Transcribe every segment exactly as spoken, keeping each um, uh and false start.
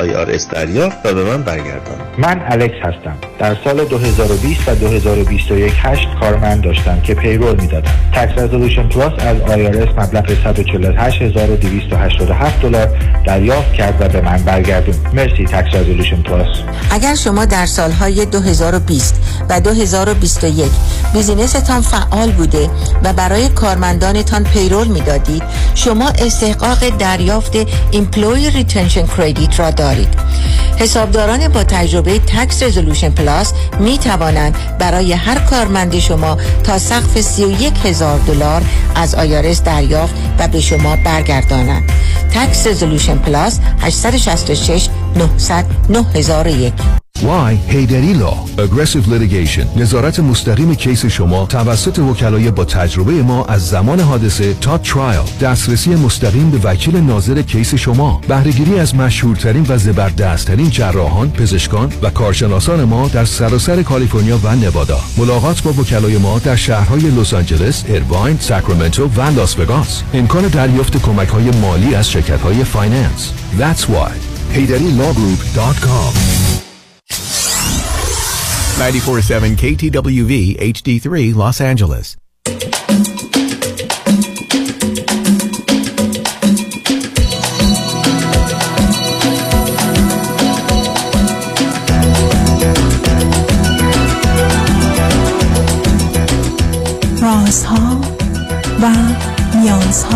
آی آر اس دریافت و به من برگردان. من الکس هستم. در سال دو هزار و بیست و دو هزار و بیست و یک هشت کارمند داشتم که پیرول میدادم. تکس رزولوشن پلاس از آی آر اس مبلغ صد و چهل و هشت هزار و دویست و هشتاد و هفت دلار دریافت کرد و به من برگردون. مرسی تکس رزولوشن پلاس. اگر شما در سالهای دو هزار و بیست و دو هزار و بیست و یک بیزینستان فعال بوده و برای کارمندانتان پیرول میدادید، شما استحقاق دریافت ایمپلوی ریتنشن کردیت را دارید. حسابداران با تجربه تکس رزولوشن پلاس می توانند برای هر کارمند شما تا سقف سی و یک هزار دلار از آی آر اس دریافت و به شما برگردانند. تکس رزولوشن پلاس هشت شش شش نه صفر صفر نه هزار و یک. وای هیدری لا اگریسیو لیتیگیشن، نظارت مستقیم کیس شما توسط وکلای با تجربه ما از زمان حادثه تا ترایل، دسترسی مستقیم به وکیل ناظر کیس شما، بهره‌گیری از مشهورترین و زبردستترین جراحان، پزشکان و کارشناسان ما در سراسر کالیفرنیا و نوادا. ملاقات با وکلای ما در شهرهای لس آنجلس، ایرواین، ساکرامنتو و لاس وگاس. امکان دریافت کمک‌های مالی از شرکت‌های فایننس. That's why هیدری لا گروپ دات کام. ninety-four point seven K T W V H D three Los Angeles. رازها و نیازها.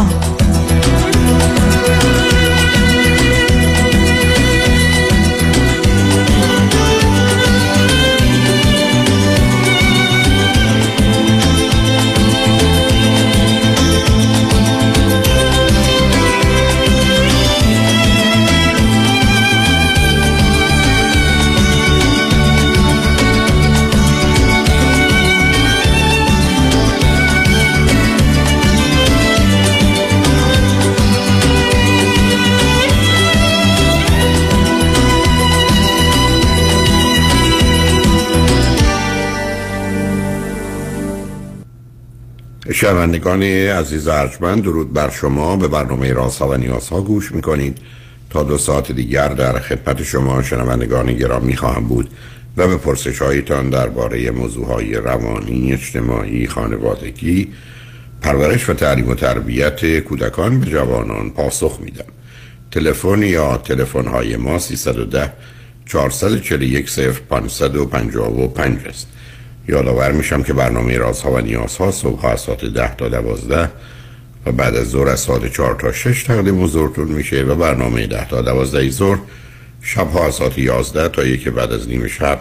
شنوندگان عزیز ارجمند، درود بر شما. به برنامه رازها و نیازها گوش میکنید. تا دو ساعت دیگر در خدمت شما شنوندگان گرامی خواهم بود و به پرسش هایتان درباره موضوعهای روانی، اجتماعی، خانوادگی، پرورش و تعلیم و تربیت کودکان به جوانان پاسخ میدم. تلفن یا تلفن های ما سیصد و ده چهارصد و چهل و یک صفر پانصد و پنجاه و پنج است. یادآور میشم که برنامه رازها و نیازها صبح از ساعت ده تا دوازده و بعد از ظهر از ساعت چهار تا شش تقدیم حضورتون میشه و برنامه ده تا دوازده ظهر شبها از ساعت یازده تا یک بعد از نیم شب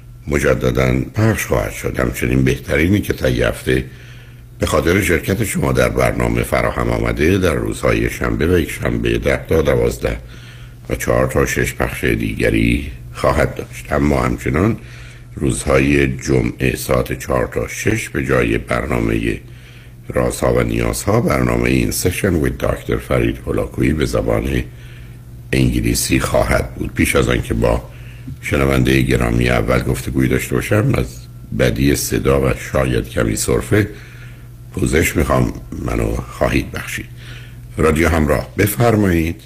مجددا پخش خواهد شد. همچنین بهترینی که طی هفته به خاطر شرکت شما در برنامه فراهم آمده در روزهای شنبه و یک شنبه ده تا دوازده و چهار تا شش پخش دیگری خواهد داشت. اما همچنان روزهای جمعه ساعت چهار تا شش به جای برنامه رازها و نیازها برنامه این سشن وید دکتر فرید هولاکویی به زبان انگلیسی خواهد بود. پیش از آنکه با شنونده گرامی اول گفتگوی داشته باشم، از بدی صدا و شاید کمی سرفه پوزش میخوام، منو خواهید بخشید. رادیو همراه، بفرمایید.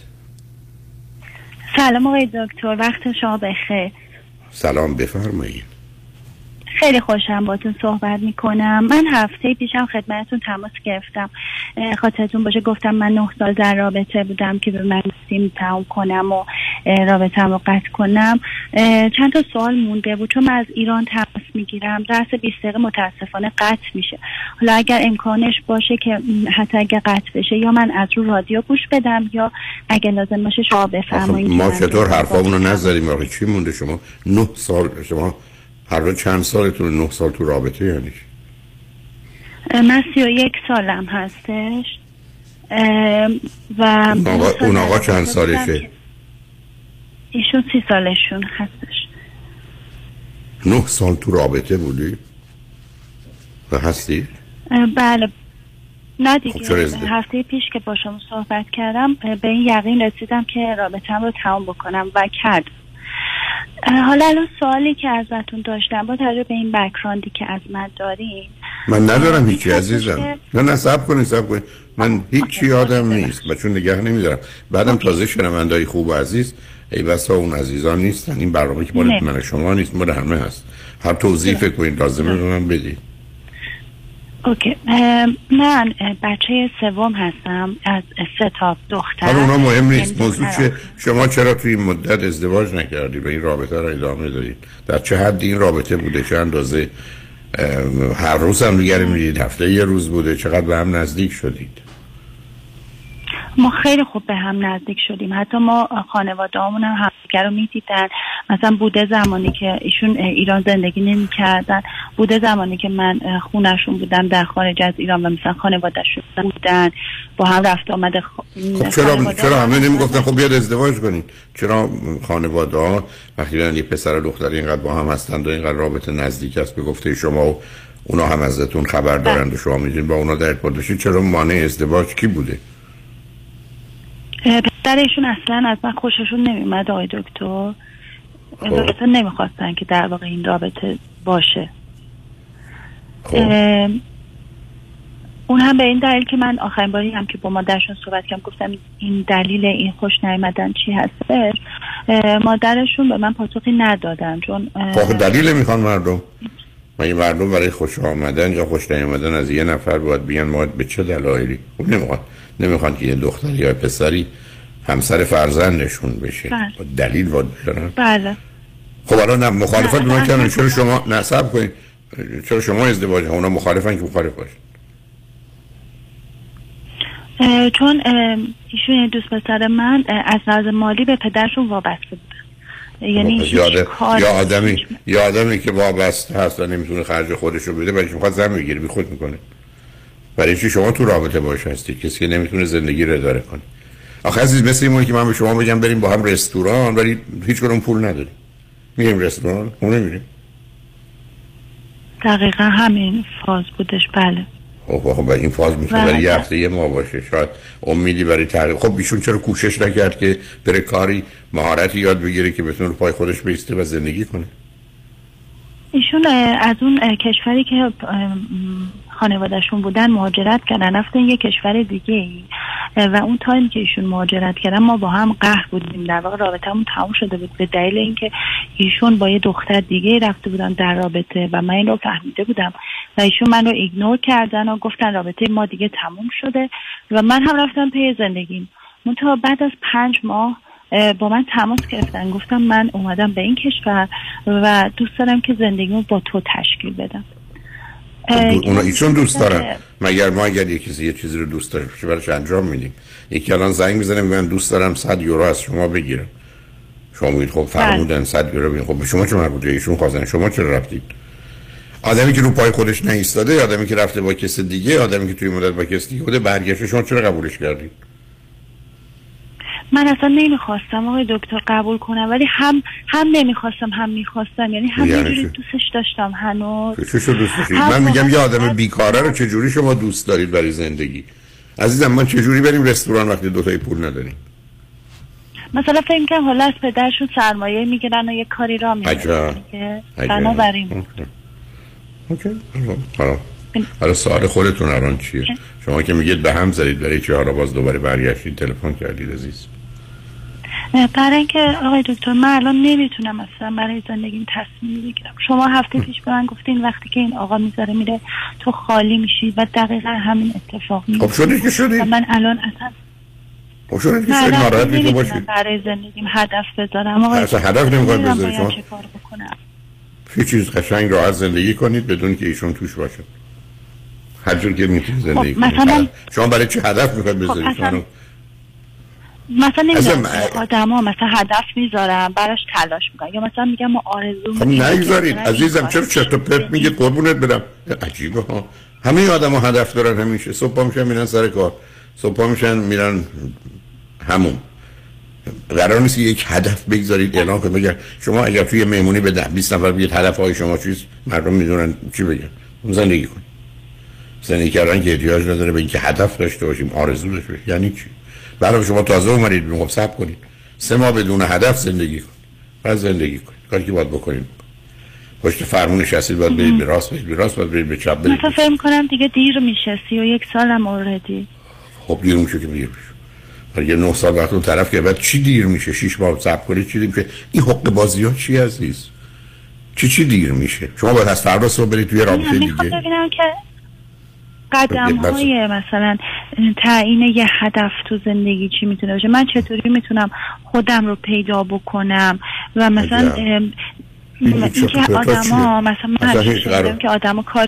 سلام آقای دکتر، وقت شما بخیر. سلام، بفرمایید. خیلی خوشم باتون صحبت میکنم. من هفته پیشم خدمتتون تماس گرفتم، خاطرتون باشه گفتم من نه سال در رابطه بودم که به من سیم تمام کنم و رابطه‌ام رو قطع کنم. چند تا سوال مونده بود، چون من از ایران تماس میگیرم، درس بیست دقیقه متاسفانه قطع میشه. حالا اگر امکانش باشه که حتی اگر قطع بشه یا من از رو رادیو گوش بدم یا اگه لازم باشه شما بفرمایید. ما چطور حرفامونو نذاریم؟ واقعا چی مونده؟ شما نه سال، شما هر رو چند سالتون؟ نه سال تو رابطه یعنی من سی و یک سالم هستش و اون آقا, اون آقا چند سالشه؟ ایشون سی سالشون هستش. نه سال تو رابطه بودی؟ و هستی؟ بله. نه دیگه، هفته پیش که با شما صحبت کردم به این یقین رسیدم که رابطه‌ام رو تمام بکنم و کردم. حالا الان سوالی که ازتون داشتم با توجه به این بک‌گراندی که از من دارین، من ندارم هیچی عزیزم. نه نه صبر کنید صبر کنید، من هیچی یادم نیست و چون نگه نمیدارم. بعدم تازه شنونده‌های خوب و عزیز ای بسا اون عزیزان نیستن. این برنامه که مال من شما نیست، مال همه هست. هر توضیح فکر کنید لازمه به من بدید. اوکی. من بچه سوم هستم از سه تا دختر. حالا اونا مهم نیست. موضوع چه؟ شما چرا توی این مدت ازدواج نکردید و این رابطه را ادامه دادید؟ در چه حدی این رابطه بوده؟ چه اندازه هر روز هم دیگر میدید؟ هفته یه روز بوده؟ چقدر به هم نزدیک شدید؟ ما خیلی خوب به هم نزدیک شدیم. حتی ما خانواده همون هم همدیگر رو میدیدن. مثلا بوده زمانی که ایشون ایران زندگی نمی کردن، بوده زمانی که من خونشون بودم در خارج از ایران و مثلا خانواده‌شون بودن، با هم رفت آمده. خ... خب چرا چرا همه نمیگفتن خب بیاد ازدواج کنید؟ چرا خانواده ها وقتی یه پسر و دختر اینقدر با هم هستند و اینقدر رابطه نزدیک است به گفته شما و اونا هم ازتون خبر دارند و شما میدونید با اونا در ارتباط باشید، چرا مانع ازدواج کی بوده؟ پدرشون اصلا از من خوششون نمیومد آقای دکتر. اصلا نمیخواستن که در واقع این رابطه باشه. اون هم به این دلیل که من آخرین باری هم که با مادرشون صحبت کردم گفتم این دلیل این خوش نیامدن چی هستش، مادرشون به من پاسخی ندادن. چون دلیل میخوان مردم من این مردم برای خوش آمدن یا خوش نیامدن از یه نفر باید بیان ما به چه دلایلی؟ خب نمیخوان نمیخوان که یه دختری یا پسری همسر فرزندشون بشه. بله. دلیل واد دارن. بله. خب الان نه مخالفت اونا کردن، چرا شما نصب کنید؟ چرا شما ازدواج اونا مخالفن که مخالف باشن؟ چون ایشون دوست پسر من از لحاظ مالی به پدرشون وابسته بودن. یعنی یاده یا آدمی یا آدمی که وابسته هست و نمیتونه خرج خودش رو بده برای چی میخواد زن بگیره بی خود میکنه؟ برای چی شما تو رابطه باش هستی؟ کسی که نمیتونه زندگی رو اداره کنه. آخه عزیز مثل اینه که من به شما بگم بریم با هم رستوران ولی هیچ کدوم پول نداریم. میریم رستوران، اون نمیریم. دقیقاً همین فاز بودش. بله. خب خب این فاز میتونه برای یه هفته یه ماه باشه. شاید امیدی برای تغییر. خب ایشون چرا کوشش نکرد که بره کاری مهارتی یاد بگیره که بتونه پای خودش بیسته و زندگی کنه؟ ایشون از اون کشوری که خانوادهشون بودن مهاجرت کردن، رفتن یه کشور دیگه ای و اون تایم که ایشون مهاجرت کردن ما با هم قهر بودیم. در واقع رابطمون تموم شده بود به دلیل اینکه ایشون با یه دختر دیگه رفته بودن در رابطه و من این رو فهمیده بودم و ایشون من رو ایگنور کردن و گفتن رابطه ما دیگه تموم شده و من هم رفتم پی زندگیم. منتها بعد از پنج ماه با من تماس گرفتن، گفتم من اومدم به این کشور و دوست دارم که زندگیمو با تو تشکیل بدم. اونا ایشون دوست دارن. مگر ما اگر یه کسی یه چیزی رو دوست داره چه براش انجام میدیم؟ یکی الان زنگ میزنه میگه من دوست دارم صد یورو از شما بگیرم. شما میگید خب فرمودن صد یورو بگیرم. خب به شما چه مربوطه؟ ایشون خواستن، شما چرا رفتید؟ آدمی که رو پای خودش نایستاده، آدمی که رفته با کسی دیگه، آدمی که توی مدت با کسی دیگه بوده برگشته، شما چرا قبولش کردید؟ من اصلا نمیخواستم آقای دکتر قبول کنم، ولی هم هم نمیخواستم هم میخواستم. یعنی هم یه جوری دوستش داشتم هنوز. چه شو دوست داشتید؟ من میگم یه آدم بیکاره رو چه جوری شما دوست دارید برای زندگی؟ عزیزم من چه جوری بریم رستوران وقتی دو تای پول نداریم؟ مثلا فکر می‌کنم حالا از پدرشون سرمایه میگیرن و یه کاری را میندازن که بنابراین اوکی. حالا حالا سوال خودتون الان چیه؟ شما که میگید به هم زدید برای چه حالا باز دوباره برگشتید تلفن کردید عزیز؟ برای اینکه آقای دکتر من الان نمیتونم اصلا برای زندگیم تصمیم بگیرم. شما هفته پیش به من گفتین وقتی که این آقا میذاره میره تو خالی میشی و دقیقا همین اتفاق میفته. خب شدید که شدید. من الان اصلا خب شدید که شدید ناراحت میتونم باشید. برای زندگیم هدف بذارم آقای دکتر. هدف نمیخواد بذارید شما. چه کار بکنم؟ هیچ چیز قشنگ راحت زندگی کنید بدون که ایشون توش باشه. هر جور که میتونید زندگی کنید. مثلا شما برای چه هدف میخواد بذارید؟ خب مثلا نمیدونم آدم ها مثلا هدف میذارم براش تلاش میکنم یا مثلا میگم ما آرزو خب نگذارید عزیزم. چرا چرت و پرت میگید قربونت برم؟ عجیبه ها. همه آدم ها هدف دارن همیشه. صبح پا میشن میرن سر کار، صبح پا میشن میرن همون. قرار نیست یک هدف بگذارید اعلان کنید. بگید شما اگر توی مهمونی به ده بیست نفر بگید هدف های شما چیست، مردم میدونن چی بگن. زندگی کنید. زندگی کردن که احتیاج نداره به اینکه هدف داشته باشیم، آرزو داشته باشیم. یعنی چی؟ برای شما تازه اومدید میگم صبر کنید سه ماه بدون هدف زندگی کنید، بعد زندگی کنید. کاری که باید بکنید پشت فرمون نشستید، باید برید به راست، برید به راست، باید برید به چپ. برید مثلا فکر کنم دیگه دیر میشه. سی و یک سالم اوردی. خب دیر میشه که دیر میشه. یه نه سال وقت اون طرف که بعد چی دیر میشه؟ شش ماه صبر کنید چی دیر میشه؟ این حق بازی ها چی عزیز؟ چی چی دیر میشه؟ شما باید از فردا صبح برید توی رابطه دیگه. میخوام ببینم که قدم های مثلا تعیین یه هدف تو زندگی چی میتونه باشه. من چطوری میتونم خودم رو پیدا بکنم و مثلا اینکه آدم ها مثلا من شنیدم که آدم ها کار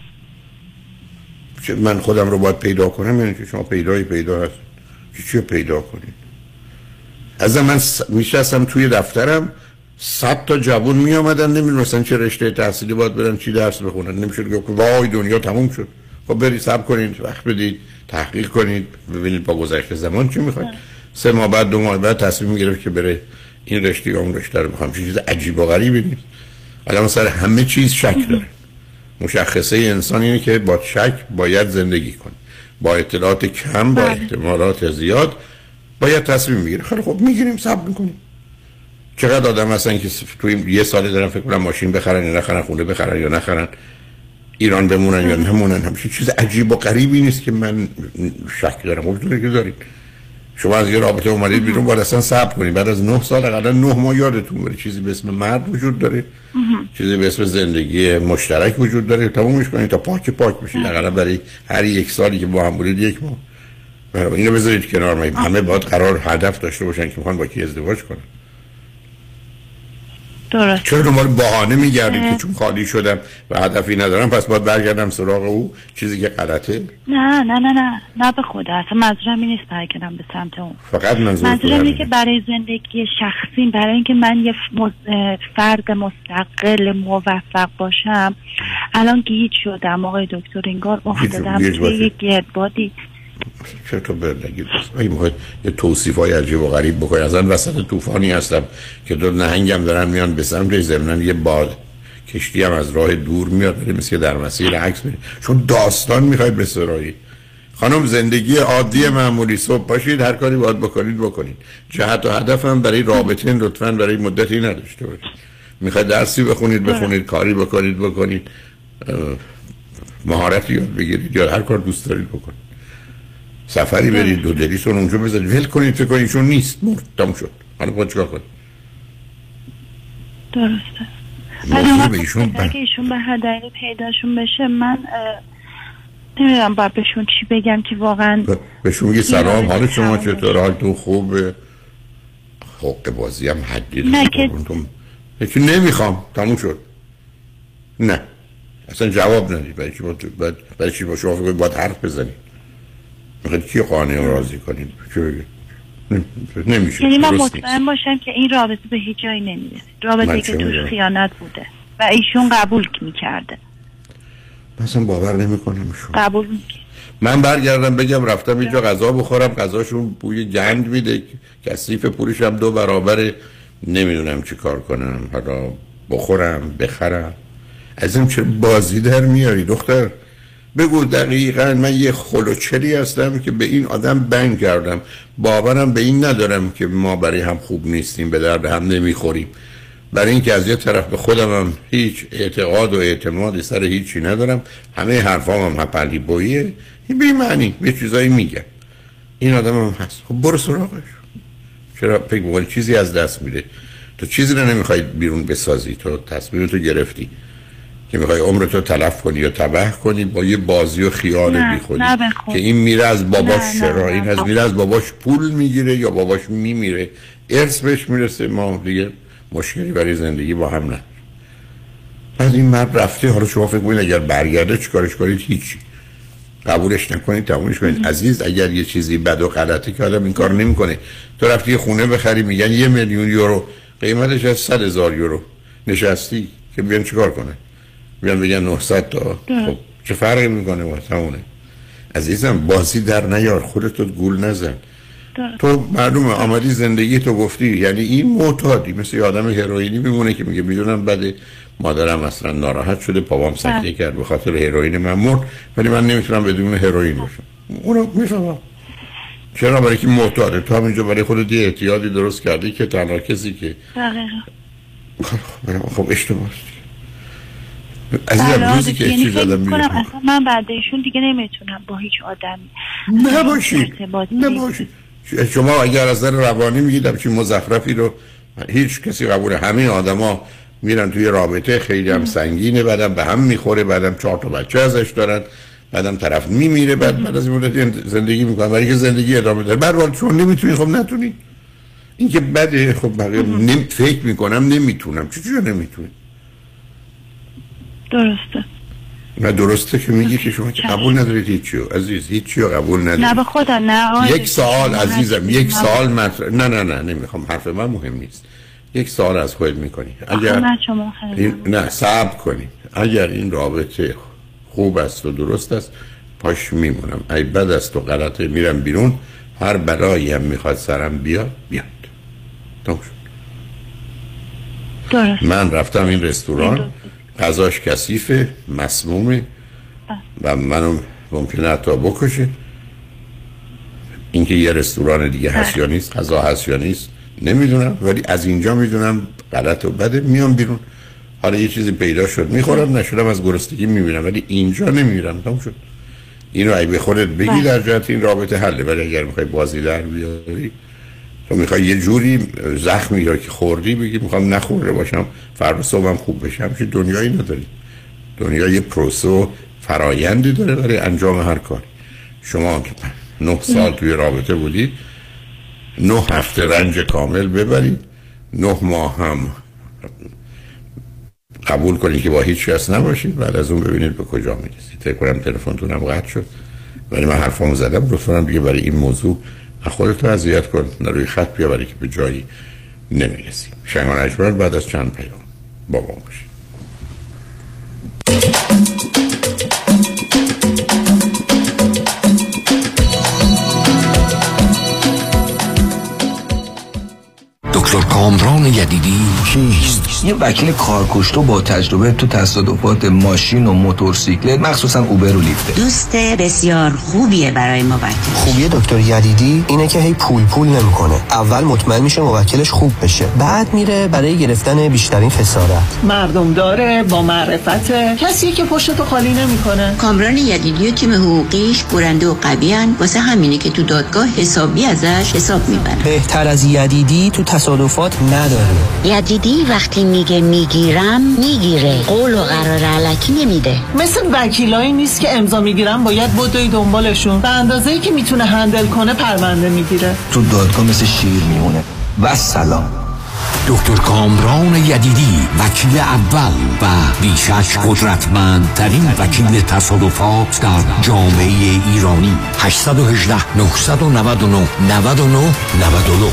من خودم رو باید پیدا کنم، یعنی که شما پیدایی پیدا هست چی چی پیدا کنید؟ از من س... میشستم توی دفترم صد تا جوون می آمدن نمیدونستن چه رشته تحصیلی باید برن چی درس بخونن، نمیشد گفت وای دنیا تموم شد. خب برید صبر کنید، وقت بدید، تحقیق کنید، ببینید با گذشت زمان چی میخواید. سه ماه بعد دو ماه بعد تصمیم گرفت که بره این رشته یا اون رشته رو بخوام. چیز عجیب و غریبی نیست. الان سر همه چیز شک داره. مشخصه انسان اینه که با شک باید زندگی کنه، با اطلاعات کم، با احتمالات زیاد باید تصمیم بگیره. خیلی خب میگیریم، صبر میکنیم. چقدر آدم هستن که توی یه سال دارن فکر کنن ماشین بخرن یا نخرن، خونه بخرن یا نخرن، ایران بمونن یا نمونن. همیشه چیز عجیب و غریبی نیست که من شک دارم. خب که دارید شما از یه رابطه اومدید بیرون، باید اصلا صبر کنید. بعد از نه سال حداقل نه ماه یادتون بره چیزی به اسم مرد وجود داره، چیزی به اسم زندگی مشترک وجود داره. تمومش کنید تا پاک پاک بشید. حداقل برای هر یک سالی که با هم بودید یک ماه. برای اینو بذارید کنار. ما همه باید قرار هدف داشته باشن که میخوان با کی ازدواج کنن. درست. چرا دنبال بهانه میگردید که چون خالی شدم و هدفی ندارم پس باید برگردم سراغ او، چیزی که غلطه؟ نه نه نه نه نه به خدا، اصلا منظورم این نیست برگردم به سمت اون. فقط منظور منظورم اینه که برای زندگی شخصی، برای اینکه من یه فرد مستقل موفق باشم، الان گیج شدم آقای دکتر، انگار افتادم توی یه گردبادی. چرا تو بردگید این میخواید یه توصیف های عجیب و غریب بکنید. از آن وسط طوفانی هستم که دو نهنگم دارن میان به سمت ضمناً یه باد کشتی هم از راه دور میاد، ولی مثل در مسیر عکس میره. چون داستان میخواید بسرایی. خانم زندگی عادی معمولی، صبح باشید هر کاری باید بکنید بکنید. جهت و هدف هم برای رابطه لطفاً برای مدتی نداشته باشید. میخواید درسی بخونید بخونید، کاری بکنید بکنید، مهارتی یاد بگیرید یا هر کار دوست دارید بکنید. سفری برید دو دلیتون اونجا بذارید، ول کنید فکر کنید ایشون نیست، مرد تموم شد. حالا باید چیکار کنید؟ درسته. اگه به ایشون ب... اگه ایشون به هدری پیداشون بشه، من نمیدونم باید بهشون چی بگم که واقعا بهشون میگی سلام حال شما چطور، حالتون خوبه؟ حق بازی هم حدی نه که هیچی نمیخوام، تموم شد. نه اصلا جواب ندید. برای چی با برای چی با شما فکر باید حرف بزنید؟ میخواید کی قانع و راضی کنید؟ چه بگید؟ نمیشه. یعنی من مطمئن باشم که این رابطه به هیچ جایی نمیره، رابطه که توش خیانت بوده و ایشون قبول میکرده. مثلا باور نمیکنم ایشون قبول میکنه. من برگردم بگم رفتم اینجا غذا بخورم، غذاشون بوی گند میده، کثیف پولش هم دو برابره، نمیدونم چی کار کنم، حالا بخورم بخرم. از این چه بازی در میاری دختر؟ بگو دقیقاً من یه خلوچلی هستم که به این آدم بنگ کردم، باورم به این ندارم که ما برای هم خوب نیستیم، به درد هم نمیخوریم. برای اینکه از یه طرف به خودم هم هیچ اعتقاد و اعتمادی سر هیچی ندارم، همه حرفام هم هپلی بویه، این بی معنی به چیزایی میگن. این آدم هم هست، خب برو سراغش. چرا فکر می‌کنی چیزی از دست میره؟ تو چیزی رو نمیخوای بیرون بسازی، تو تصمیمتو گرفتی که میخوای عمرتو تلف کنی یا تباه کنی با یه بازی و خیال بیخودی که این میره از باباش. چرا این از میره از باباش پول میگیره یا باباش میمیره، ارث بهش میرسه، ما دیگه مشکلی برای زندگی با هم نه. بعد این مرد رفته، حالا شما فکر کنید اگر برگرده چیکارش کنید؟ هیچی. قبولش نکنید، تمومش کنید. عزیز اگر یه چیزی بد و غلطه که آدم این کار نمیکنه، تو رفتی یه خونه بخری میگن یه میلیون یورو، قیمتش از صد هزار یورو، نشستی که بیان چیکار کنه؟ بیان بگن نهصد تا. خب چه فرقی میکنه واسمونه؟ عزیزم بازی در نیار، خودت گول نزن. داره. تو معلومه آمدی زندگی تو گفتی، یعنی این معتادی مثل یه آدم هروئینی میمونه که میگه میدونم بعد مادرم اصلا ناراحت شده، پاپام سکته کرد به خاطر هروئین من مرد، ولی من نمیتونم بدون هروئین باشم. اونو میفهمم. چرا؟ برای که معتاده. تو همینجا برای خودت یه اعتیادی درست کردی که تنها کسی که دقیقاً خب اشتباهه. عزیزم روزی که یعنی چیز آدم میگه اصلا من بعد ایشون دیگه نمیتونم با هیچ آدمی نباشید نباشید شما اگر از نظر روانی میگید چی مزخرفی رو هیچ کسی قبول، همین آدما میرن توی رابطه خیلی هم سنگینه، بعدم به هم میخوره، بعدم چهار تا بچه ازش دارن، بعدم طرف میمیره، بعد بعد از این مدت زندگی میکنن برای که زندگی ادامه داره. بعد چون نمیتونی خب نتونی، این که بده. خب بقیه نمی... فکر میکنم نمیتونم. چه جوری نمیتونی؟ درسته. نه درسته که میگی که شما قبول ندارید هیچیو عزیز، هیچیو قبول ندارید. نه به خدا نه. یک سوال عزیزم، یک سوال مطرح. نه نه نه نمیخوام، حرف من مهم نیست. یک سوال از خودت میکنی. اگر این... نه صبر کنی. اگر این رابطه خوب است و درست است پاش میمونم، ای بد است و غلطه میرم بیرون، هر بلایی هم میخواد سرم بیاد بیاد. تمام شد. درست. من رفتم این رستوران، غذاش کثیفه، مسمومه و منو ممکنه حتی بکشه. اینکه یه رستوران دیگه هست یا نیست، غذا هست یا نیست نمیدونم، ولی از اینجا میدونم غلط و بده، میام بیرون. حالا یه چیزی پیدا شد میخورم، نشدم از گرسنگی میبینم، ولی اینجا نمیمیرم. تمام شد. اینو اگه به خودت بگی در جهت این رابطه حله، ولی اگر میخوای بازی در بیاری، تو میخوای یه جوری زخمی رو که خوردی بگی میخوام نخورده باشم فردا صبحم خوب بشم، چه دنیایی نداری. دنیا یه پروسه و فرایندی داره برای انجام هر کاری. شما که نه سال توی رابطه بودی، نه هفته رنج کامل ببرید، نه ماه هم قبول کنید که با هیچ کس نباشید، بعد از اون ببینید به کجا میرسید. فکر کنم تلفنتونم قطع شد، ولی من حرفامو زدم. لطفاً دیگه برای این موضوع خودت رو اذیت کن، نروی خط بیا، برای که به جایی نمیرسیم. شنگان اجبر بعد از چند پیام با ما باشید. دکتر کامران یدیدی کیست؟ یه وکیل کارکشته با تجربه تو تصادفات ماشین و موتورسیکلت، مخصوصا اوبر و لیفت. دوست بسیار خوبیه برای موکل. خوبیه دکتر یدیدی اینه که هی پول پول نمیکنه. اول مطمئن میشه موکلش خوب بشه، بعد میره برای گرفتن بیشترین خسارت. مردم داره، با معرفت، کسی که پشتو خالی نمیکنه. کامران یدیدی و تیم حقوقیش برنده و قویان، واسه همینه که تو دادگاه حسابی ازش حساب میبرن. بهتر از یدیدی تو تصادفات نداره. یدیدی وقتی میگه میگیرم میگیره، قول و قرار الکی نمیده. مثل وکیلایی نیست که امضا میگیرن باید بدوی دنبالشون، به اندازه‌ای که میتونه هندل کنه پرونده میگیره. تو دادگاه مثل شیر میمونه. و سلام. دکتر کامران یدیدی، وکیل اول و بیشک قدرتمندترین وکیل تصادفات در جامعه ایرانی. هشت یک هشت نه نه نه نه نه نه.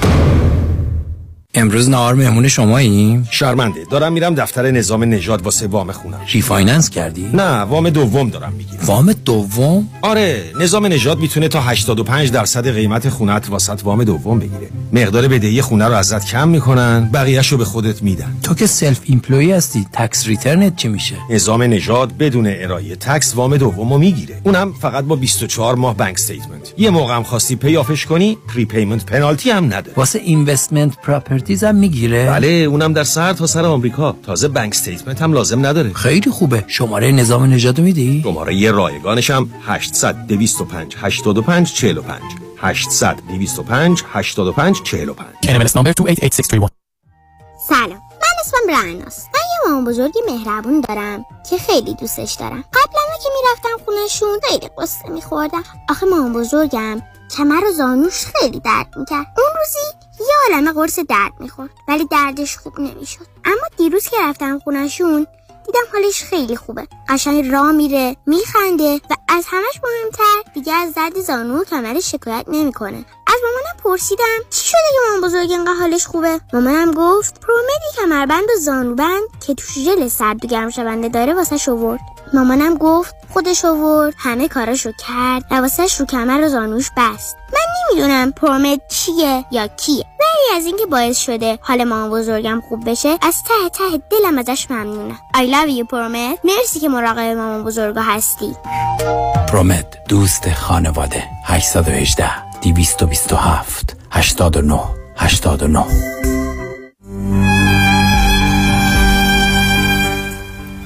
امروز نهار مهمون شماییم؟ شرمنده، دارم میرم دفتر نظام نژاد واسه وام خونم. ریفایننس کردی؟ نه، وام دوم دارم میگیرم. وام دوم؟ آره، نظام نژاد میتونه تا هشتاد و پنج درصد قیمت خونت واسط وام دوم بگیره. مقدار بدهی خونه رو ازت کم میکنن، بقیه‌شو به خودت میدن. تو که سلف ایمپلوی هستی، تکس ریترنت چی میشه؟ نظام نژاد بدون ارائه تکس وام دومو میگیره. اونم فقط با بیست و چهار ماه بانک استیتمنت. یه موقع هم خواستی پیافش کنی، پری پیمنت پنالتی هم نداره. واسه اینوستمنت پراپرتیز هم میگیره؟ بله، اونم در سر تا سر آمریکا. تازه بانک استیتمنت هم لازم نداره. خیلی خوبه. شماره نظام نژاد میدی؟ شماره یه رایگانش هم هشتصد دویست و پنج هشتاد و پنج چهل و پنج. هشتصد دویست و پنج هشتاد و پنج چهل و پنج. ان ام ال اس number دو هشت هشت شش سه یک. سلام، من اسمم رعناست. من یه مامان بزرگی مهربون دارم که خیلی دوستش دارم. قبلا که میرفتم خونهشون خیلی قصه میخوردم. آخه مامان بزرگم کمر و زانوش خیلی درد میکرد. اون روزی یه عالمه قرص درد میخورد ولی دردش خوب نمیشد. اما دیروز که رفتم خونهشون دیدم حالش خیلی خوبه. قشنگ راه میره، میخنده و از همش مهمتر دیگه از درد زانو و کمرش شکایت نمیکنه. از مامانم پرسیدم چی شده که مامان بزرگ اینقدر حالش خوبه؟ مامانم گفت پرومدی کمربند و زانوبند که توش ژل سرد و گرم شونده داره واسش آورد. مامانم گفت خودش آورد، همه کاراشو کرد و واسش رو کمر و زانوش بست. من نمیدونم پرومد چیه یا کیه، ولی از اینکه باعث شده حال مامان بزرگم خوب بشه از ته ته دلم ازش ممنونم. I love you پرومد. مرسی که مراقب مامان بزرگا هستی. پرومد، دوست خانواده. هشت یک هشت دویست و بیست و هفت هشتاد و نه هشتاد و نه.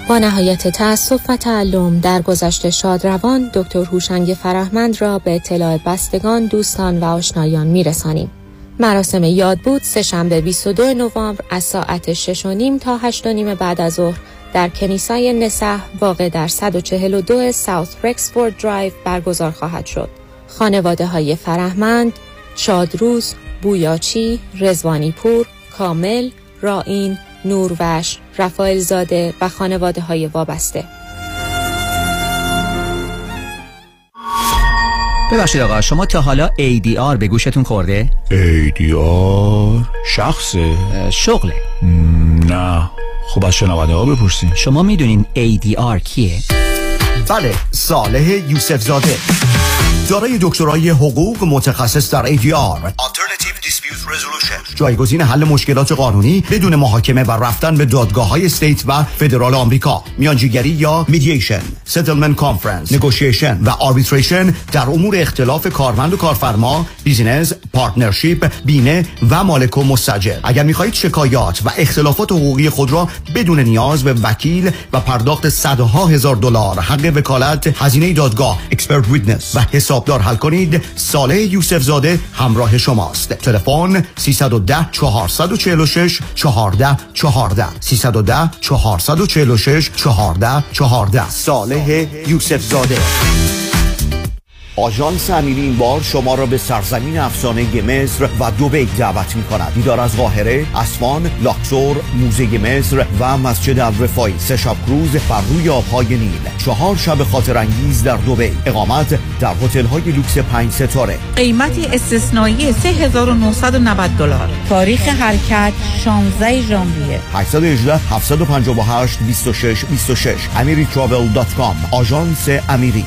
با نهایت تأسف و تعلم در گذشت شادروان دکتر هوشنگ فرهمند را به اطلاع بستگان، دوستان و آشنایان می‌رسانیم. مراسم یادبود سه‌شنبه بیست و دو نوامبر از ساعت شش و نیم تا هشت و نیم بعد از ظهر در کنیسای نسح واقع در صد و چهل و دو ساوت رکسفورد درایو برگزار خواهد شد. خانواده های فرهمند، شادروز، بویاچی، رضوانی پور، کامل، رائین، نوروش، رفائل زاده و خانواده های وابسته. ببخشید آقا، شما تا حالا ای دی آر به گوشتون خورده؟ ای دی آر شخصه؟ شغله. نه. خب از شنونده ها بپرسین. شما میدونین ای دی آر کیه؟ بله، صالح یوسف زاده، دارای دکترای حقوق متخصص در ای دی آر Alternative Dispute Resolution، جایگزین حل مشکلات قانونی بدون محاکمه و رفتن به دادگاه‌های استیت و فدرال آمریکا، میانجیگری یا میدییشن، ستلمنت کانفرنس، نگوشیشن و آربیتریشن در امور اختلاف کارمند و کارفرما، بیزینس، پارتنرشیپ، بینه و مالک و مستاجر. اگر می‌خواهید شکایات و اختلافات حقوقی خود را بدون نیاز به وکیل و پرداخت صدها هزار دلار حق وکالت، هزینه دادگاه، اکسپرت ویتنس و حسابدار حل کنید، صالح یوسف زاده همراه شماست. تلفن سیصد و ده چهارصد و چهل و شش چهارده چهارده سیصد و ده چهارصد و چهل و شش چهارده چهارده. صالح یوسف زاده. آژانس امیری این بار شما را به سرزمین افسانه مصر و دبی دعوت می‌کند. دیدار از قاهره، اسوان، لاکسور، موزه مصر و مسجد الرفاعی. سه شب کروز بر روی آب‌های نیل، چهار شب خاطر انگیز در دبی. اقامت در هتل‌های لوکس پنج ستاره. قیمتی استثنایی سه هزار و نهصد و نود دلار. تاریخ حرکت شانزده ژانویه. هشت یک هشت هفت پنج هشت دو شش دو شش امری تراول دات کام. آژانس امیری.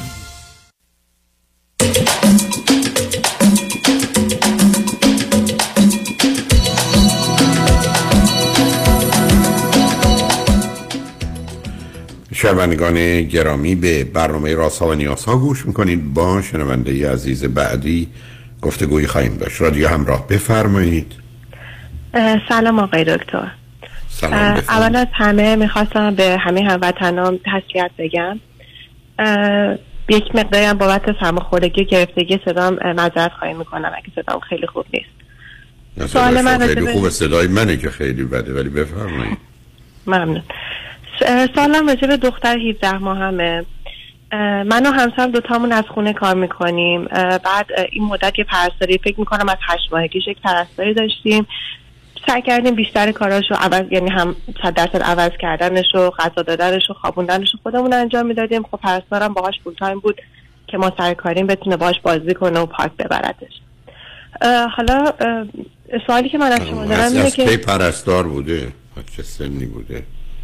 شنوندگان گرامی، به برنامه رازها و نیازها گوش میکنید. با شنونده عزیز بعدی گفتگویی خواهیم داشت. رادیو همراه، بفرمایید. سلام آقای دکتر. سلام. اول از همه میخواستم به همه هموطنان تسلیت بگم. یک مقداری هم بابت سرماخوردگی گرفتگی صدام معذرت خواهی میکنم اگه صدام خیلی خوب نیست. سوال من خیلی خوبه، صدای منه که خیلی بده، ولی بفرمایید. ممنون. سوالم راجع به دختر هفده ماهمه. من و همسرم دوتامون از خونه کار میکنیم. بعد این مدت یه پرستاری، فکر میکنم از هشت ماهگیش یک پرستاری داشتیم. سعی کردیم بیشتر کاراشو عوض، یعنی هم صد درصد عوض کردنشو، غذا دادنشو، خوابوندنشو خودمون انجام میدادیم. خب پرستارم باهاش فول تایم بود که ما سر کاریم بتونه باهاش بازی کنه و پارک ببردش. حالا سوالی که من از شما دارم اینه که پرستار بوده؟ چه سنی بوده؟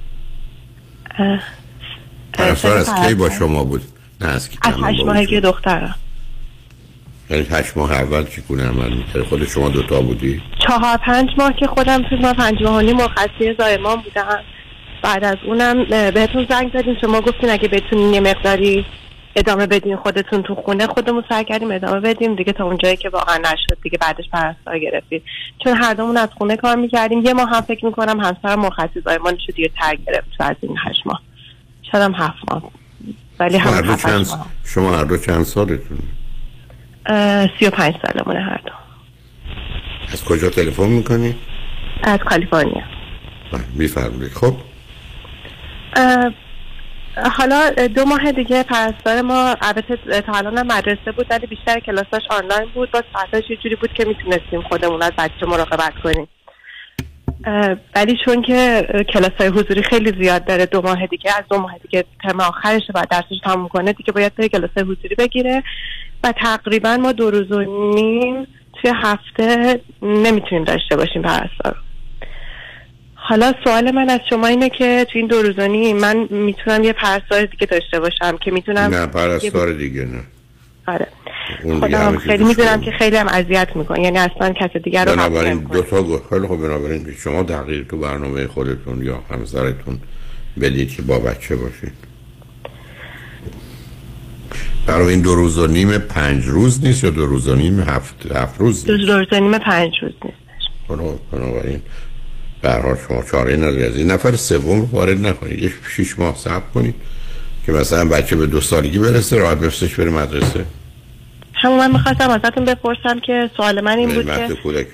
پرستار از کی با شما بود؟ نه از کی؟ از هشت ماهگی دخترم. یعنی هشت ماه اول چگونه عمل می‌کرد؟ خود شما دوتا بودی؟ چهار پنج ماه که خودم توی ما پنج ماه و نیم مرخصی زایمان بودم. بعد از اونم بهتون زنگ زدیم، شما گفتین اگه بتونین یه مقداری ادامه بدین خودتون تو خونه. خودمون سعی کردیم ادامه بدیم دیگه تا اونجایی که واقعا نشد دیگه. بعدش پرستار گرفتیم چون هر دومون از خونه کار میکردیم. یه ماه هم فکر میکنم همسرم مرخصی زایمانش رو دیگه تر گرفت از این هشت ماه، شاید هم هفت ماه، ولی هم هفت چند... ماه. شما هر دو چند سالتون؟ سی و پنج سالمونه هر دو. از کجا تلفن میکنی؟ از کالیفرنیا. میفرمایید. خب حالا دو ماه دیگه پرستار ما البته تا الان مدرسه بود ولی بیشتر کلاساش آنلاین بود. با ساعتاش یه جوری بود که میتونستیم خودمون از بچه مراقبت کنیم، ولی چون که کلاسای حضوری خیلی زیاد داره، دو ماه دیگه از دو ماه دیگه ترم آخرش بعد درسش تموم کنه دیگه باید بره کلاسای حضوری بگیره و تقریبا ما دو روز و نیم توی هفته نمیتونیم داشته باشیم پرستار. حالا سوال من از شما اینه که تو این دو روز و نیم من میتونم یه پرستار دیگه داشته باشم که میتونم؟ نه پرستار دیگه نه. آره خودم خیلی میدونم که خیلی هم اذیت میکنه، یعنی اصلا کس دیگر رو بنابراین دو تا خیلی خوب، بنابراین که شما دقیق تو برنامه خودتون یا همسرتون بدید که با بچه باشید. برای این دو روز و نیم پنج روز نیست یا دو روز و نیم هفت هفت روز نیست؟ دو روز و نیم پنج روز نیست. بنابراین به هر حال شما چاره نداری از این نفر سوم رو وارد نکنید. یه شش ماه صبر کنید که مثلا بچه به دو سالگی برسه راحت بفرستش بره مدرسه. همون من میخواستم ازتون بپرسم که سوال من این بود که کودک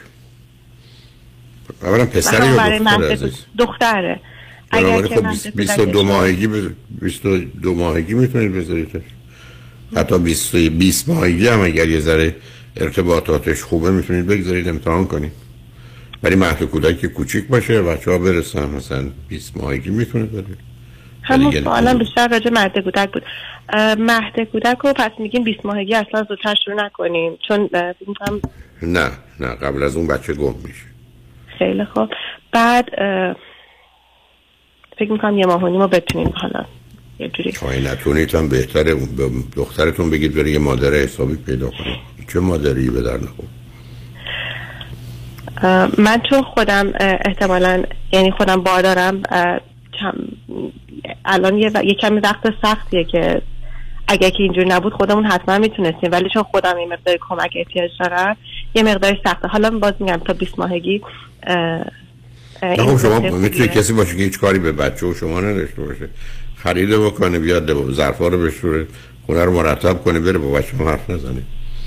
اولا پسری یا دختره عزیز؟ دختره. اگر که خب بیست و دو ماهگی بیست و دو ماهگی میتونید بذاریدش، حتی بیست ماهگی هم اگر یه ذره ارتباطاتش خوبه میتونید بگذارید امتحان کنید. ولی مهد کودک که کوچیک باشه بچه ها برسن مثلا بیست ماهگی میتونه بذارید. همون سوالم بیشتر راجع مهد کودک بود. مهد کودک رو پس میگین بیست ماهگی اصلا زودتر شروع نکنیم چون میگم نه نه قبل از اون بچه گم میشه. خیلی خوب. بعد فکر میکنم یه ماه و نیم رو بتونیم حالا یه جوری خواهی نتونید هم بهتره دخترتون بگید بره یه مادر حسابی پیدا کنید. چه مادری به در نخور؟ من چون خودم احتمالاً یعنی خودم باردارم الان یه, و... یه کمی وقت سختیه که اگر که اینجور نبود خودمون حتما میتونستیم، ولی چون خودم یه مقدار کمک احتیاج دارم یه مقدار سخته. حالا باز میگم تا بیست ماهگی خب شما میتونه کسی باشه که هیچ کاری به بچه و شما نداشته باشه، خریده بکنه بیاد ظرفا رو بشوره خونه رو مرتب کنه بره با بچه هم حرف نزنه.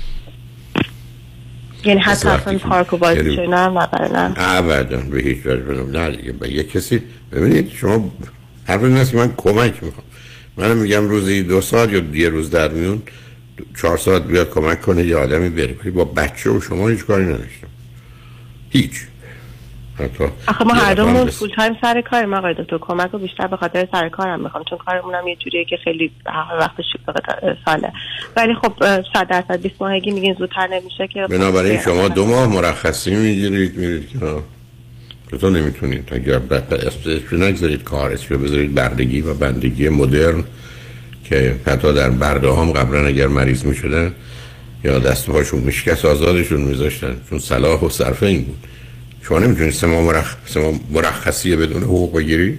یعنی حتی اصلا پارک و بازی یعنی... چه نه نه ابدا به هیچ وجه بنام نه دیگه به یک کسی ببینید شما حرف این است که من کمک میخوام، من میگم روزی دو ساعت یا یه روز در میون چهار ساعت بیاد کمک کنه یه آدمی بره، ولی با بچه و شما هیچ کاری نداشتم هیچ. آخه ما هر دومون فول تایم سر کاریم آقای دکتر، کمک رو بیشتر به خاطر سر کارم میخوام چون کارمونم یه جوریه که خیلی وقتش ساله، ولی خب صد درصد بیست ماهگی میگین زودتر نمیشه که بنابراین شما دو ماه مرخصی میگیرید میرید که تو نمیتونید اگر اسپیس نگذارید کار اسپیس بذارید بردگی و بندگی مدرن که حتی در برده هم قبلا اگر مریض میشدن یا دست پاشون میشکست آزادشون میذاشتن چون صلاح و صرفه این بود. شما نمیتونید سه ماه مرخ... مرخصی بدون حقوق بگیرید؟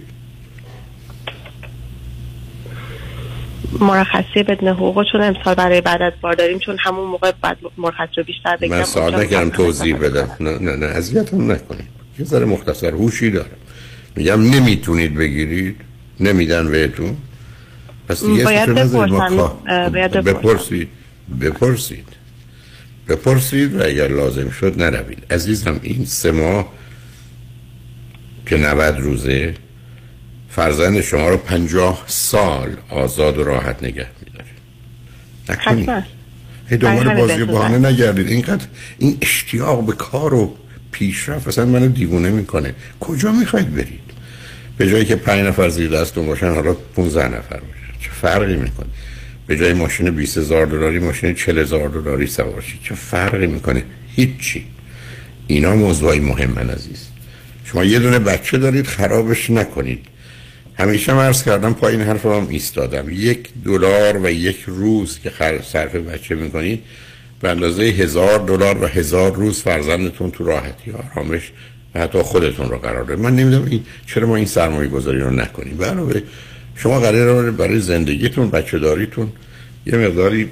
مرخصی بدون حقوق چون امسال برای بعد از بارداریم چون همون موقع بعد مرخصی رو بیشتر بگیرم. من سوال نکردم توضیح بدم. نه نه نه اذیتم نکنید. یه ذره مختصر هوشی دارم. میگم نمیتونید بگیرید، نمیدن بهتون. پس دیگه باید بپرسم. باید بپرسید. بپرسید. بپرسید و اگر لازم شد نروید. عزیزم این سه ماه که نود روزه فرزند شما رو پنجاه سال آزاد و راحت نگه میداره. نکنید. هی دنبال بازی بهانه نگردید. اینقدر این اشتیاق به کار و پیشرفت اصلا منو دیوونه میکنه. کجا میخواید برید؟ به جایی که پنج نفر زیر دستتون باشن حالا پونزده نفر باشن. چه فرقی میکنه؟ به جای ماشین بیست هزار دلاری ماشین چهل هزار دلاری سوار شید. چه فرقی میکنه؟ هیچی. اینا موضوعی مهمن عزیز. شما یه دونه بچه دارید خرابش نکنید. همیشه من عرض کردم پایین حرفم ایستادم. یک دلار و یک روز که صرف بچه میکنید به اندازه هزار دلار و هزار روز فرزندتون تو راحتی آرامش و حتی خودتون رو قرار دارید. من نمیدونم این چرا ما این سرمایه گذاری رو نکنیم. علاوه شما قراره برای زندگیتون بچه داریتون یه مقداری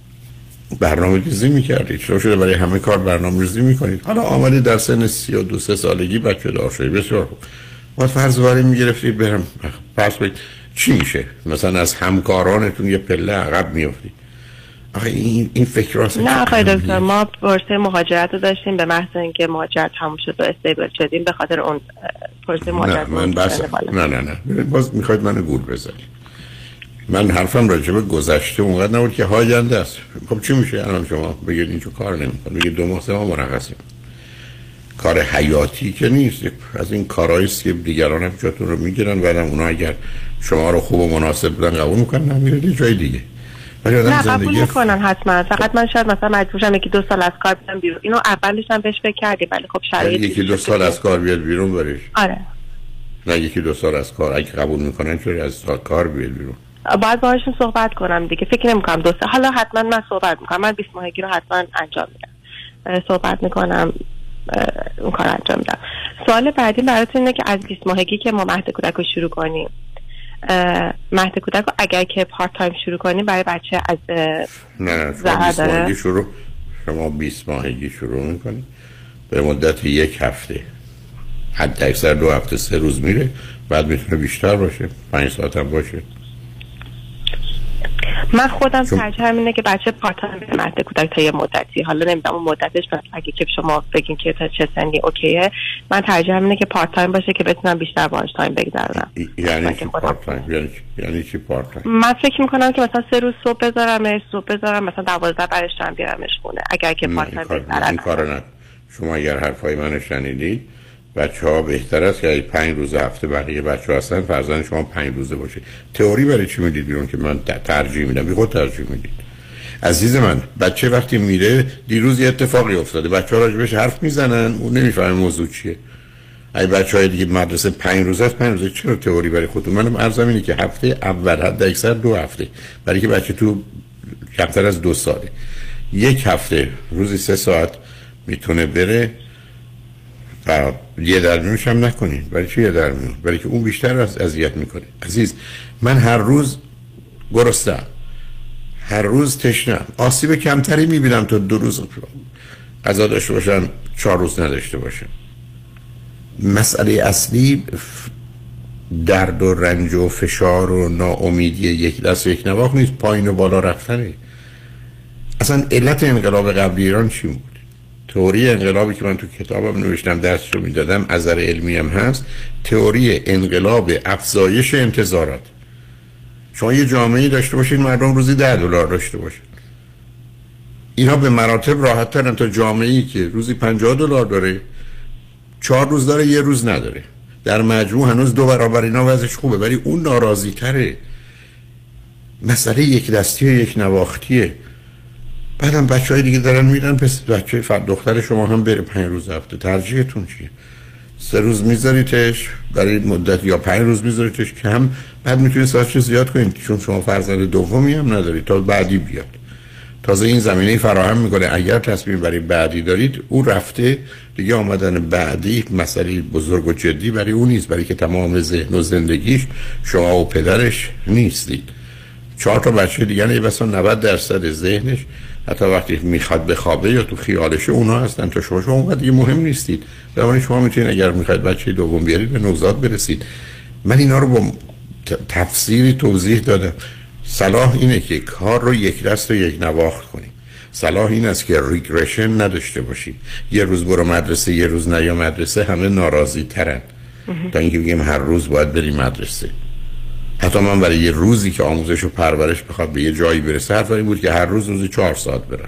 برنامه ریزی میکردید. شما شده برای همه کار برنامه ریزی میکنید. حالا آمدید در سن سی و دو سه سالگی بچه دار شدید. بسیار خوب. باید فرض باری میگرفتید برم فرض کنید چی میشه؟ مثلا از همکارانتون یه پله عقب میافتید. آخه این این فکر راست نه آقای دکتر ما پروسه مهاجرت رو داشتیم به محض اینکه مهاجرت تموم شد و استیبل شدیم به خاطر اون پروسه مهاجرت. نه من بس نه نه نه باز میخواید منو گول بزنید. من حرفم راجع به گذشته اونقدر نبود که آینده است. خب چی میشه الان شما بگید اینجا کار نمیکنه بگید دو ماه سه ماه مرخصی کار حیاتی که نیست. از این کارهایی است که دیگران هم جاتون رو میگیرن بعدم اونا اگر شما رو خوب و مناسب بودن قبول میکنن نمیرید جای دیگه. نه قبول میکنن حتما. فقط من شاید مثلا مجبور شم یکی دو سال از کار بیام بیرون. اینو اولش هم بهش فکر کردیم ولی خب شرایط یکی دو سال از کار بیاد بیرون برش. آره. نه یکی دو سال از کار اگه قبول میکنن چوری از کار بیاد بیرون. باید باهاشون صحبت کنم دیگه. فکر نمیکنم دو سال. حالا حتما من صحبت میکنم. من بیست ماهگی رو حتما انجام میدم. صحبت میکنم اون کار انجام میدم. سوال بعدی براتون اینه که از بیست ماهگی که ما مهد کودک رو شروع کنیم مهد کودک رو اگر که پارت تایم شروع کنیم برای بچه از نه شما بیست ماهگی شروع شما بیست ماهگی شروع میکنید به مدت یک هفته حد اکثر دو هفته سه روز میره، بعد میتونه بیشتر باشه، پنج ساعت هم باشه. من خودم ترجیحم اینه که بچه پارت تایم مهد کودک تا یه مدتی، حالا نمیدونم اون مدتش مثلا اگه که شما بگین که تا چه سنی اوکیه، من ترجیحم اینه که پارت تایم باشه که بتونم بیشتر باهاش تایم بگذرونم. یعنی چی پارت تایم؟ یعنی یعنی چی پارت تایم؟ من فکر میکنم که مثلا سه روز صبح بذارمش، صبح بذارم مثلا دوازده بعدش هم بیارمش خونه اگر که پارت تایم بگذرونم. این کارو نه. شما اگر حرفای منو شنیدید، بچه‌ها بهتر است که پنج روز هفته بقیه بچه‌ها هستن فرزند شما پنج روزه باشه. تئوری برای چی میدید بیرون که من ترجیح میدم؟ بی خود ترجیح میدید. عزیز من، بچه وقتی میره، دیروز یه اتفاقی افتاده، بچه‌ها راجبش حرف میزنن، اون نمیفهمه موضوع چیه. ای بچه‌های دیگه مدرسه پنج روزه است، پنج روزه چرا تئوری برای خودتون؟ منم عرضم اینه که هفته اول حد اکثر دو هفته، برای که بچه تو کمتر از دو ساله، یک هفته روزی سه ساعت میتونه بره و یه درمیونش هم نکنین. برای چی یه درمیون؟ برای که اون بیشتر از اذیت میکنه. عزیز من، هر روز گرسنه‌ام، هر روز تشنه‌ام، آسیب کمتری میبینم تا دو روز غذا داشته باشم چهار روز نداشته باشم. مسئله اصلی درد و رنج و فشار و ناامیدی یک دست و یک نواخت نیست، پایین و بالا رفتنه. اصلا علت انقلاب قبلی ایران چی بود؟ تئوری انقلابی که من تو کتابم نوشتم درسشو میدادم، از نظر علمی هم هست، تئوری انقلاب افزایش انتظارات. شما یه جامعه‌ای داشته باشین مردم روزی ده دلار داشته باشن، اینا به مراتب راحت ترن تا جامعه‌ای که روزی پنجاه دلار داره، چهار روز داره یه روز نداره. در مجموع هنوز دو برابر اینا وضعش خوبه، ولی اون ناراضی تره. مسئله یک دستی و یک نواختیه. بعدم بچه های دیگه دارن میرن، پس بچه فرد دختر شما هم بره پنج روز هفته. ترجیحتون چیه؟ سه روز میذاریتش برای مدت یا پنج روز میذاریتش کم، بعد میتونید ساعتش زیاد کنید، چون شما فرزند دومی هم ندارید تا بعدی بیاد. تازه این زمینه فراهم میکنه اگر تصمیم برای بعدی دارید، او رفته دیگه، آمدن بعدی مسئله بزرگ و جدی برای اون نیست، برای که تمام ذهن و زندگیش شما و پدرش نیستید. چهار تا بچه دیگه نه، بسا نود درصد ذهنش حتی وقتی میخواد بخوابه یا تو خیالشه اونا هستن، تا شما شما اونقدر دیگه مهم نیستید. بنابراین شما میتونید اگر میخواید بچه دوم بیارید به نوزاد برسید. من اینا رو با تفسیری توضیح دادم. صلاح اینه که کار رو یک دست و یک نواخت کنیم. صلاح این است که ریگرشن نداشته باشیم. یه روز برو مدرسه یه روز نه یا مدرسه، همه ناراضی ترن تا اینکه بگیم هر روز باید بریم مدرسه. حتی من برای یه روزی که آموزش و پرورش بخواد به یه جایی برسه، حرف این بود که هر روز روزی چهار ساعت برن،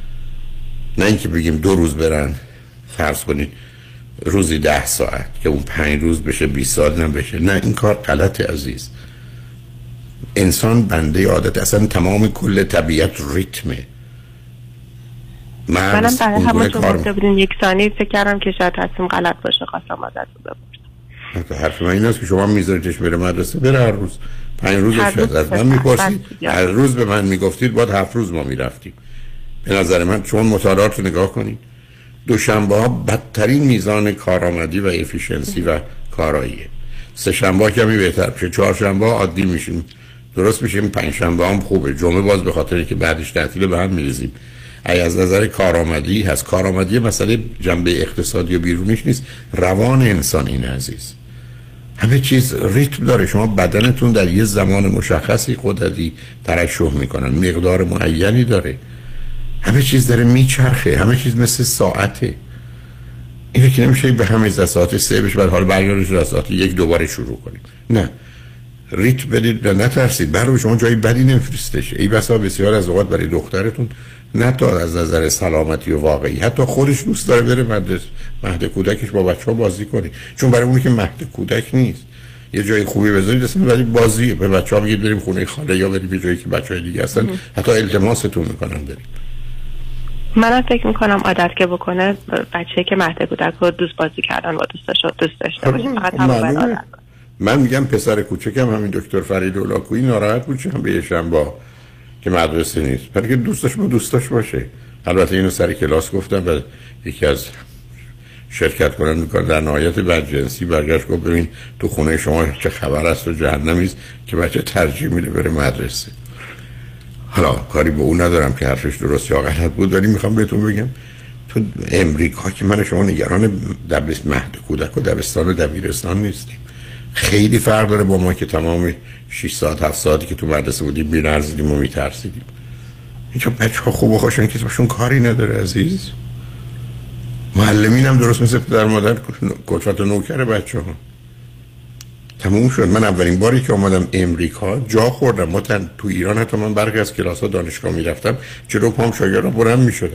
نه اینکه بگیم دو روز برن، فرض کنید روزی ده ساعت که اون پنج روز بشه بیست ساعت هم بشه. نه، این کار غلطه عزیز. انسان بنده عادت، اصلا تمام کل طبیعت ریتمه. منم برای همون چون گفته بودین یک ثانیه فکر کردم که شاید تصمیم غلط باشه، خواستم ازت بپرسم. حرف من این است که شما میذاریدش بره مدرسه، بره هر روز پنج روزش از, از من میپرسید، هر روز به من میگفتید باید هفت روز ما میرفتیم. به نظر من شما مطالعات رو نگاه کنید، دوشنبه ها بدترین میزان کارآمدی و افیشنسی و کاراییه. سه شنبه ها کمی بهتر میشه، چهار شنبه ها عادی میشیم، درست میشیم، پنج شنبه هم خوبه، جمعه باز به خاطر که بعدش تعطیل به هم میریزیم. ای از نظر کارآمدی هست. کارآمدی مسئله جنبه اقتصادی و بیرونیش نیست، روان انسان این عزیز. همه چیز ریتم داره. شما بدنتون در یه زمان مشخصی قدرتی ترشح میکنن، مقدار معینی داره، همه چیز داره میچرخه، همه چیز مثل ساعته. اینه که نمیشه به همه از ساعت سه بشه بعد حالا برگردش از ساعت یک دوباره شروع کنیم. نه، ریتم بدید و نترسید. برای شما جایی بدی نمیفرستش. ای بسا بسیار از اوقات برای دخترتون نه تا از نظر سلامتی و واقعی، حتی خودش دوست داره بره مدرسه، مهد کودکش با بچه‌ها بازی کنه، چون برای اون که مهد کودک نیست. یه جای خوبی بذارید اصلا ولی بازی به بچه‌ها میگید بریم خونه خاله یا بریم یه جایی که بچه‌های دیگه هستن، حتی التماستون میکنن بریم. منم فکر میکنم عادت که بکنه بچه‌ای که مهد کودک رو دوست بازی کردن با دوستاش دوست داشته باشه، فقط همون عادت. من میگم پسر کوچکم همین دکتر فرید اولاکویی ناراحت بود چون به شنبه که مدرسه نیست، برای که دوستش با دوستاش باشه. البته اینو سر کلاس گفتم و یکی از شرکت کنن میکنه در نهایت بدجنسی برگشت گفت ببین تو خونه شما چه خبر است و جهنمیست که بچه ترجیح میده بره مدرسه. حالا کاری به اون ندارم که حرفش درست یا غلط بود، ولی میخوام بهتون بگم تو امریکا که من شما نگران دبست مهد کودک و دبستان و دبیرستان نیستیم. خیلی فرق داره با ما که تمام شش ساعت هفت ساعتی که تو مدرسه بودیم بی‌نرزیدیم و میترسیدیم. اینجا بچه ها خوب و خوشن که باشون کاری نداره عزیز. معلمین هم درست مثل پدر مادر کلفت و نوکر بچه ها. تموم شد. من اولین باری که آمدم امریکا جا خوردم. ما تن تو ایران حتی من برخی از کلاس ها دانشگاه میرفتم جلو پام شاگردان بلند میشدن.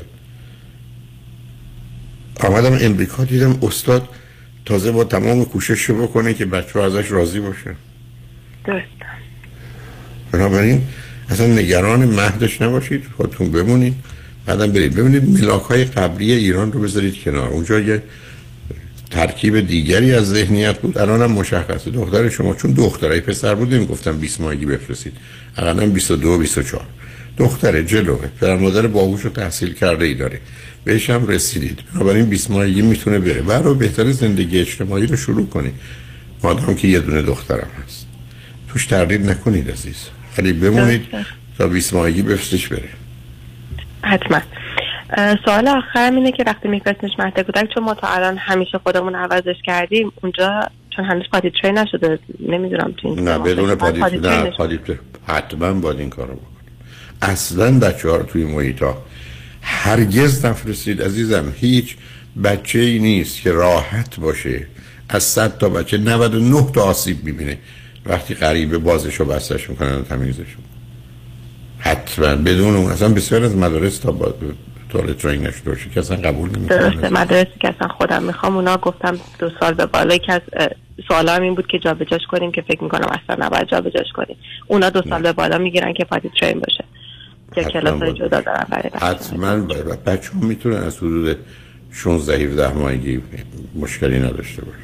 آمدم امریکا دیدم استاد تازه با تمام کوشش بکنه که بچه ها ازش راضی باشه. درست. بنابراین اصلا نگران مهدش نباشید، خودتون بمونید، بعدم برید ببینید ملاک های قبلی ایران رو بذارید کنار. اونجا یه ترکیب دیگری از ذهنیت بود. الان هم مشخصه دختر شما چون دخترای پسر بود نمیگفتم بیست ماهگی بفرستید، الان بیست و دو بیست و چهار دختره جلوه، پدر مادر باهوش و تحصیل کرده ای داره، بهش هم رسیدید، بنابراین بیست ماهگی میتونه بره. برای بهتر زندگی اجتماعی رو شروع کنید. مادام که یه دونه دخترم هست توش تردید نکنید عزیز، ولی بمونید تا بیست ماهگی بفرستش بره. حتما. سوال آخرم اینه که وقتی میفرستنش مهد کودک، چون ما تا الان همیشه خودمون عوضش کردیم اونجا، چون هنوز پادی ترین نشده، نمیدونم تو این نه بدون پادی نه پادی حتما باید این کارو بکنیم. اصلا بچه ها رو توی محیط ها هرگز نفرستید عزیزم. هیچ بچه ای نیست که راحت باشه. از صد تا بچه نود و نه تا آسیب میبینه وقتی غریبه بازش و بستش میکنن و تمیزش میکنن. حتما بدون اون اصلا بسیار از مدارس تا با توالت ترین نشده باشه که اصلا قبول نمیکنن. درسته. مدارسی که اصلا خودم میخوام اونا گفتم دو سال به بالا که از سوال هم این بود که جابجاش کنیم که فکر میکنم اصلا نباید جابجاش کنیم. اونا دو سال به بالا میگیرن که پادی ترین باشه که کلاسای جدا دارن برای بچه‌ها. حتما بچه‌ها میتونن از حدود شانزده هفده ماهگی مشکلی نداشته باشه.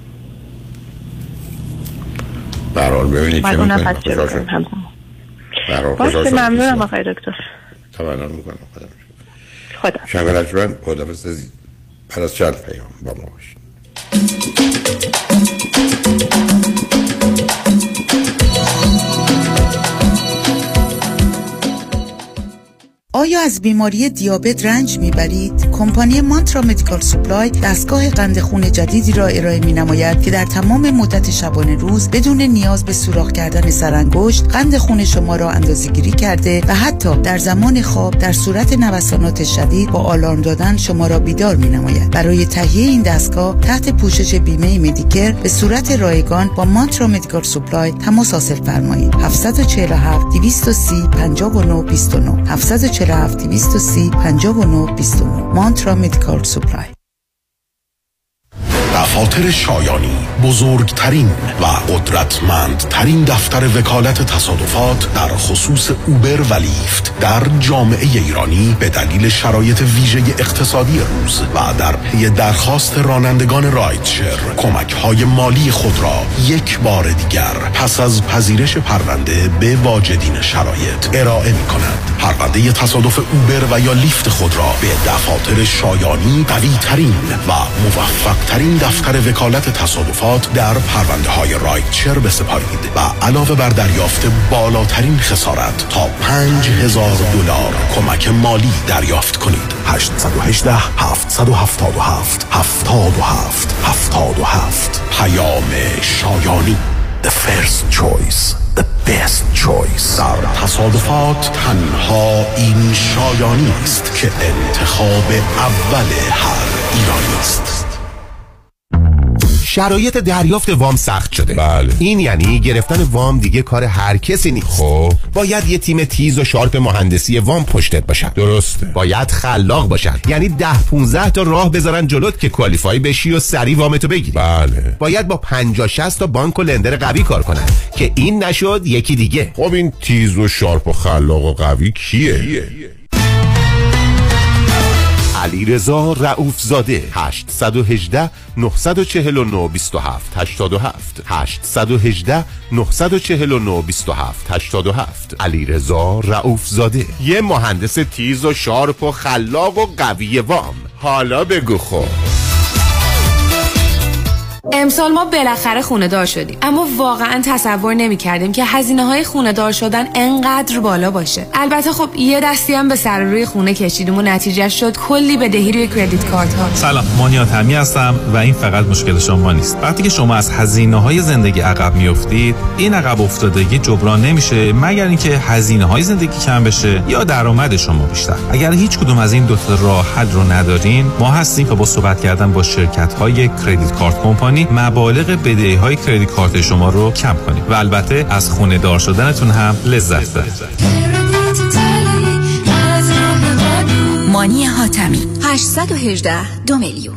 برحال ببینید چه میکنید. خوشحال شدم. برحال خوشحال شدم. ممنونم آقای دکتر. تمنا میکنم. خدا خدا. شنگ رجمن خداحافظ عزیز. بعد از چند پیام با ما باشید. آیا از بیماری دیابت رنج میبرید؟ کمپانی مانترا مدیکال سوپلای دستگاه قند خون جدیدی را ارائه می‌نماید که در تمام مدت شبانه روز بدون نیاز به سوراخ کردن سرانگشت قند خون شما را اندازه‌گیری کرده و حتی در زمان خواب در صورت نوسانات شدید با آلارم دادن شما را بیدار می‌نماید. برای تهیه این دستگاه تحت پوشش بیمه مدیکر به صورت رایگان با مانترا مدیکال سوپلای تماس حاصل فرمایید. هفت چهار هفت دویست و سی پنجاه و نه بیست و نه هفت چهار هفت دویست و سی پنجاه و نه بیست و نه مانترا مدیکال سوپلای. دفاتر شایانی بزرگترین و قدرتمندترین دفتر وکالت تصادفات در خصوص اوبر و لیفت در جامعه ایرانی به دلیل شرایط ویژه اقتصادی روز و در پی درخواست رانندگان رایدشر کمک‌های مالی خود را یک بار دیگر پس از پذیرش پرونده به واجدین شرایط ارائه می‌کنند. پرونده تصادف اوبر و یا لیفت خود را به دفاتر شایانی قوی‌ترین و موفق‌ترین دفتر وکالت تصادفات در پرونده های رایدشر بسپارید و علاوه بر دریافت بالاترین خسارت تا پنج هزار دلار کمک مالی دریافت کنید. هشت یک هشت هفت هفت هفت هفت هفت هفت هفت پیام شایانی، The first choice, the best choice. در تصادفات تنها این شایانی است که انتخاب اول هر ایرانی است. شرایط دریافت وام سخت شده. بله. این یعنی گرفتن وام دیگه کار هر کسی نیست. خب باید یه تیم تیز و شارپ مهندسی وام پشتت باشن. درسته. باید خلاق باشن، یعنی ده پونزده تا راه بذارن جلوت که کوالیفای بشی و سری وامتو بگیری. بله. باید با پنجاه شصت تا بانک و لندر قوی کار کنن که این نشد یکی دیگه. خب این تیز و شارپ و خلاق و قوی کیه؟ کیه؟ علیرضا رؤوف زاده. هشت یک هشت نه چهار نه دو هفت هشت هفت هشت یک هشت نه چهار نه دو هفت هشت هفت. علیرضا رؤوف زاده، یه مهندس تیز و شارپ و خلاق و قوی وام. حالا بگو خب امسال ما بالاخره خونه دار شدیم، اما واقعا تصور نمی کردیم که هزینه های خونه دار شدن انقدر بالا باشه. البته خب یه دستی هم به سر روی خونه کشیدیم و نتیجه شد کلی بدهی روی کردیت کارت ها. سلام، مانیات همی هستم و این فقط مشکل شما نیست. وقتی که شما از هزینه های زندگی عقب میافتید، این عقب افتادگی جبران نمیشه مگر اینکه هزینه های زندگی کم بشه یا درآمد شما بیشتر. اگر هیچ کدوم از این دو تا راه حل رو ندارین، ما هستیم که با صحبت کردن با شرکت های کردیت کارت کمپانی مبالغ بدهی های کردیت کارت شما رو کم کنیم و البته از خونه دار شدنتون هم لذت ببرید. مانی حاتمی هشت یک هشت دو میلیون.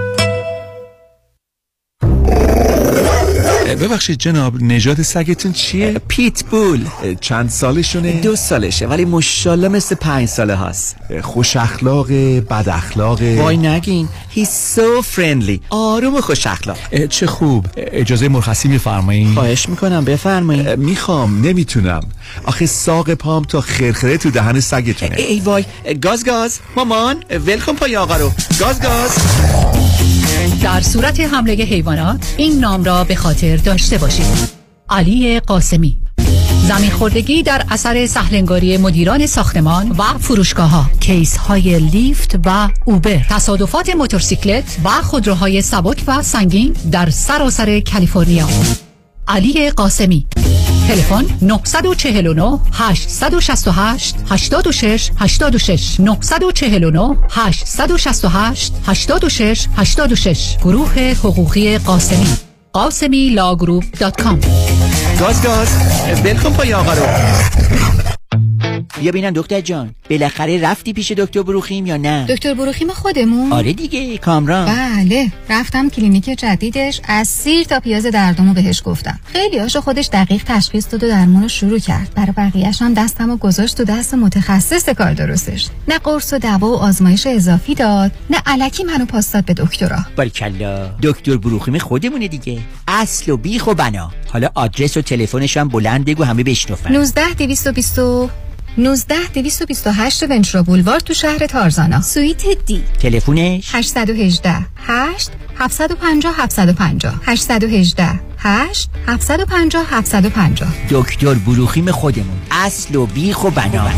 ببخشید جناب، نژاد سگتون چیه؟ پیت بول. چند سالشونه؟ دو سالشه ولی ماشاءالله مثل پنج ساله هست. خوش اخلاق، بد اخلاق؟ وای نگین، he's so friendly. آروم و خوش اخلاق. چه خوب. اجازه مرخصی میفرمایید؟ خواهش میکنم بفرمایید. میخوام، نمیتونم. آخه ساق پام تا خرخره تو دهن سگتونه. ای, ای وای، گاز گاز مامان، ولکن پای آقا رو. گاز گاز. در صورت حمله حیوانات این نام را به خاطر داشته باشید: علی قاسمی. زمین خوردگی در اثر سهلنگاری مدیران ساختمان و فروشگاه ها، کیس های لیفت و اوبر، تصادفات موتورسیکلت و خودروهای سبک و سنگین در سراسر کالیفرنیا. علی قاسمی. تلفن نه چهار نه هشت شش هشت هشت شش هشت شش نه چهار نه هشت شش هشت هشت شش هشت شش. گروه حقوقی قاسمی. قاسمی لاگروپ دات کام. گاز گاز ولکن پای آقا رو. بیا ببینم دکتر جان، بالاخره رفتی پیش دکتر بروخیم یا نه؟ دکتر بروخیم خودمون؟ آره دیگه، کامران. بله، رفتم کلینیک جدیدش، از سیر تا پیاز دردمو بهش گفتم. خیلی هاشو خودش دقیق تشخیص داد و درمونو شروع کرد. برای بقیه‌اش هم دستمو گذاشت تو دست متخصص کار درستش. نه قرص و دوا و آزمایش اضافی داد، نه الکی منو پاس داد به دکترا. باریکلا، دکتر بروخیم خودمونه دیگه. اصل و بیخ و بنا. حالا آدرس و تلفنش هم بلند بگو همه بشنفن. نوزده دویست و بیست نوزده دویست و بیست و هشت ونچرا بولوار تو شهر تارزانا، سویت دی. تلفونش هشت یک هشت هشت هفت پنج صفر هفت پنج صفر هشت یک هشت هشت هفت پنج صفر هفت پنج صفر. دکتر بروخیم خودمون، اصل و بیخ و بنا.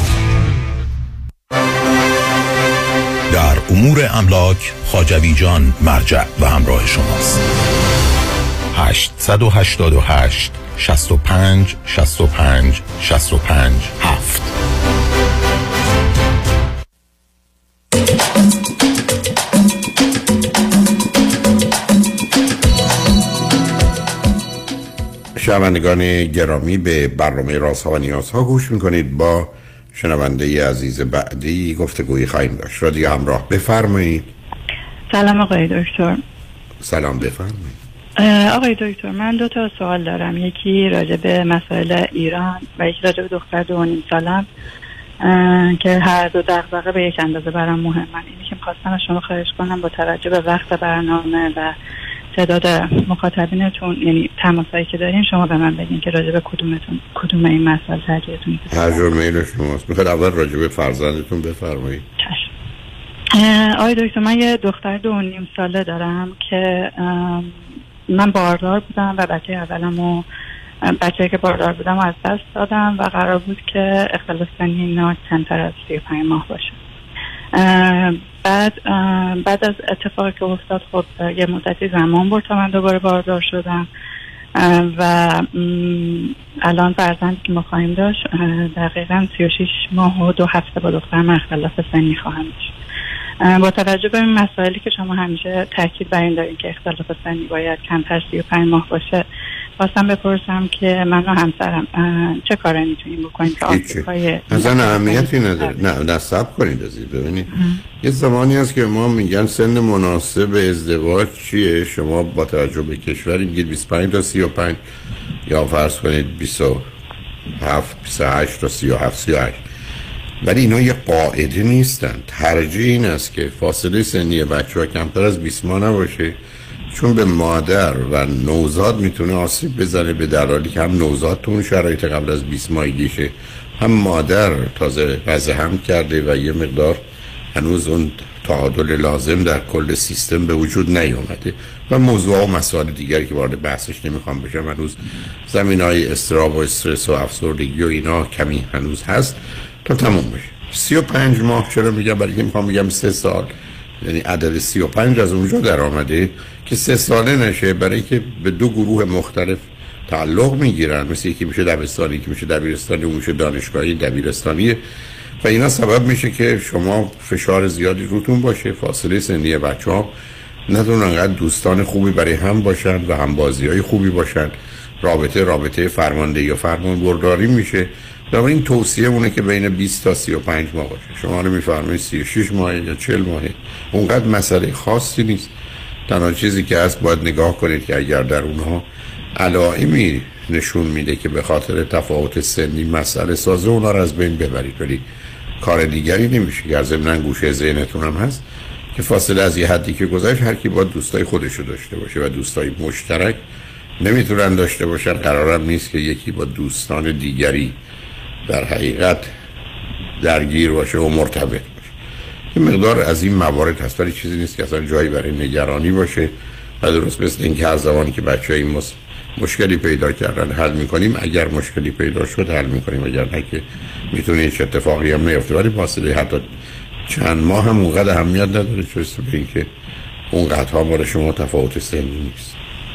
در امور املاک خواجوی جان مرجع و همراه شماست. هشت هشت هشت شصت و پنج شصت و پنج شصت و پنج هفت. شنوندگان گرامی، به برنامه رازها و نیازها گوش میکنید. با شنونده عزیز بعدی گفتگویی خواهیم داشت. رادیو همراه، بفرمایید. سلام آقای دکتر. سلام، بفرمایید. آقای دکتر، من دو تا سوال دارم. یکی راجع به مسائل ایران و یکی راجع به دختر دو و نیم سالم که هر دو دغدغه به یک اندازه برام مهمن. اینی که می‌خواستم از شما خواهش کنم با توجه به وقت برنامه و تعداد مخاطبینتون، یعنی تماسایی که دارین، شما به من بگین که راجع به کدومتون کدوم این مسائل ترجیحتون میده. هر جور میل شماست. میخواد اول راجع به فرزندتون بفرمایید. آقای دکتر، من یه دختر دو و نیم ساله دارم که من باردار بودم و بچه اولمو بچه‌ای که باردار بودم از دست دادم و قرار بود که اختلاف سنی اینا کمتر از سی و پنج ماه باشه. بعد بعد از اتفاقی که افتاد، خب یه مدتی زمان برد تا من دوباره باردار شدم و الان فرزندی که ما خواهیم داشت دقیقاً سی و شش ماه و دو هفته با دخترم اختلاف سنی خواهم داشت. با توجه به این مسائلی که شما همیشه تاکید بر این دارین که اختلاف سنی باید کمتر سی و پنج ماه باشه، خواستم بپرسم که من و همسرم چه کاری میتونیم بکنیم که آسیب‌های اصلا اهمیتی نداره. نه نه صبر کنید عزیز. ببینید یه زمانی هست که ما میگن سن مناسب ازدواج چیه. شما با توجه به کشوری میگید بیست و پنج تا سی و پنج یا فرض کنید بیست و هفت بیست و هشت تا سی و هفت سی و هشت، ولی اینا یه قاعده نیستن. ترجیح این است که فاصله سنی بچه‌ها کمتر از بیست ماه نباشه، چون به مادر و نوزاد میتونه آسیب بزنه، به در حالی که هم نوزاد تو اون شرایط قبل از بیست ماهگیشه، هم مادر تازه وضع هم کرده و یه مقدار هنوز اون تعادل لازم در کل سیستم به وجود نیامده و موضوع و مسائل دیگری که وارد بحثش نمیخوام بشم. هنوز زمینهای اضطراب و استرس و افسردگی و اینا کمی هنوز هست تا تموم بشه. سی و پنج ماه چرا میگم؟ برای که میخوام بگم سه سال، یعنی عدد سی و پنج از اونجا در آمده که سه ساله نشه، برای که به دو گروه مختلف تعلق میگیرن، مثل یکی میشه دبستانی، یکی میشه دبیرستانی، اون میشه دانشگاهی دبیرستانی و اینا سبب میشه که شما فشار زیادی روتون باشه، فاصله سنی بچه ها ندونن انقدر دوستان خوبی برای هم باشن و هم بازی های خوبی باشن، رابطه رابطه فرماندهی یا فرمان برداری میشه. در این توصیه اونه که بین بیست تا سی و پنج ماه باشه. شما رو میفرمایید سی و شش ماه یا چهل ماهه، اونقدر مسئله خاصی نیست. تنها چیزی که هست باید نگاه کنید که اگر در اونها علائمی نشون میده که به خاطر تفاوت سنی مسئله سازه، اونا رو از بین ببرید، ولی کار دیگری نمیشه. که از ضمن گوشه ذهنتون هم هست که فاصله از یه حدی که گذشت هر کی باید دوستای خودش رو داشته باشه و دوستای مشترک نمیتونن داشته باشن. قرارم نیست که یکی با دوستان دیگری در حقیقت درگیر باشه و مرتبط باشه. این مقدار از این موارد هست، ولی چیزی نیست که اصلا جایی برای نگرانی باشه و درست مثل این که هر زمانی که بچه های مس... مشکلی پیدا کردن حل میکنیم، اگر مشکلی پیدا شد حل میکنیم، اگر نه که میتونه هیچ اتفاقی هم نیفته. ولی فاصله حتی چند ماه هم اونقدر اهمیت نداره، چون به این که اونقدر ها برای شما تفاوت سنی نیست.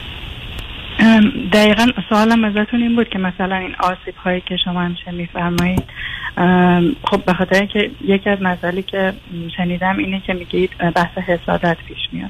دقیقا سوالم ازتون این بود که مثلا این آسیب هایی که شما همیشه میفرمایید، خب به خاطر اینکه یکی از مسائلی که شنیدم اینه که میگید بحث حسادت پیش میاد.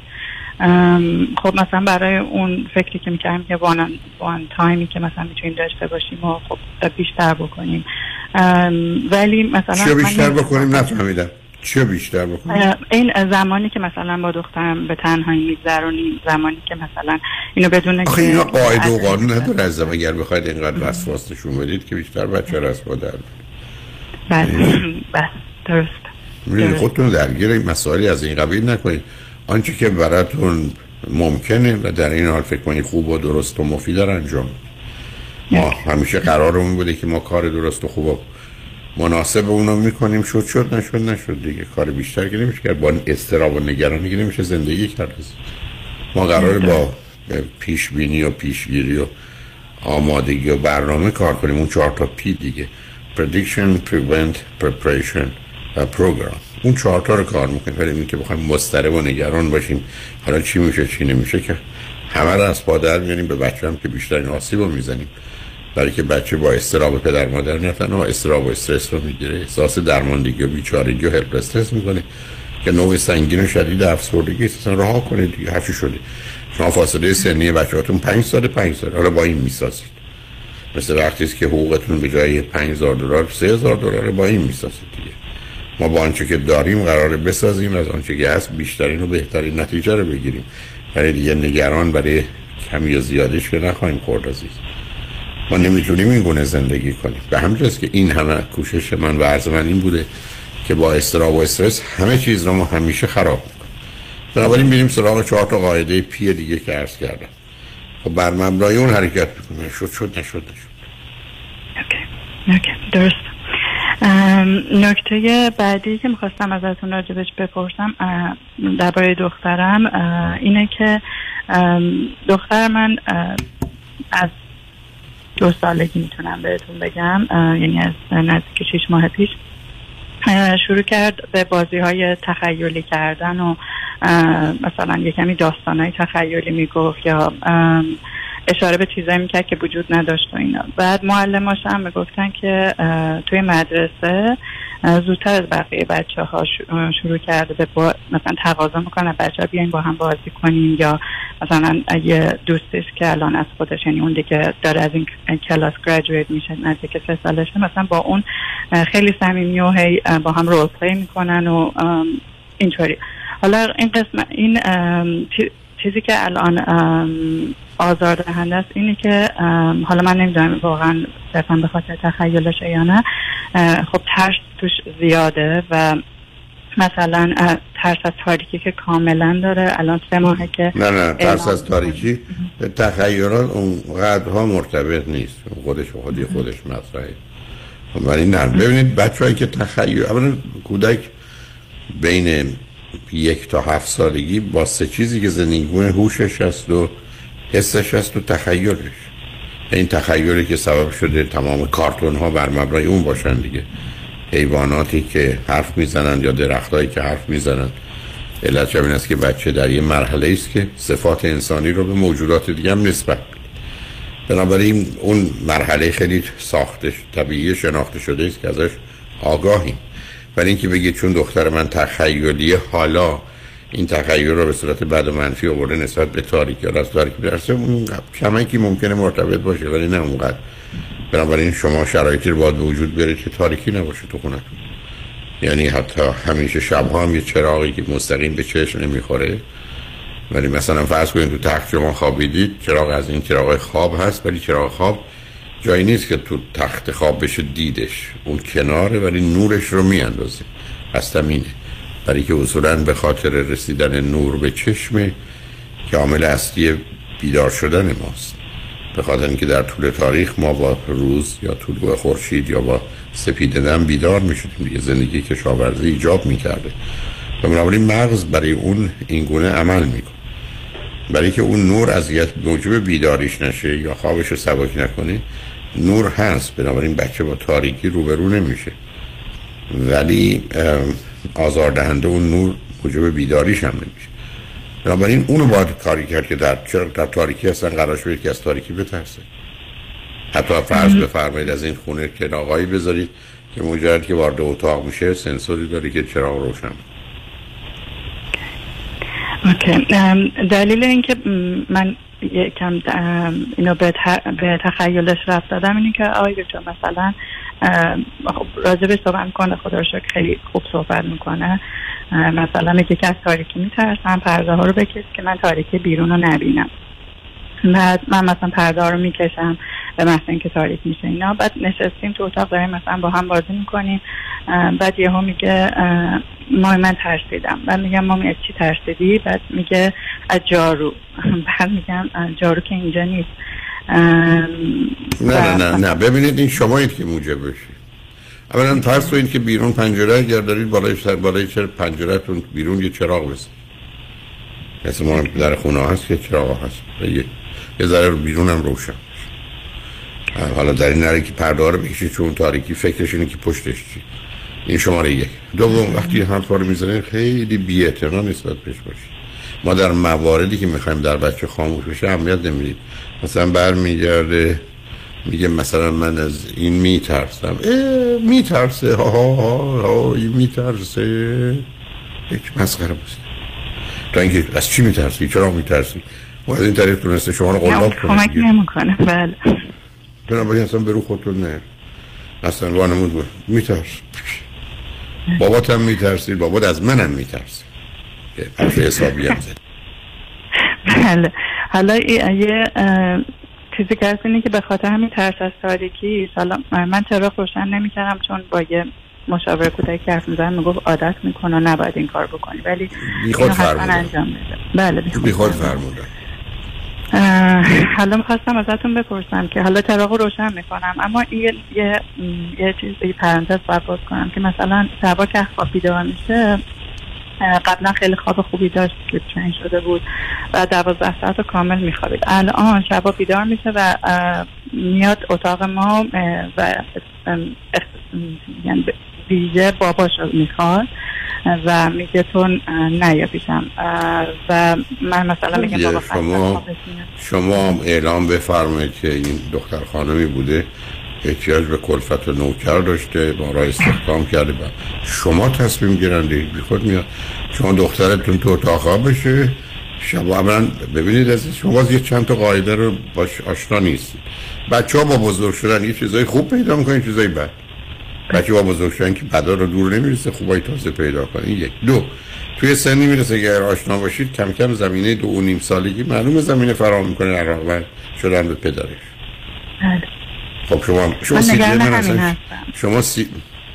خب مثلا برای اون فکری که میکردیم که وان وان تایمی که مثلا میتونیم داشته باشیم و خب بیشتر بکنیم، ولی مثلا چی بیشتر بکنیم؟ نفهمیدم چی بیشتر بکنیم؟ این زمانی که مثلا با دخترم به تنهایی میگذرونیم، زمانی که مثلا اینو بدون آخه اینا قاعده و قانون نداره. از زمان اگر بخواید اینقدر وسواس نشون بدید که بیشتر بچه را از با در بس بس درست میدونید خودتون درگیر این مسائلی از این قبیل نکنید. آنچه که براتون ممکنه و در این حال فکر کنید خوب و درست و مفید رو انجام. ما همیشه قرارمون بوده که ما کار درست و خوب و مناسب اونو میکنیم، شد شد نشد نشد دیگه. کار بیشتر که نمیشه کرد، با اضطراب و نگرانی که نمیشه زندگی کرد. ما قراره با پیش بینی و پیشگیری و آمادگی و برنامه کار کنیم. اون چهار تا پی دیگه، prediction, prevent, preparation و program، اون چهار تا رو کار میکنیم. ولی این که بخوایم مضطرب و نگران باشیم حالا چی میشه چی نمیشه، که همه رو از پا در میاریم. به بچه هم که بیشتر این آسیب رو میزنیم، برای که بچه با اضطراب پدر مادر نه تنها اضطراب و استرس رو میگیره، احساس درماندگی و بیچارگی و هلپلسنس میکنه که نوع سنگین و شدید افسردگی اصلا رها کنه دیگه. هرچی شده شما فاصله سنی بچه‌هاتون پنج سال پنج سال حالا با این میسازید. مثل وقتی است که حقوقتون به جای پنج هزار دلار سه هزار دلار با این میسازید دیگه. ما با آنچه که داریم قراره بسازیم، از آنچه که هست بیشترین و بهترین نتیجه رو بگیریم. برای دیگه نگران برای کمی یا زیادش که نخواهیم خورد عزیز. ما نمیتونیم این گونه زندگی کنیم. به همین جاست که این همه کوشش من و عرض من این بوده که با اضطراب و استرس همه چیز رو ما همیشه خراب میکنیم. بنابراین میریم سراغ چهار تا قاعده پی دیگه که عرض کردم. خب بر مبنای اون حرکت میکنیم. شد شد نشد نشد. اوکی اوکی درست. نکته بعدی که میخواستم ازتون راجبش بپرسم درباره دخترم اینه که دختر من از دو سالگی میتونم بهتون بگم، یعنی از نزدیک شش ماه پیش شروع کرد به بازی های تخیلی کردن و مثلا یه کمی داستان های تخیلی میگفت یا اشاره به چیزایی میکرد که وجود نداشت و اینا. بعد معلماش هم میگفتن که توی مدرسه زودتر از بقیه بچه ها شروع کرده به با مثلا تقاضا میکنه بچه ها بیاین با هم بازی کنیم، یا مثلا اگه دوستش که الان از خودش، یعنی اون دیگه داره از این کلاس گریجویت میشه نزدیک سه سالشه، مثلا با اون خیلی صمیمی و هی با هم رول پلی میکنن و اینطوری. حالا این قسم این چیزی که الان آزاردهنده است اینه که حالا من نمیدونم واقعا صرفا به خاطر تخیلشه یا نه، خب ترس توش زیاده و مثلا ترس از تاریکی که کاملا داره. الان سه ماهه که نه نه ترس از تاریکی به تخیلات اونقدرها مرتبط نیست، خودش و خودی خودش مطرحه. ولی نه ببینید بچه‌هایی که تخیل، اولا کودک بین یک تا هفت سالگی با سه چیزی که زندگیگونه هوشش هست و حسش هست و تخیلش. این تخیلی که سبب شده تمام کارتون ها بر مبنای اون باشن دیگه. حیواناتی که حرف میزنن یا درختایی که حرف میزنن. علت همین است که بچه در یه مرحله است که صفات انسانی رو به موجودات دیگه هم نسبت میده. بنابراین اون مرحله خیلی ساختش طبیعی شناخته شده است که ازش آگاهیم. ولی اینکه بگه چون دختر من تخیلیه حالا این تخیل رو به صورت بد و منفی آورده نسبت به تاریکی یا از تاریکی برسه، اون کمایی که ممکنه مرتبط باشه ولی نه اونقدر. بنابراین شما شرایطی رو باید به وجود بیارید که تاریکی نباشه تو خونتون. یعنی حتی همیشه شبها هم یه چراغی که مستقیم به چشم نمیخوره، ولی مثلا فرض کنید تو تخت شما خوابیدید، چراغ از این چراغ خواب هست ولی چراغ خواب جایی نیست که تو تخت خواب بشه دیدش، اون کناره ولی نورش رو میاندازه. استمینه برای که اصولاً به خاطر رسیدن نور به چشم که عامل اصلی بیدار شدن ماست. به خاطر اینکه در طول تاریخ ما با روز یا طلوع خورشید یا با سپیددن بیدار میشدیم دیگه، زندگی کشاورزی ایجاب میکرده. بنابراین مغز برای اون این گونه عمل میکنه، برای که اون نور اذیت موجب بیداریش نشه یا خوابش رو سبک نکنه. نور هست، بنابراین بچه با تاریکی روبرو نمیشه، ولی آزاردهنده اون نور موجب بیداریش هم نمیشه. بنابراین اونو باید کاری کرد که در چرا در تاریکی هستن قرار شده که از تاریکی بترسه. حتی فرض بفرمایید از این خونه چراغایی بذارید که مجرد که وارد اتاق میشه سنسوری داره که چراغ روشن. اوکی. دلیل اینکه من یکم اینو به تخیلش رفت دادم اینه که آقای دکتر مثلا راجبش صحبت میکنه، خدا رو شکر خیلی خوب صحبت میکنه. مثلا میگه که از تاریکی میترسم، پرده ها رو بکش که من تاریکی بیرون رو نبینم. بعد من مثلا پرده ها رو میکشم به مثلا اینکه تاریک میشه اینا. بعد نشستیم تو اتاق داریم مثلا با هم بازی میکنیم، بعد یهو میگه مامی من ترسیدم. بعد میگم مامی از چی ترسیدی؟ بعد میگه از جارو. بعد میگم جارو که اینجا نیست. نه نه نه نه ببینید این شمایید که موجب بشید. اولا فرض کنید که بیرون پنجره اگر دارید بالای سر بالای چرا پنجرهتون بیرون یه چراغ بزنید. مثل ما در خونه هست که چراغ هست یه یه ذره رو بیرون هم روشن. حالا در این نره که پرده ها رو بکشید چون تاریکی فکرش اینه که پشتش چی. این شماره یک. دوم وقتی حرف رو میزنید خیلی بی‌اعتنا نسبت بهش باشید. ما در مواردی که میخوایم در بچه خاموش بشه اهمیت نمیدیم. مثلا برمیگرده میگه مثلا من از این میترسم. میترسه ها ها ها, ها این میترسه. یک مسخره بود. تا اینکه از چی میترسی؟ چرا میترسی؟ و از این طریق تونسته شما رو قلاب کنه. کمک نمیکنه. بله. بنابراین اصلا برو خودتون نه. اصلا وانمود بود. میترس. بابات هم میترسی، بابات از منم میترسی. که حرف حسابی هم زد. بله. حالا یه چیزی که هست اینه که به خاطر همین ترس از تاریکی حالا من چراغ روشن نمی‌کردم چون با یه مشاور کودکی حرف می‌زدم میگفت عادت می‌کنه نباید این کار بکنی، ولی بیخود فرمودن انجام بده. بله بیخود فرمودن. حالا می‌خواستم ازتون بپرسم که حالا چراغ رو روشن می‌کنم اما یه یه یه چیزی پرانتز باز کنم که مثلا شبا که خواب بیدار میشه قبلا خیلی خواب خوبی داشت که ترین شده بود و دوازده ساعت کامل میخوابید. الان شبا بیدار میشه و میاد اتاق ما و یعنی ویژه باباش رو میخواد و میگه تو نیا پیشم و من مثلا میگم بابا شما شما اعلام بفرمایید که این دختر خانمی بوده احتیاج به کلفت و نوکر داشته، بارا استخدام کرده و شما تصمیم گیرنده بی خود میاد شما دخترتون تو اتاق بشه شب اولا ببینید از شما باز یه چند تا قاعده رو باش آشنا نیستید. بچه ها با بزرگ شدن یه چیزای خوب پیدا میکنن چیزای بد. بچه ها با بزرگ شدن که بدا رو دور نمیرسه خوبای تازه پیدا کنن. یک دو توی سنی میرسه که اگر آشنا باشید کم کم زمینه دو و نیم سالگی معلومه زمینه فراهم میکنه علاوه شدن به پدرش. بله. خب شما شما سی دیگه شما سی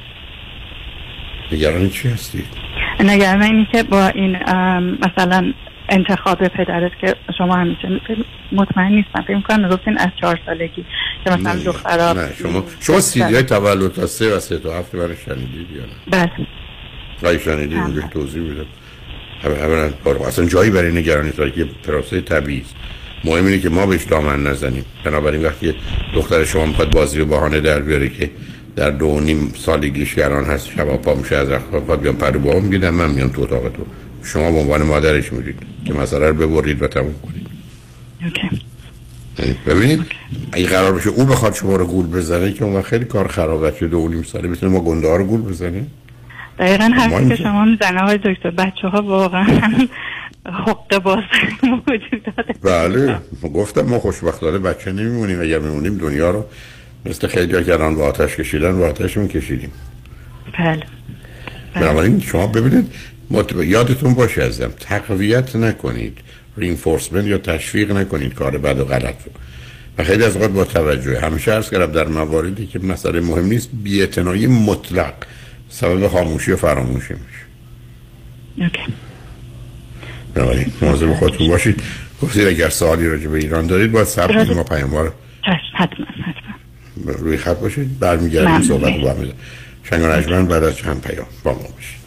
نگران چی هستید؟ نگران اینی که با این مثلا انتخاب پدرت که شما همیشه مطمئن نیستم فکر می‌کنم میگفتین از چهار سالگی که مثلا دخترها نه شما شما سی دیگه تولد تا سه و سه تا هفته برای شنیدید یا نه؟ بله رای شنیدید اونجا توضیح میدم اولا اصلا جایی برای نگرانی داره که پروسه طبیعی است. مهم اینه که ما بهش دامن نزنیم. بنابراین وقتی دختر شما میخواد بازی و بهانه در بیاره که در دو و نیم سالگیش گران هست، شبا پا میشه از اخواب بیان پرو با هم میگیدن، من میام تو اتاق تو، شما به عنوان مادرش میرید که مسئله رو ببرید و تموم کنید. اوکی. ببینید اگه قرار بشه او بخواد شما رو گول بزنه که اون خیلی کار خرابه، چه دو و نیم ساله بتونه ما گنده ها رو گول بزنه. دقیقاً حرفی که شما میزنه های دکتر، بچه ها واقعا حقه باز موجود داره. بله گفتم ما خوشبختانه بچه نمیمونیم، اگر میمونیم دنیا رو مثل خیلی ها کردن با آتش کشیدن با آتش میکشیدیم. بله. بنابراین شما ببینید مت... یادتون باشه ازم تقویت نکنید، رینفورسمنت یا تشویق نکنید کار بد و غلط رو. و خیلی از اوقات با توجه همیشه عرض کردم در مواردی که مسئله مهم نیست بی‌اعتنایی مطلق سبب خاموشی و فراموشی میشه. اوکی. بنابراین مواظب خودتون باشید. گفتید اگر سوالی راجع به ایران دارید باید صبر کنید ما پیاموار حتما حتما روی خط باشید، برمیگردیم صحبت رو با هم می‌ذاریم. شنگ و نجمن بعد از چند پیام با ما باشید.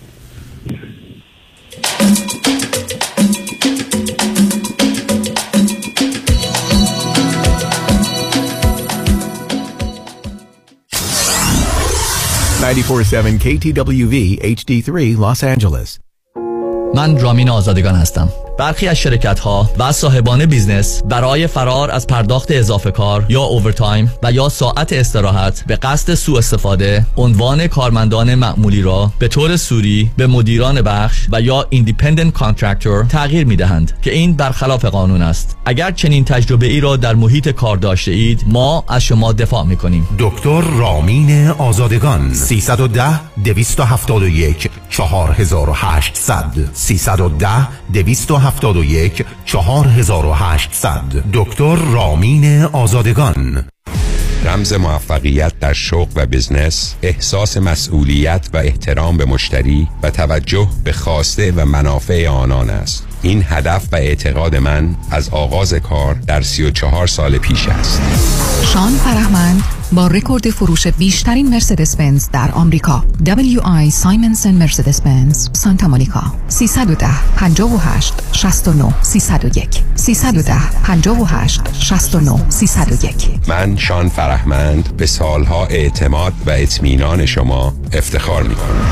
نود و چهار ممیز هفت کی تی دبلیو وی اچ دی سه Los Angeles. من رامین آزادگان هستم. برخی از شرکت‌ها و صاحبان بیزنس برای فرار از پرداخت اضافه کار یا اوورتایم و یا ساعت استراحت به قصد سوء استفاده عنوان کارمندان معمولی را به طور سوری به مدیران بخش و یا ایندیپندنت کانترکتور تغییر می‌دهند که این برخلاف قانون است. اگر چنین تجربه ای را در محیط کار داشته اید ما از شما دفاع می‌کنیم. دکتر رامین آزادگان سیصد و ده دویست و هفتاد و یک چهار هزار و هشتصد سیصد و ده دویست و هفتاد و یک چهار هزار و هشتصد دکتر رامین آزادگان. رمز موفقیت در شغل و بزنس احساس مسئولیت و احترام به مشتری و توجه به خواسته و منافع آنان است. این هدف و اعتقاد من از آغاز کار در سی و چهار سال پیش است. شان فرهمند با رکورد فروش بیشترین مرسدس بنز در آمریکا، دبلیو آی سایمنسن مرسدس بنز سانتا مونیکا. سیصد و ده پنجاه و هشت شصت و نه سیصد و یک سیصد و ده پنجاه و هشت شصت و نه سیصد و یک. من شان فرهمند به سالها اعتماد و اطمینان شما افتخار می‌کنم.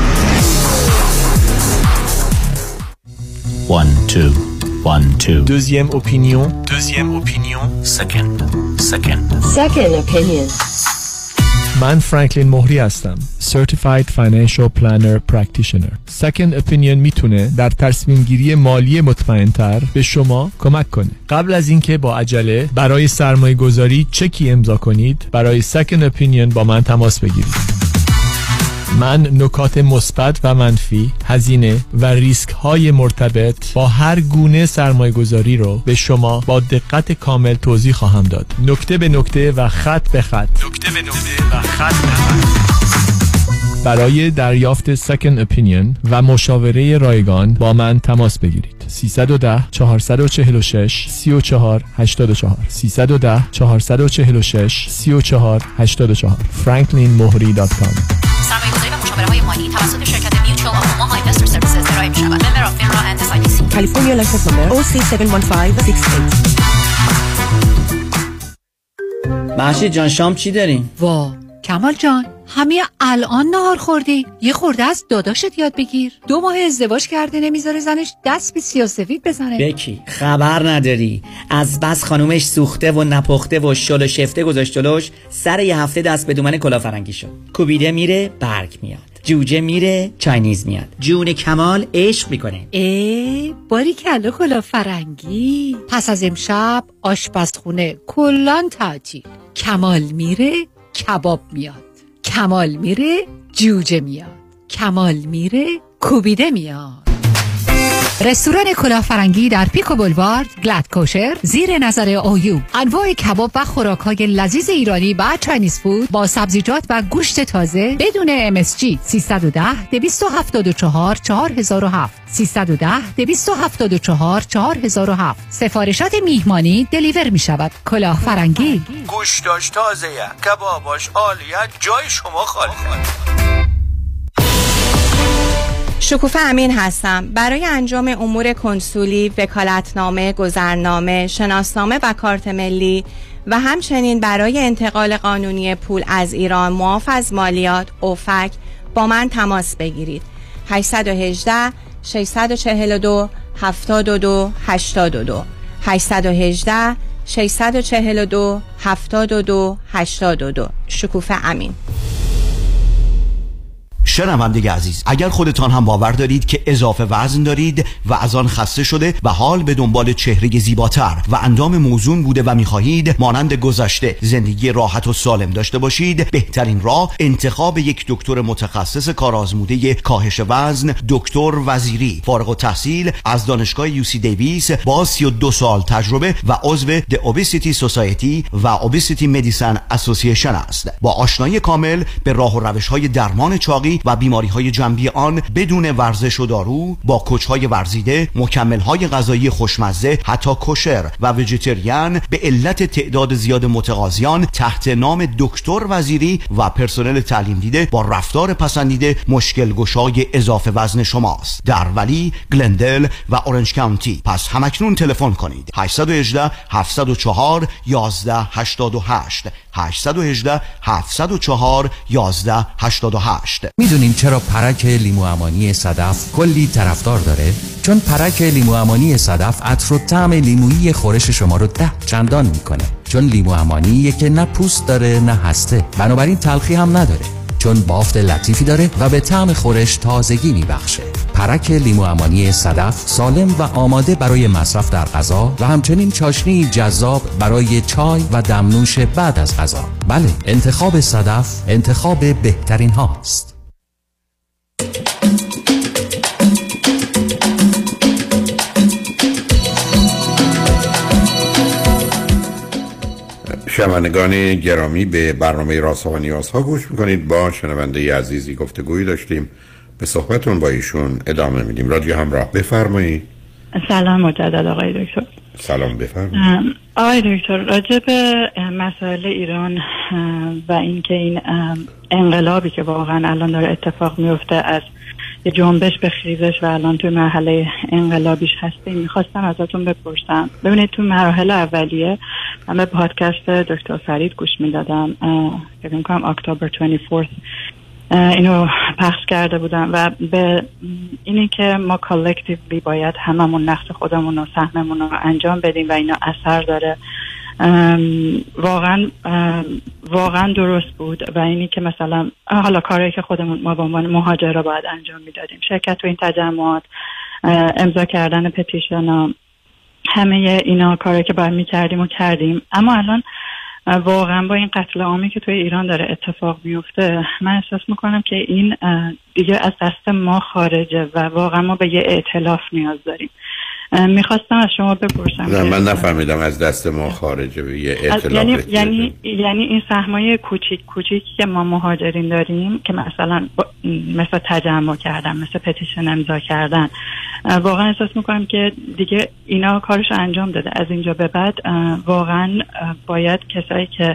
one two one two Deuxième opinion. Deuxième opinion. Second. Second. Second opinion. من فرانکلین مهری هستم. Certified Financial Planner Practitioner. Second opinion میتونه در تصمیم گیری مالی مطمئن‌تر به شما کمک کنه. قبل از اینکه با عجله برای سرمایه گذاری چکی امضا کنید، برای Second opinion با من تماس بگیرید. من نکات مثبت و منفی، هزینه و ریسک های مرتبط با هر گونه سرمایه گذاری رو به شما با دقت کامل توضیح خواهم داد، نکته به نکته و خط به خط. نکته به نکته و خط به خط. برای دریافت Second Opinion و مشاوره رایگان با من تماس بگیرید. سیصد و ده چهارصد و چهل و شش سی و چهار هشتاد و چهار سیصد و ده چهارصد و چهل و شش سی و چهار هشتاد و چهار فرانکلین موهری دات کام. سرمایه‌گذاری و مشاوره های مالی توسط شرکت میوچوال آف اوماها اینوستر سرویسز ارائه می‌شود. ممبر اف فینرا اند اس آی پی سی. کالیفرنیا لایسنس نمبر او سی هفت یک پنج شش هشت. محشید جان شام چی داریم؟ وا کمال جان همین الان نهار خوردی؟ یه خورده از داداشت یاد بگیر. دو ماه ازدواج کرده نمیذاره زنش دست به سیاه‌سفید بزنه. بکی خبر نداری از بس خانومش سوخته و نپخته و شل و شفته گذاشت جلوش، سر یه هفته دست به دومن کلافرنگی شد. کوبیده میره برگ میاد، جوجه میره چاینیز میاد. جون کمال عشق میکنه. ای باری کلا کلافرنگی. پس از امشب آشپزخونه کلان تعطیل. کمال میره کباب میاد، کمال میره جوجه میاد، کمال میره کوبیده میاد. رستوران کلافرنگی در پیکو بولوارد، گلد کوشر، زیر نظر اویو. انواع کباب و خوراک‌های لذیذ ایرانی و چاینیز فود با سبزیجات و گوشت تازه بدون ام اس جی. سیصد و ده دویست و هفتاد و چهار چهار هزار و هفت سیصد و ده دویست و هفتاد و چهار چهار هزار و هفت. سفارشات میهمانی دلیور می شود. کلافرنگی گوشتاش تازه، کباباش عالیه، جای شما خالی. شکوفه امین هستم. برای انجام امور کنسولی، وکالتنامه، گذرنامه، شناسنامه و کارت ملی و همچنین برای انتقال قانونی پول از ایران معاف از مالیات اوفک با من تماس بگیرید. هشت یک هشت شش چهار دو هفت دو هشت دو هشت یک هشت شش چهار دو هفت دو هشت دو. شکوفه امین. شنونده عزیز، اگر خودتان هم باور دارید که اضافه وزن دارید و از آن خسته شده و حال به دنبال چهره زیباتر و اندام موزون بوده و می‌خواهید مانند گذشته زندگی راحت و سالم داشته باشید، بهترین راه انتخاب یک دکتر متخصص کارآزموده کاهش وزن، دکتر وزیری، فارغ التحصیل از دانشگاه یو سی دیویس با سی و دو سال تجربه و عضو The Obesity Society و Obesity Medicine Association است. با آشنایی کامل به راه و روش‌های درمان چاقی و بیماری‌های جنبی آن بدون ورزش و دارو، با کوچ‌های ورزیده، مکمل‌های غذایی خوشمزه، حتی کوشر و ویژیتریان، به علت تعداد زیاد متقاضیان تحت نام دکتر وزیری و پرسنل تعلیم دیده با رفتار پسندیده مشکل گشای اضافه وزن شماست در ولی، گلندل و اورنج کانتی. پس همکنون تلفن کنید هشت یک هشت هفت صفر چهار یازده هشتاد و هشت هشت یک هشت هفت صفر چهار یازده هشتاد و هشت. میدونین چرا پرک لیمو امانی صدف کلی طرفدار داره؟ چون پرک لیمو امانی صدف عطر و طعم لیمویی خورش شما رو ده چندان میکنه. چون لیمو امانیه که نه پوست داره نه هسته، بنابراین تلخی هم نداره. چون بافت لطیفی داره و به طعم خورش تازگی میبخشه. پرک لیمو امانی صدف سالم و آماده برای مصرف در غذا و همچنین چاشنی جذاب برای چای و دمنوش بعد از غذا. بله، انتخاب صدف انتخاب بهترین هاست. شنوندگان گرامی، به برنامه رازها و نیازها گوش میکنید. با شنونده عزیزی گفتگویی داشتیم، به صحبتون با ایشون ادامه میدیم. رادیو همراه، بفرمایید. سلام مجدد آقای دکتر. سلام، بفرمایید. آقای دکتر، راجع به مسائل ایران و اینکه این انقلابی که واقعا الان داره اتفاق میفته از یه جنبش به خیزش و الان توی مرحله انقلابیش هستیم، میخواستم ازتون بپرسم. ببینید، تو مراحل اولیه من به پادکست دکتر فرید گوش میدادم، فکر میکنم اکتبر بیست و چهارم اینو پخش کرده بودم و به اینی که ما کالکتیولی باید هممون نقش خودمون و سهممون رو انجام بدیم و اینا اثر داره، واقعا واقعا درست بود. و اینی که مثلا حالا کاری که خودمون ما به عنوان مهاجرا باید انجام میدادیم، شرکت تو این تجمعات، امضا کردن پتیشن ها، همه اینا کاری که باید میکردیم و کردیم. اما الان واقعا با این قتل عامی که توی ایران داره اتفاق میفته، من احساس میکنم که این دیگه از دست ما خارجه و واقعا ما به یه ائتلاف نیاز داریم. میخواستم از شما بپرسم. نه، من نفهمیدم از دست ما خارجه به یه ائتلاف. یعنی یعنی یعنی این سهمای کوچیک کوچیکی که ما مهاجرین داریم که مثلا مثلا تجمع کردن، مثل پتیشن امضا کردن، واقعا احساس میکنم که دیگه اینا کارشو انجام داده. از اینجا به بعد واقعا باید کسایی که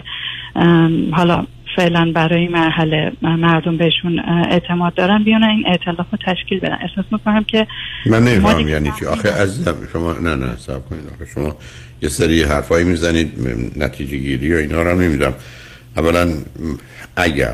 حالا فعلا برای مرحله مردم بهشون اعتماد دارن بیان این ائتلاف رو تشکیل بدن. احساس میکنم که من نمیفهم یعنی چی. آخه عزیزم شما نه نه صبر کنید. آخه شما یه سری حرفایی میزنید، نتیجه گیری و اینا رو نمیدونم. اولا اگر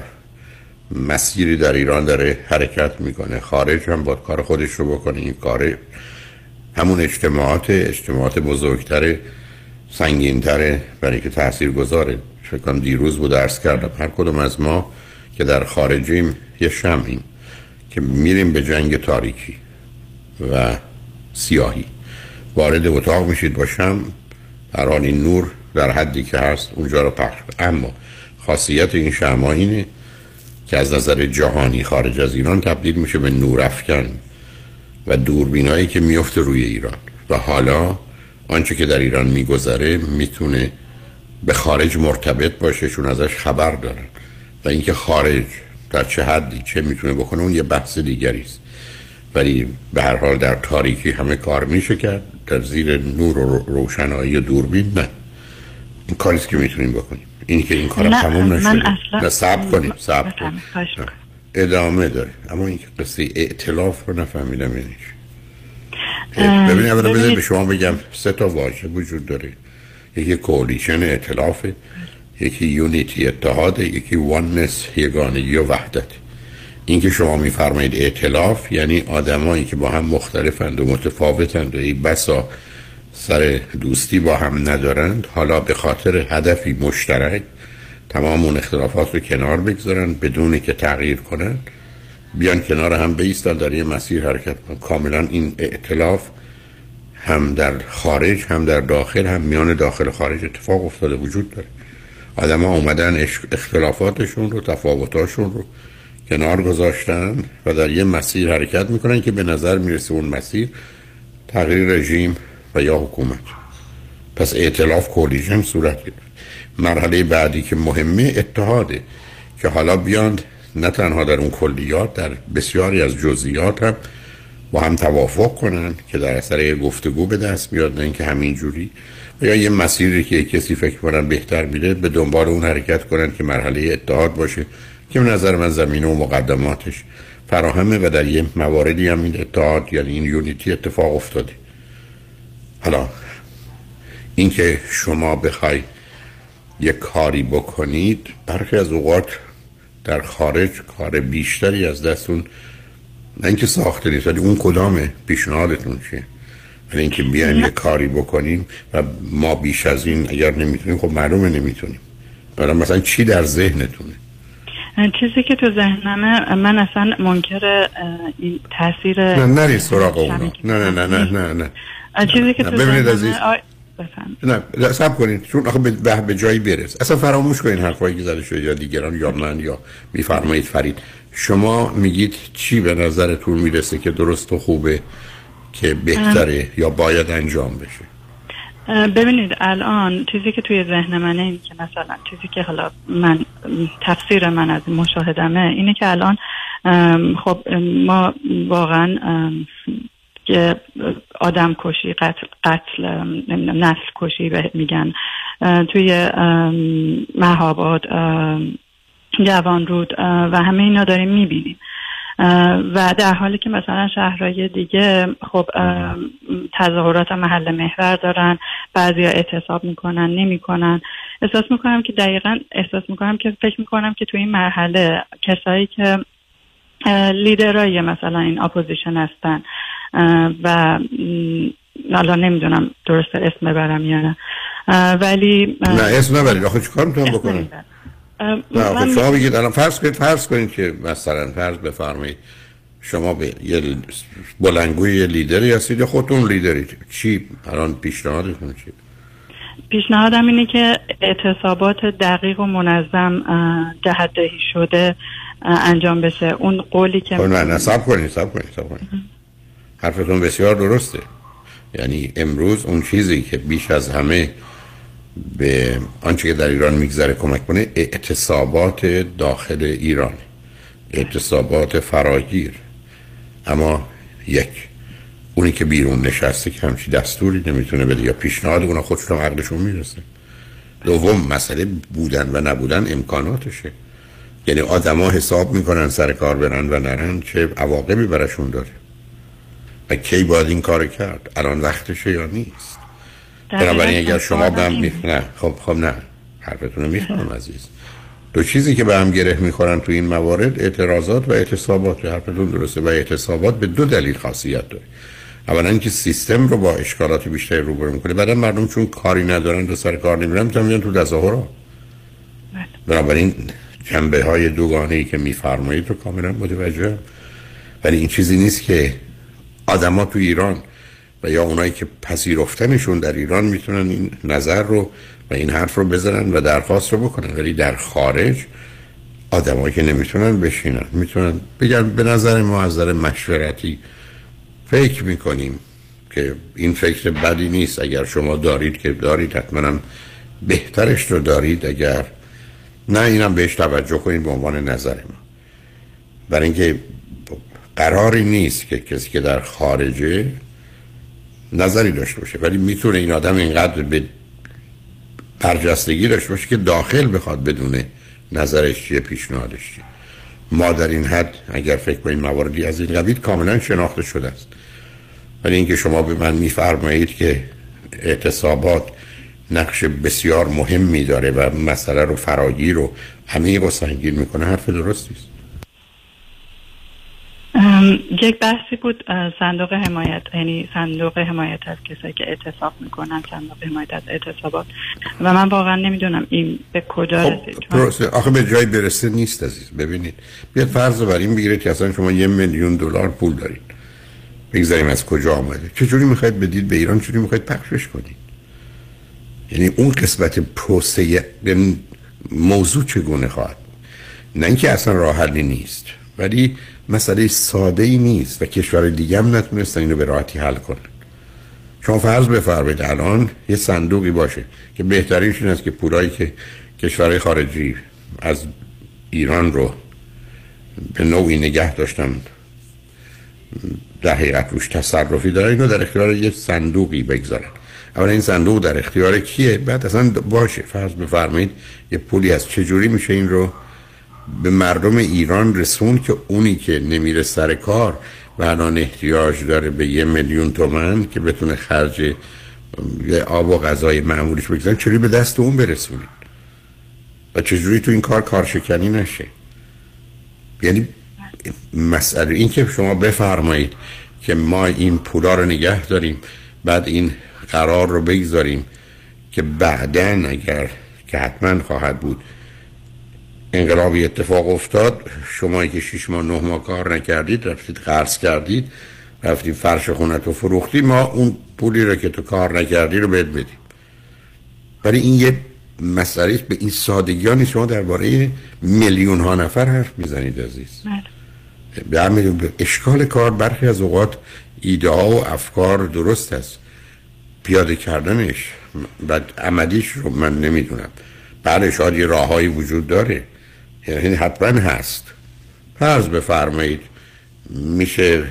مسیری در ایران داره حرکت میکنه، خارج هم باید کار خودش رو بکنه. این کار همون اجتماعات اجتماعات بزرگتره، سنگینتره، برای که تأثیر گذاره. فکر کنم دیروز بود عرض کردم هر کدوم از ما که در خارجیم یه شمعیم که میریم به جنگ تاریکی و سیاهی، وارد اتاق میشید با شمع، در حال این نور در حدی که هست اونجا رو پخش. اما خاصیت این شمع اینه که از نظر جهانی خارج از ایران تبدیل میشه به نورافکن و دوربینایی که میفته روی ایران و حالا آنچه که در ایران میگذره میتونه به خارج مرتبط باشه، چون ازش خبر دارن و اینکه خارج در چه حدی چه میتونه بکنه اون یه بحث دیگری است. ولی به هر حال در تاریکی همه کار میشه کرد، در زیر نور و روشنایی دوربین نه. این کاریست که میتونیم بکنیم. اینی که این کار تموم نشده. نه صبر کنیم صبر کنیم ادامه داره، اما این قصه ائتلاف رو نفهمیدم اینش. ببینید اولا بذارید به شما بگم سه تا واژه وجود داره، یکی کولیشن ائتلافه، یکی یونیتی اتحاده، یکی واننس یگانگی و وحدت. این که شما میفرمایید ائتلاف یعنی آدمایی که با هم مختلفند و متفاوتند و ای بسا سر دوستی با هم ندارند، حالا به خاطر هدفی مشترک تمام اون اختلافات رو کنار بگذارن بدون که تغییر کنن، بیان کنار هم بایستن در یه مسیر حرکت کنن. کاملا این ائتلاف هم در خارج هم در داخل هم میان داخل و خارج اتفاق افتاده وجود داره. آدم ها اومدن اختلافاتشون رو تفاوتاشون رو کنار گذاشتن و در یه مسیر حرکت میکنن که به نظر میرسه اون مسیر تغییر رژیم و یا حکومت. پس ائتلاف کولیژن صورت گرفت. مرحله بعدی که مهمه اتحاده که حالا بیاند نه تنها در اون کلیات در بسیاری از جزئیات هم با هم توافق کنن که در اثر گفتگو به دست میاد، نه اینکه همین جوری و یا یه مسیری که کسی فکر کنن بهتر میره به دنبال اون حرکت کنن که مرحله اتحاد باشه که به نظر من زمینه و مقدماتش فراهمه و در یه مواردی هم این اتحاد یعنی این یونیتی اتفاق افتاده. حالا اینکه شما بخوای یک کاری بکنید، برخی از اوقات در خارج کار بیشتری از دستون نه اینکه ساخته نیست، ولی اون کدامه پیشنهادتون چیه؟ ولی اینکه بیایم یک کاری بکنیم و ما بیش از این اگر نمیتونیم، خب معلومه نمیتونیم. برای مثلا چی در ذهنتونه؟ چیزی که تو ذهنمه، من اصلا منکر این تاثیر نه نری سراغ اونا. نه نه نه نه نه نه چیزی که تو ذهنمه آ... نه صبر کنید چون آخه به به جایی برس. اصلا فراموش کنید حرفایی که زده شده یا دیگران یا من یا میفرمایید فرید. شما میگید چی به نظرتون میرسه که درست و خوبه که بهتره یا باید انجام بشه؟ ببینید الان چیزی که توی ذهن منه اینه که مثلا چیزی که حالا من تفسیر من از مشاهدمه اینه که الان خب ما واقعا که آدم کشی، قتل قتل نمیدونم نسل کشی میگن توی مهاباد، جوان رود و همه اینا داریم میبینیم و در حالی که مثلا شهرهای دیگه خب تظاهرات محل محور دارن، بعضیا اعتصاب میکنن نمیکنن. احساس میکنم که دقیقاً احساس میکنم که فکر میکنم که توی این مرحله کسایی که لیدرای مثلا این اپوزیشن هستن و الان نمیدونم درست اسم ببرم یا نه، ولی نه اسم نبرید. آخه چیکار میتونم بکنم؟ نه آخه شما بگید الان فرض کنید فرض کنید که مثلا فرض بفرمایید شما به یه بلندگوی لیدری هستید یا خودتون لیدرید، چی الان پیشنهادتون چیه؟ پیشنهادم اینه که اعتصابات دقیق و منظم جهت‌دهی شده انجام بشه. اون قولی که نه نه صبر کنید صبر کنید صبر کنید حرفتون بسیار درسته. یعنی امروز اون چیزی که بیش از همه به آنچه که در ایران میگذره کمک کنه اعتصابات داخل ایران، اعتصابات فراگیر. اما یک اونی که بیرون نشسته که همچی دستوری نمیتونه بده یا پیشنهاد اونا خودشون عقلشون میرسه. دوم مسئله بودن و نبودن امکاناتشه. یعنی آدما حساب میکنن سر کار برن و نرن چه عواقبی براشون داره و کی باید این کار کرد، الان وقتشه یا نیست. بنابراین اگر شما به هم میخ... نه خب خب نه حرفتون رو میفهمم عزیز. دو چیزی که به هم گره میخورن تو این موارد اعتراضات و اعتصابات. حرفتون درسته و اعتصابات به دو دلیل خاصیت داره. اولا اینکه سیستم رو با اشکالات بیشتری روبرو میکنه، بعدا مردم چون کاری ندارن و سر کار نمیرن میتونن میان تو تظاهرات. بنابراین جنبه های دوگانه‌ای که میفرمایید رو کاملا متوجهم، ولی این چیزی نیست که آدما تو ایران و یا اونایی که پذیرفتنشون در ایران میتونن این نظر رو و این حرف رو بزنن و درخواست رو بکنن، ولی در خارج آدمایی که نمیتونن بشینن میتونن بگن به نظر ما از نظر مشورتی فکر میکنیم که این فکر بدی نیست. اگر شما دارید که دارید، حتما هم بهترش رو دارید. اگر نه اینم بهش توجه کنید به عنوان نظر ما. برای اینکه قراری نیست که کسی که در خارجه نظری داشته باشه، ولی میتونه این آدم اینقدر به برجستگی داشته باشه که داخل بخواد بدونه نظرش چیه، پیشنهادش چیه. ما در این حد اگر فکر کنید مواردی از این قبیل کاملا شناخته شده است. ولی اینکه شما به من میفرمایید که اعتصابات نقش بسیار مهمی داره و مسئله رو فراگیر و عمیق و سنگین میکنه، حرف درستی است. یک بحثی بود صندوق حمایت، یعنی صندوق حمایت از کسایی که اعتصاب میکنن، صندوق حمایت از اعتصابات، و من واقعا نمیدونم این به کجا رسید. درسته، آخه به جای برسه نیست عزیز. ببینید بیاد فرض بر این بگیرید که اصلا شما یه میلیون دلار پول دارید، بگذاریم از کجا آمده، چجوری میخواید بدید به ایران، چجوری میخواید پخشش کنید؟ یعنی اون قسمت پروسه موضوع چگونه خواهد، نه اینکه اصلا راه حلی نیست، ولی مسئله ساده ای نیست و کشور دیگه هم نتونستن اینو به راحتی حل کنن. شما فرض بفرمایید الان یه صندوقی باشه که بهترینش این است که پولایی که کشورهای خارجی از ایران رو به نوعی نگه داشتن، در حقیقت روش تصرفی دارن، اینو در اختیار یه صندوقی بگذارن. اولا این صندوق در اختیار کیه؟ بعد اصلا باشه فرض بفرمایید یه پولی از چجوری میشه این رو به مردم ایران رسون که اونی که نمیره سر کار و الان احتیاج داره به یه میلیون تومن که بتونه خرج یه آب و غذای معمولیش بگذارن، چجوری به دست اون برسونید و چجوری تو این کار کارشکنی نشه؟ یعنی مسئله این که شما بفرمایید که ما این پولا رو نگه داریم، بعد این قرار رو بگذاریم که بعدن اگر که حتما خواهد بود انقلابی اتفاق افتاد، شمایی که شش ماه نه ماه کار نکردید، رفتید قرض کردید، رفتید فرش خونت رو فروختی، ما اون پولی رو که تو کار نکردی رو بهت بدیم. ولی این یه مسئله به این سادگی ها نیست. شما درباره میلیون ها نفر حرف میزنید عزیز. به همین اشکال کار برخی از اوقات ایده ها و افکار درست است، پیاده کردنش بعد عملیش رو من نمیدونم. بله شاید یه راههایی وجود داره، یعنی حتما هست. فرض بفرمایید میشه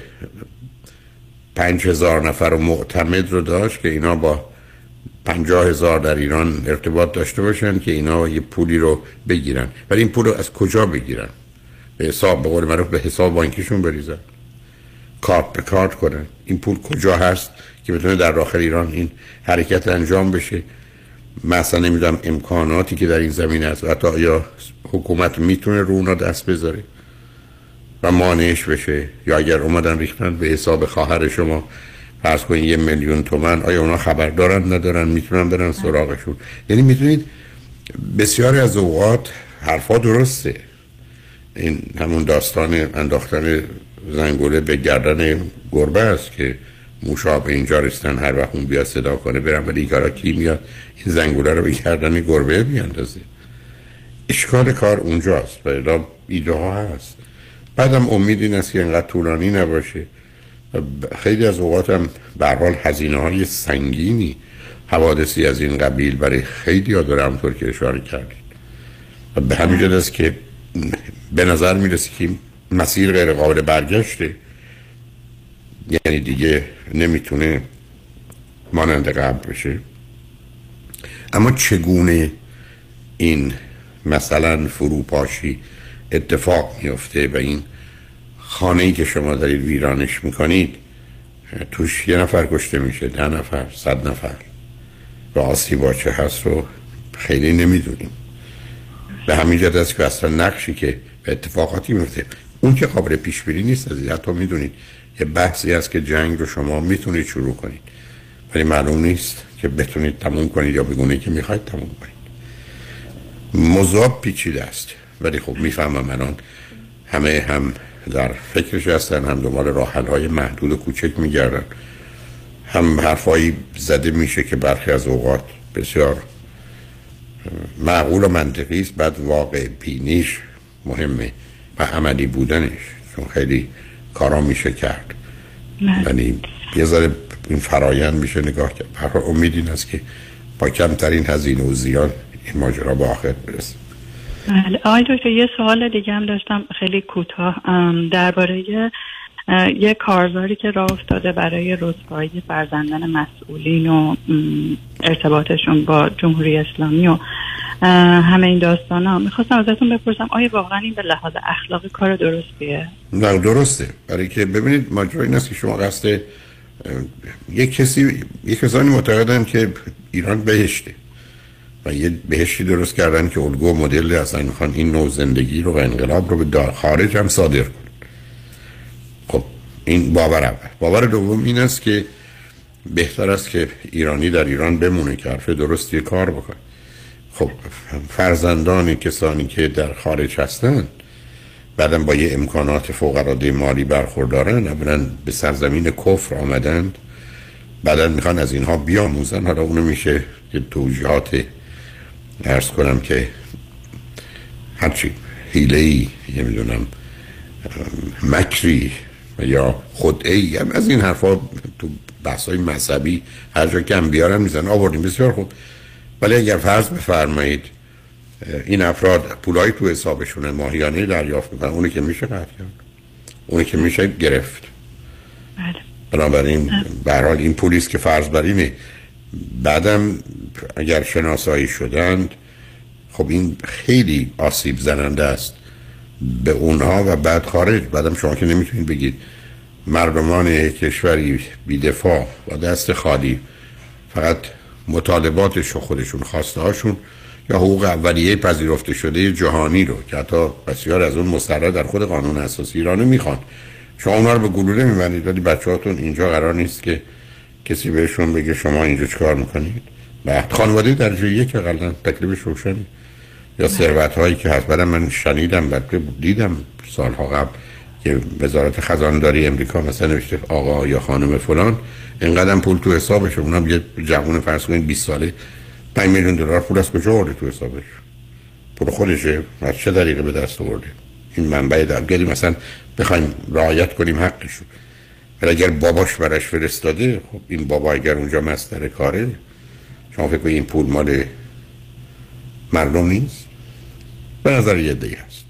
پنج هزار نفر معتمد رو داشت که اینا با پنجاه هزار در ایران ارتباط داشته باشن که اینا یه پولی رو بگیرن، ولی این پول رو از کجا بگیرن؟ به حساب، به قول معروف به حساب بانکیشون بریزن، کارت به کارت کنن. این پول کجا هست که بتونه در داخل ایران این حرکت انجام بشه؟ مثلا نمیدونم امکاناتی که در این زمینه هست، حتی یا حکومت میتونه رو اونا دست بذاره و مانعش بشه، یا اگر اومدن ریختن به حساب خواهر شما فرض کنید یه میلیون تومن، آیا اونا خبر دارن ندارن، میتونن برن سراغشون؟ یعنی میتونید بسیاری از اوقات حرفا درسته. این همون داستان انداختن زنگوله به گردن گربه است که موشا به اینجا رسیدن، هر وقت اون بیاد صدا کنه برن، ولی کارا کی میاد این زنگوله رو به گردن گربه بیاندازه؟ اشکال کار اونجاست و الا ایده ها هست. بعدم امید این است که اینقدر طولانی نباشه. خیلی از اوقات هم به هر حال هزینه های سنگینی حوادثی از این قبیل برای خیلی ها داره، همونطور که اشاره کردید. و به همین جد است که به نظر میرسه که مسیر غیر قابل برگشته، یعنی دیگه نمیتونه مانند قبل بشه. اما چگونه این مثلا فروپاشی اتفاق میفته و این خانه‌ای که شما دارید ویرانش میکنید توش یه نفر کشته میشه، ده نفر، صد نفر و آسیبا چه هست رو خیلی نمیدونیم. به همین جد است که اصلا نقشی که به اتفاقاتی میفته اون که قابل پیش بینی نیست. از حتی میدونید یه بحثی هست که جنگ رو شما میتونید شروع کنید ولی معلوم نیست که بتونید تموم کنید یا بگونید که میخواید تموم کنید. موضوع پیچیده است ولی خب میفهمم الان همه هم در فکرش هستن، هم دنبال راه حل های محدود و کوچک میگردن، هم حرفایی زده میشه که برخی از اوقات بسیار معقول و منطقی است، بعد واقع بینیش مهمه و عملی بودنش، چون خیلی کارا میشه کرد. یعنی یه ذره این فرایند میشه نگاه کرد. هر امید این است که با کمترین هزینه و زیان این ماجرا به آخر برسه. بله آقای دکتر یه سوال دیگه هم داشتم خیلی کوتاه درباره یه کارزاری که راه افتاده برای رسوایی فرزندان مسئولین و ارتباطشون با جمهوری اسلامی و همه این داستان ها. میخواستم ازتون بپرسم آیا واقعا این به لحاظ اخلاقی کار درستیه؟ نه درسته، برای که ببینید ماجرا این است که شما قصد یک کسی یک کسانی معتقدن که ایران بهشته و یه بهشتی درست کردن که الگو مدل اصلا میخوان این نوع زندگی رو و انقلاب رو به خارج هم صادر کنن. خب این باور اول. باور دوم این است که بهتر است که ایرانی در ایران بمونه که حرف درستی کار بکنه. خب فرزندان کسانی که در خارج هستن بعدم با یه امکانات فوق‌العاده مالی برخوردارن، اولا به سرزمین کفر آمدند، بعدا میخوان از اینها بیاموزن. حالا اونو میشه یه توجیهات عرض کنم که هرچی حیله‌ای یه میدونم مکری یا خدعه‌ای از این حرفا تو بحث‌های مذهبی هر جا که هم بیارن میزن آوردیم. بسیار خوب، ولی اگر فرض بفرمایید این افراد پولای تو حسابشون ماهیانه دریافت میکنن، اونی که میشه قطع کرد، اونی که میشه گرفت. بله. بنابراین به هر حال این پولیس که فرض بر اینه، بعدم اگر شناسایی شدند خب این خیلی آسیب زننده است به اونها و بعد خارج. بعدم شما که نمیتونید بگید مردمان کشوری بی‌دفاع و دست خالی فقط مطالباتش و خودشون خواسته هاشون یا حقوق اولیه پذیرفته شده جهانی رو که حتی بسیار از اون مستند در خود قانون اساسی ایران میخوان، شما اونا رو به گلوله میبندید، ولی بچه‌هاتون اینجا قرار نیست که کسی بهشون بگه شما اینجا چیکار میکنید. بعد خانواده درجه یک اقلا تکلیفش روشنه، یا ثروت هایی که هست. بعدم من شنیدم بلکه دیدم سالها قبل که وزارت خزانداری امریکا مثلا نوشته آقا یا خانم فلان اینقدر پول تو حسابشه، اونم یه جوون فرض کنید بیست ساله پنج میلیون دلار پول از کجا آورده تو حسابش؟ پول خودشه، از چه طریقی به دست آورده؟ این منبع درگیری مثلا بخوایم رعایت کنیم حقشون. ولی اگر باباش برش فرستاده، خب این بابا اگر اونجا مصدر کاره، شما فکر کنید این پول مال مردم نیست؟ به نظر یه دیگه هست.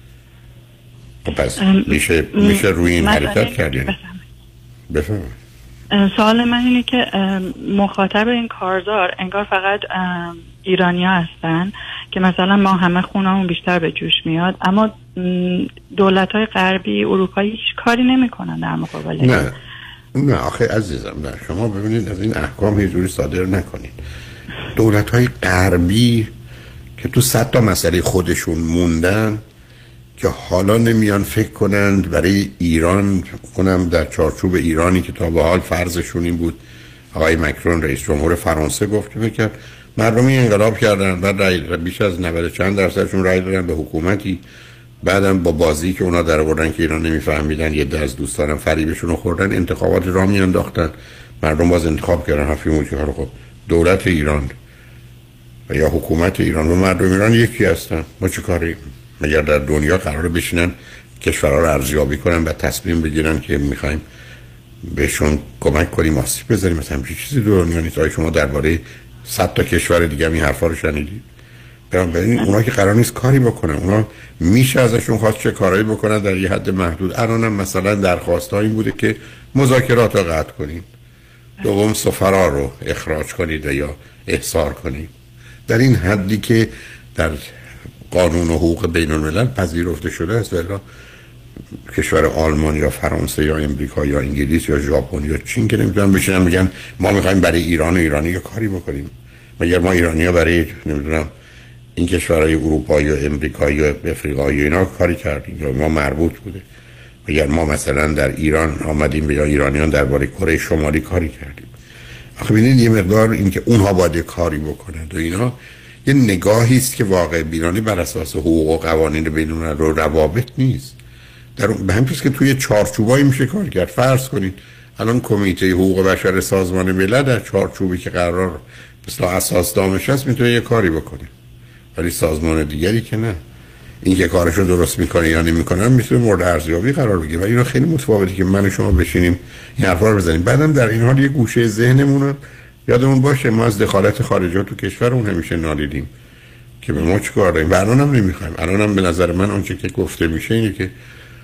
خب پس میشه میشه روی این حرکت کرد. یعنی بفرمایید. سوال من اینه که مخاطب این کارزار انگار فقط ایرانی ها هستن که مثلا ما همه خونمون بیشتر به جوش میاد، اما دولت های غربی اروپایی هیچ کاری نمی کنن در مقابل. نه نه آخه عزیزم، نه شما ببینید از این احکام یه جوری صادر نکنید. دولت های غربی که تو صد تا مسئله خودشون موندن که حالا نمیان فکر کنند برای ایران کنم در چارچوب ایرانی که تا به حال فرضشون این بود. آقای مکرون رئیس جمهور فرانسه گفت که مردمی انقلاب کردن، بعد رای بیش از نود چند درصدشون رای دادن به حکومتی، بعدم با بازی که اونا در آوردن که ایران نمیفهمیدن، یه ده از دوستانم فریبشون رو خوردن، انتخابات را میانداختن، مردم باز انتخاب کردن. حرفی بود که خب دولت ایران و یا حکومت ایران و مردم ایران یکی هستن، ما چه کاری؟ مگر در دنیا قراره بشینن کشورها رو ارزیابی کنن و تصمیم بگیرن که میخوایم بهشون کمک کنیم آسیب بزنیم؟ مثلا همچین چیزی دنیا نیست. آیا شما درباره صد تا کشور دیگه این حرفا رو شنیدید؟ ببینید اونا که قرار نیست کاری بکنن، اونا میشه ازشون خواست چه کارایی بکنن در یه حد محدود. الانم مثلا درخواست این بوده که مذاکرات رو قطع کنید، دوم سفرا رو اخراج کنید یا احضار کنید، در این حدی که در قانون و حقوق بین الملل پذیرفته شده است. ولی کشور آلمان یا فرانسه یا امریکا یا انگلیس یا ژاپن یا چین که نمیتونن بشینن میگن ما میخوایم برای ایران و ایرانی یا کاری بکنیم. مگر ما ایرانی ها برای نمیدونم این کشورهای اروپایی یا امریکایی یا افریقایی اینا کاری کردیم یا ما مربوط بوده؟ مگر ما مثلا در ایران آمدیم یا ایرانیان درباره کره شمالی کاری کردیم؟ آخه ببینید یه مقدار اینکه اونها باید کاری بکنند و اینا یه نگاهی است که واقع بینانه بر اساس حقوق و قوانین بین‌الملل رو روابط نیست. در به همین که توی چارچوبایی میشه کار کرد. فرض کنید الان کمیته حقوق بشر سازمان ملل در چارچوبی که قرار مثلا اساس دامش هست میتونه یه کاری بکنه، ولی سازمان دیگری که نه. این که کارشو درست میکنه یا نمیکنه میتونه مورد ارزیابی قرار بگیره. و اینا خیلی متفاوته که من و شما بشینیم این حرفا رو بزنیم. بعدم در این حال یه گوشه ذهنمون یادمون باشه ما از دخالت خارجی تو کشورمون همیشه نالیدیم که به ما چیکار داریم و الان هم نمیخوایم. الان هم به نظر من آنچه که گفته میشه اینه که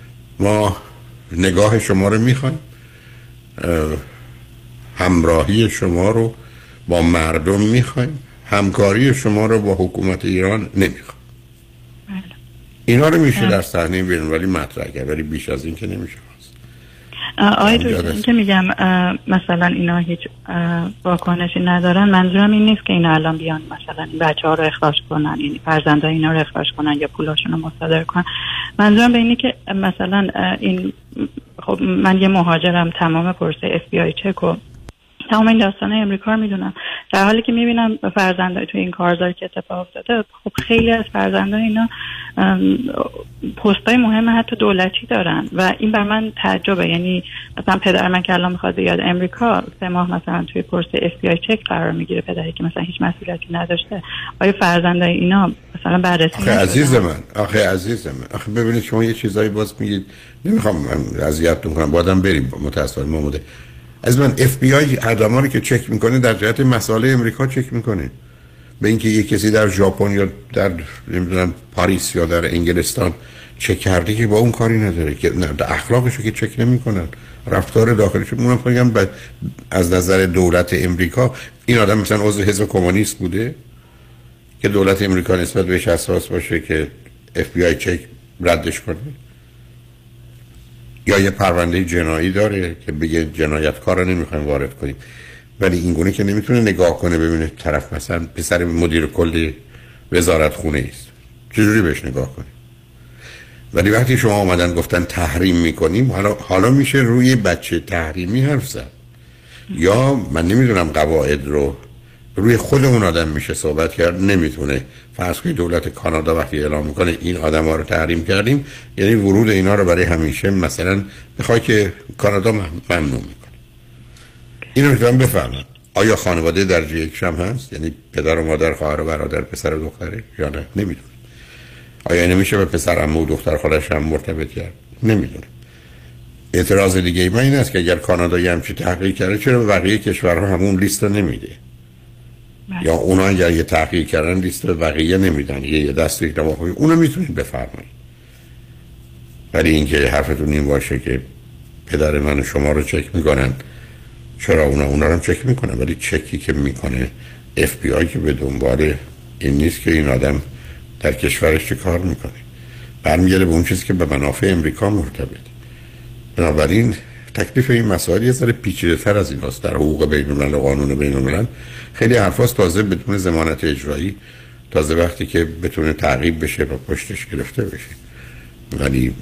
ما نگاه شما رو میخوایم، همراهی شما رو با مردم میخوایم، همکاری شما رو با حکومت ایران نمیخواد. اینا رو میشه در صحنه بیرون ولی مطرح کرد، ولی بیش از این که نمیشه. آقای دکتر این که میگم مثلا اینا هیچ واکنشی ندارن، منظورم این نیست که اینا الان بیان مثلا این بچه ها رو اخراج کنن، یعنی فرزندای اینا رو اخراج کنن یا پولاشون رو مصادره کنن. منظورم به اینه که مثلا این خب من یه مهاجرم، تمام پروسه اف بی آی چک و تمام این داستانه امریکا رو میدونم، در حالی که میبینم فرزندای تو این کارزاری که اتفاق افتاده، خب خیلی از فرزندای اینا پستای مهم حتی دولتی دارن و این بر من تعجبه. یعنی مثلا پدر من که الان میخواد بیاد امریکا، سه ماه مثلا توی پروسه اف بی آی چک قرار میگیره، پدری که مثلا هیچ مسئولیتی نداشته. آیا فرزندای اینا مثلا بررسی آخه عزیز من آخه عزیز من آخه ببینید شما یه چیزایی باز میگید، نمیخوام من اذیتتون کنم، بعدم بریم متأسفانه ماموده. از من اف بی آی آدما رو که چک میکنه در جهت مسائل امریکا چک میکنه، به اینکه یک کسی در ژاپن یا در نمیدونم پاریس یا در انگلستان چک کرده که با اون کاری نداره، که نه اخلاقش رو که چک نمیکنن، رفتار داخلیش. اونم میگم از نظر دولت امریکا این آدم مثلا عضو حزب کمونیست بوده که دولت امریکا نسبت بهش حساس باشه که اف بی آی چک ردش کنه، یا یه پرونده جنایی داره که بگه جنایتکار رو نمیخوایم وارد کنیم، ولی این گونه که نمیتونه نگاه کنه ببینه طرف مثلا پسر مدیر کل وزارت خونه است، چجوری بهش نگاه کنیم؟ ولی وقتی شما آمدن گفتن تحریم میکنیم، حالا حالا میشه روی بچه تحریمی حرف زد، یا من نمیدونم قواعد رو روی خود اون آدم میشه صحبت کرد. نمیتونه فرض کنید دولت کانادا وقتی اعلام میکنه این آدما رو تحریم کردیم، یعنی ورود اینا رو برای همیشه مثلا بخوای که کانادا ممنوع میکنه. اینو میتونم بفهمم آیا خانواده درجه یک هم هست، یعنی پدر و مادر، خواهر و برادر، پسر و دختره، یا نه؟ نمیدونم. آیا نمیشه به پسر عمو و دختر خالش هم مرتبط کرد؟ نمیدونم. اعتراض دیگه ای من این است که اگر کانادا یه همچین تحقیق کرده، چرا به بقیه کشورها همون لیست رو نمیده؟ یا اونا اگر یه تحقیق کردن لیست به بقیه نمیدن، یه دست یک نواخوی اونو میتونید بفرمایید. ولی اینکه حرفتون این باشه که پدر من و شما رو چک میکنن، چرا اونا اونا رو چک میکنن، ولی چکی که میکنه اف بی آی که به دنبال این نیست که این آدم در کشورش چه کار میکنه، برمیگرده به اون چیزی که به منافع امریکا مرتبط. بنابراین تکلیف این مسائل یه ذره پیچیده‌تر از این هست. در حقوق بین‌الملل و قانون بین‌الملل خیلی حرفاست تازه بدون ضمانت اجرایی، تازه وقتی که بتونه تعقیب بشه و پشتش گرفته بشه. ولی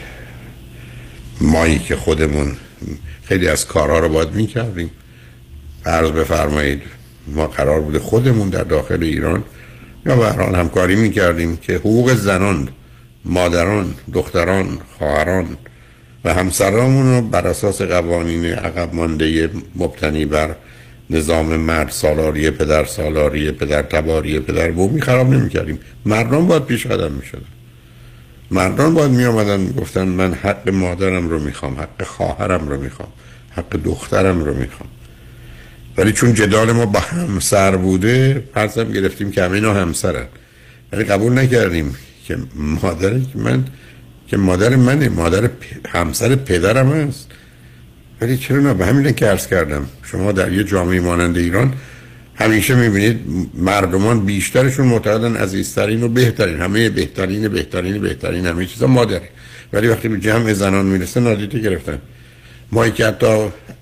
مایی که خودمون خیلی از کارها رو باید می‌کردیم، فرض بفرمایید ما قرار بوده خودمون در داخل ایران یا به هر حال همکاری می‌کردیم که حقوق زنان، مادران، دختران، خواهران و همسرامون رو بر اساس قوانین عقب مانده مبتنی بر نظام مرد سالاری، پدر سالاری، پدر تباری، پدر بومی خراب نمی کردیم. مردان باید پیش قدم می شدن. مردان باید می آمدن می گفتن من حق مادرم رو می خوام، حق خواهرم رو می خوام، حق دخترم رو می خوام. ولی چون جدال ما با همسر بوده پرسم گرفتیم که همه اینا همسرن، ولی قبول نکردیم که مادری که من که مادر منه، مادر پ... همسر پدرم هست. ولی چرا نه؟ به همین که عرض کردم شما در یه جامعه مانند ایران همیشه میبینید مردمان بیشترشون معتقدن عزیزترین و بهترین، همه بهترین بهترین بهترین همه چیزا مادره، ولی وقتی به جمع زنان میرسه نادیده گرفتن. ما که حتی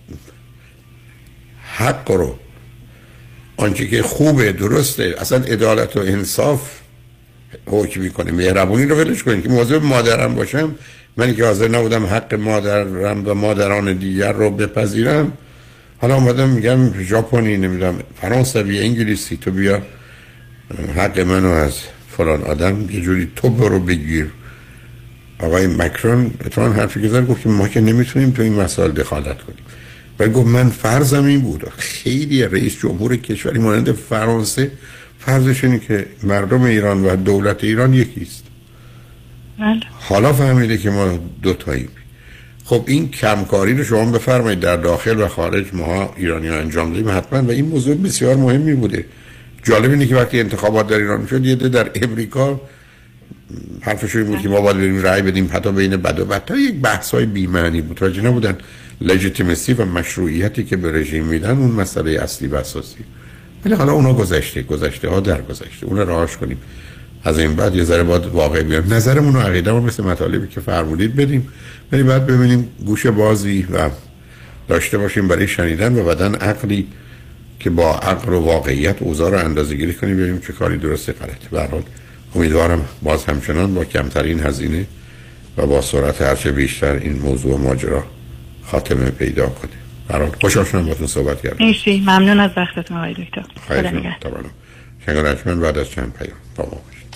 حق رو، آنچه که خوبه درسته، اصلا عدالت و انصاف حکم میکنه، مهربونی رو ولش کنید که مواظب مادرم باشم. من که حاضر نبودم حق مادرم و مادران دیگر رو بپذیرم، حالا اومدم میگم ژاپنی، نمیدونم فرانسوی، انگلیسی، تو بیا حق منو از فلان آدم یه جوری تو برو بگیر. آقای مکرون اتفاقا حرفی که زد، گفت که ما که نمیتونیم تو این مسائل دخالت کنیم، ولی گفت من فرضم این بود. خیلی رئیس جمهور کشوری مانند فرانسه فرضش اینه که مردم ایران و دولت ایران یکیست. حالا فهمیده که ما دو تاییم. خب این کمکاری رو شما بفرمایید در داخل و خارج ما ایرانی ها انجام دادیم حتما، و این موضوع بسیار مهمی بوده. جالب اینه که وقتی انتخابات در ایران شد یه ده در امریکا حرفش این بود که ما باید بریم رأی بدیم حتی بین بد و بدتر. یک بحث‌های بی‌معنی بود، راجع نبودن لژیتیمسی و مشروعیتی که به رژیم میدن اون مسئله اصلی و اساسی. ولی حالا اونا گذشته گذشته ها در گذشته، اون رو راهش کنیم. از این بعد یه ذره باید واقعی بیایم، نظرمون و عقیده‌مون مثل مطالبی که فرمودید بدیم، ولی بعد ببینیم گوش بازی و داشته باشیم برای شنیدن و بعدن عقلی که با عقل و واقعیت اوضاع رو اندازه‌گیری کنیم ببینیم چه کاری درسته غلطه. به هر حال امیدوارم باز همچنان با کمترین هزینه و با سرعت هرچه بیشتر این موضوع ماجرا خاتمه پیدا کنه. به هر حال خوشحال شدم باهاتون صحبت کردم. مرسی، ممنون از وقتتون آقای دکتر. خدا نگهدار. شنگ رجمن بعد از چند پیام با ما باشید.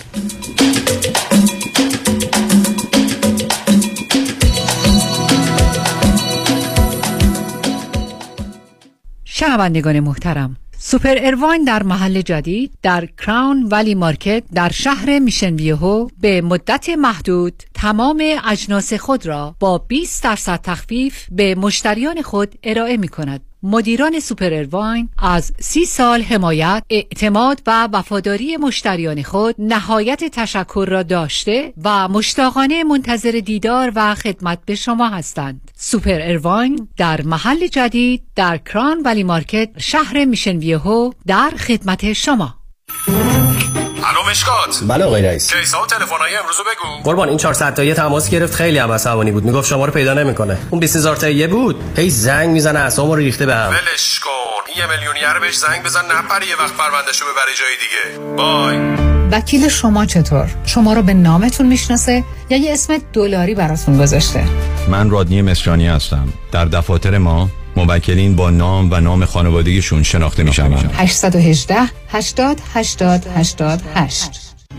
شنوندگان محترم، سوپر ارواین در محل جدید در کراون ولی مارکت در شهر میشن ویهو به مدت محدود تمام اجناس خود را با بیست درصد تخفیف به مشتریان خود ارائه می کند. مدیران سوپر ارواین از سی سال حمایت، اعتماد و وفاداری مشتریان خود نهایت تشکر را داشته و مشتاقانه منتظر دیدار و خدمت به شما هستند. سوپر ارواین در محل جدید در کران ولی مارکت شهر میشن ویهو در خدمت شما. الو مشکات. بله آقای رئیس. کیسا و تلفن‌های امروزو بگو. قربان این چهارصد تایی تماس گرفت، خیلی هم عصبانی بود، میگفت شما رو پیدا نمیکنه. اون بیست هزار تایی بود، هی زنگ میزنه اعصابمو رو ریخته بهم. ولش کن. این یه میلیونیر بهش زنگ بزن نپره یه وقت پروندهشو ببره جای دیگه. بای. وکیل شما چطور؟ شما رو به نامتون میشناسه یا یه اسم دلاری براتون گذاشته؟ من رادنی مصریانی هستم. در دفاتر ما موکلین با نام و نام خانوادگیشون شناخته میشن. هشت یک هشت هشتاد هشتاد هشتاد هشت.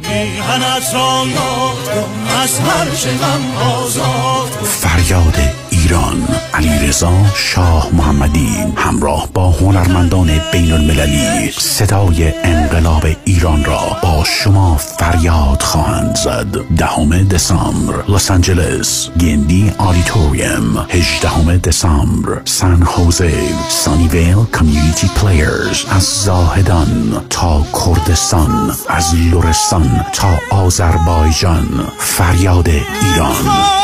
فریاد ایران، علیرضا شاه محمدی همراه با هنرمندان بین المللی صدای انقلاب ایران را با شما فریاد خواهند زد. دهم دسامبر لس آنجلس گندی آدیتوریوم، هجدهم دسامبر سان خوزه سانیویل کامیونیتی پلیرز. از زاهدان تا کردستان، از لرستان تا آذربایجان، فریاد ایران.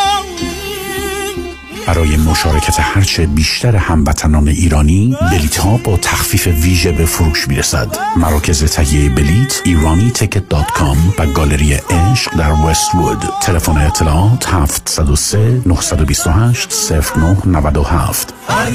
برای مشارکت هرچه بیشتر هموطنان ایرانی، بلیط ها با تخفیف ویژه به فروش میرسد. مراکز تهیه بلیط ایرانی تیکت دات کام و گالری عشق در وست وود. تلفن اطلاعات هفت صفر سه نه دو هشت صفر نه نه هفت.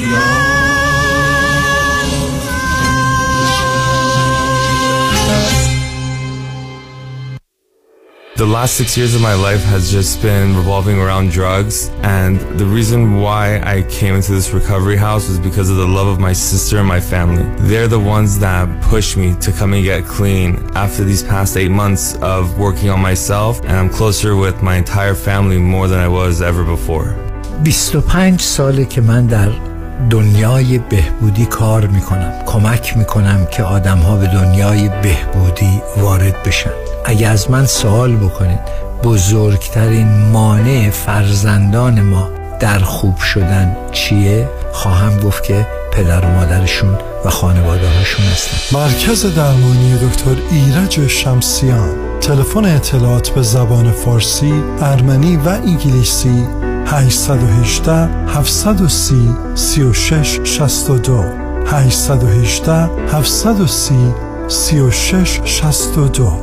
The last six years of my life has just been revolving around drugs, and the reason why I came into this recovery house was because of the love of my sister and my family. They're the ones that pushed me to come and get clean after these past eight months of working on myself, and I'm closer with my entire family more than I was ever before. بیست و پنج ساله که من در دنیای بهبودی کار میکنم، کمک میکنم که آدم‌ها به دنیای بهبودی وارد بشن. اگه از من سوال بکنید بزرگترین مانع فرزندان ما در خوب شدن چیه؟ خواهم گفت که پدر و مادرشون و خانواده هاشون هستن. مرکز درمانی دکتر ایرج شمسیان. تلفن اطلاعات به زبان فارسی، ارمنی و انگلیسی هشت یک هشت هفت سه صفر سه و شش شصت و دو هشت یک هشت هفت سه صفر سه و شش شصت و دو.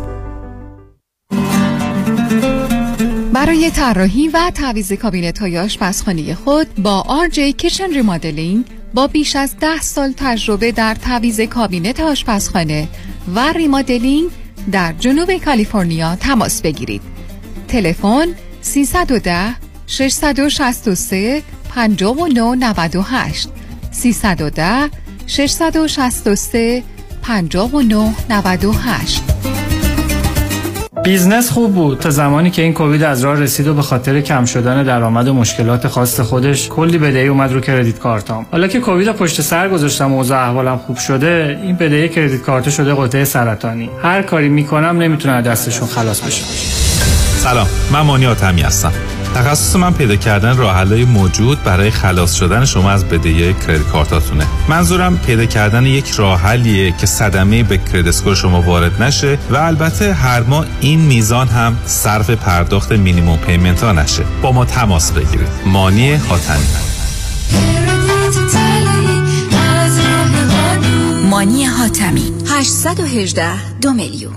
برای طراحی و تعویض کابینت‌های آشپزخانه خود با آر جی کیچن ریمادلینگ با بیش از ده سال تجربه در تعویض کابینت آشپزخانه و ریمادلینگ در جنوب کالیفرنیا تماس بگیرید. تلفن سیصد و ده ششصد و شصت و سه پنجاه و نه نود و هشت سیصد و ده ششصد و شصت و سه پنجاه و نه نود و هشت. بیزنس خوب بود تا زمانی که این کووید از راه رسید و به خاطر کم شدن درآمد و مشکلات خاص خودش کلی بدهی اومد رو کردیت کارتام. حالا که کووید پشت سر گذاشتم و اوضاع احوالم خوب شده، این بدهی کردیت کارت شده قطعه سرطانی. هر کاری میکنم نمیتونم از دستشون خلاص بشم. سلام، من مانی آتمی هستم. تخصص من پیدا کردن راه‌حل‌های موجود برای خلاص شدن شما از بدهی کریدیت کارتاتونه. منظورم پیدا کردن یک راه حلیه که صدمه به کریدیت اسکور شما وارد نشه و البته هر ماه این میزان هم صرف پرداخت مینیمم پیمنت ها نشه. با ما تماس بگیرید. مانی حاتمی. مانی حاتمی هشت یک هشت دو میلیون.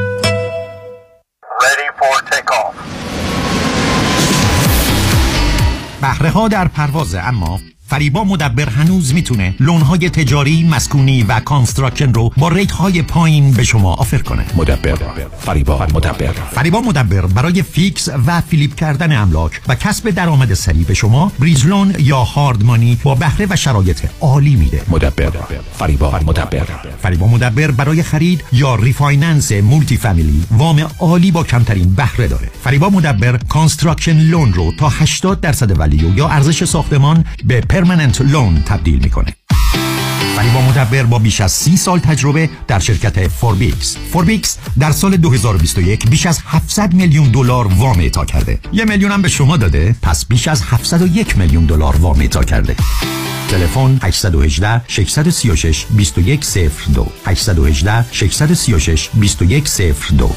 بهره ها در پرواز، اما فریبا مدبر هنوز میتونه لونهای تجاری، مسکونی و کانستراکشن رو با ریت های پایین به شما آفر کنه. مدبر فریبا مدبر فریبا مدبر برای فیکس و فیلیپ کردن املاک و کسب درآمد سریع به شما بریج لون یا هارد مانی با بهره و شرایط عالی میده. مدبر فریبا مدبر فریبا مدبر برای خرید یا ریفایننس مولتی فامیلی وام عالی با کمترین بهره داره. فریبا مدبر کانستراکشن لون رو تا هشتاد درصد ولیو یا ارزش ساختمان به پرمننت لون تبدیل میکنه. فریبا مدبر با بیش از سی سال تجربه در شرکت فوربیکس. فوربیکس در سال دو هزار و بیست و یک بیش از هفتصد میلیون دلار وام اعطا کرده. یه میلیون هم به شما داده، پس بیش از هفتصد و یک میلیون دلار وام اعطا کرده. تلفن هشت یک هشت شش سه شش دو یک صفر دو هشت یک هشت شش سه شش دو یک صفر دو.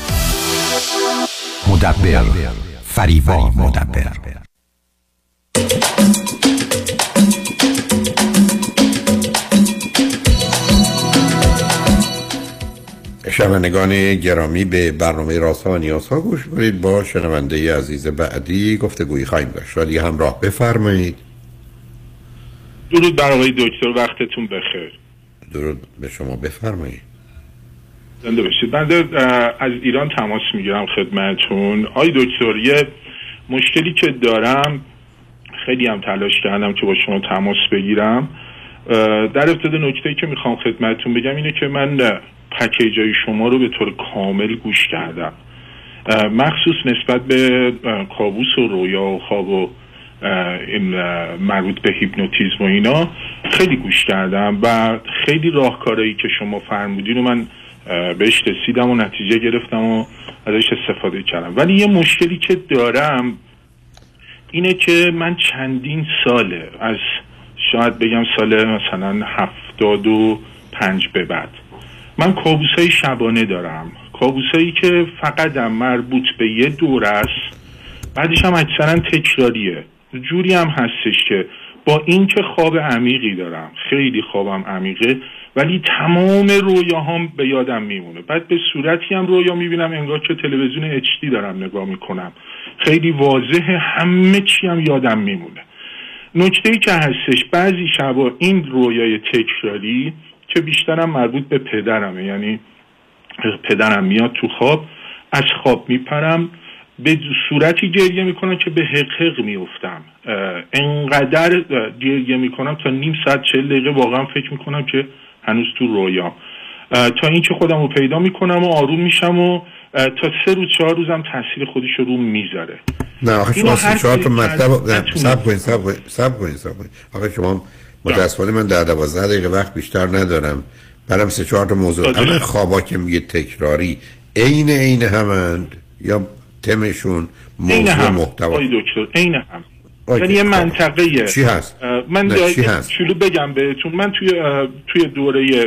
مدبر فریبا مدبر. شنوندگان گرامی، به برنامه رازها و نیازها گوش کنید. با شنونده عزیز بعدی گفتگویی خواهیم داشت. ولی همراه بفرمایید. درود بر آقای دکتر، وقتتون بخیر. درود به شما، بفرمایید. زنده باشید. بنده از ایران تماس میگیرم خدمتتون. آقای دکتر، یه مشکلی که دارم، خیلی هم تلاش کردم که با شما تماس بگیرم. در ابتدا نکته‌ای که میخوام خدمتتون بگم اینه که من پکیجای شما رو به طور کامل گوش کردم، مخصوص نسبت به کابوس و رویا و خواب و این مربوط به هیپنوتیزم و اینا خیلی گوش کردم و خیلی راهکارهایی که شما فرمودین رو من بهش رسیدم و نتیجه گرفتم و ازش استفاده کردم. ولی یه مشکلی که دارم اینه که من چندین ساله، از شاید بگم سال مثلا هفتاد و پنج به بعد، من کابوسای شبانه دارم. کابوسایی که فقط هم مربوط به یه دوره است، بعدش هم اکثرا تکراریه. جوری هم هستش که با این که خواب عمیقی دارم، خیلی خوابم عمیقه، ولی تمام رویاهام به یادم میمونه. بعد به صورتی هم رویا میبینم انگار که تلویزیون اچ دی دارم نگاه میکنم، خیلی واضحه، همه چی هم یادم میمونه. نکته‌ای که هستش بعضی شبا این رویای تکراری که بیشترم مربوط به پدرمه، یعنی پدرم میاد تو خواب، از خواب میپرم، به صورتی گریه میکنم که به حقیق میفتم، انقدر گریه میکنم تا نیم ساعت چهل دقیقه واقعا فکر میکنم که هنوز تو رویام، تا اینکه خودم رو پیدا میکنم و آروم میشم و تا سه روز چهار روزم تاثیر خودش رو میذاره. نه آخه شما سه چهار تا مطلب سب کنید سب کنید سب کنید سب کنید آخه شما متاسفانه من در دوازده دقیقه وقت بیشتر ندارم، برام سه چهار تا موضوع. اما خوابا که میگه تکراری عین عین همند یا تمشون موضوع محتوا؟ آی دکتر عین هم، یعنی یه منطقه چی هست؟ من چلو بگم بهتون، من توی توی دوره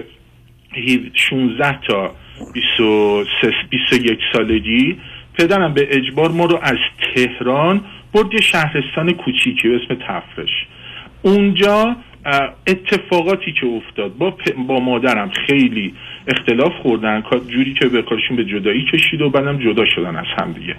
شانزده تا بیست و سه بیست و یک سالگی پدرم به اجبار ما رو از تهران برد یه شهرستان کوچیکی به اسم تفرش. اونجا اتفاقاتی که افتاد، با با مادرم خیلی اختلاف خوردن، جوری که به کارشون به جدایی کشید و بعدم جدا شدن از هم دیگه.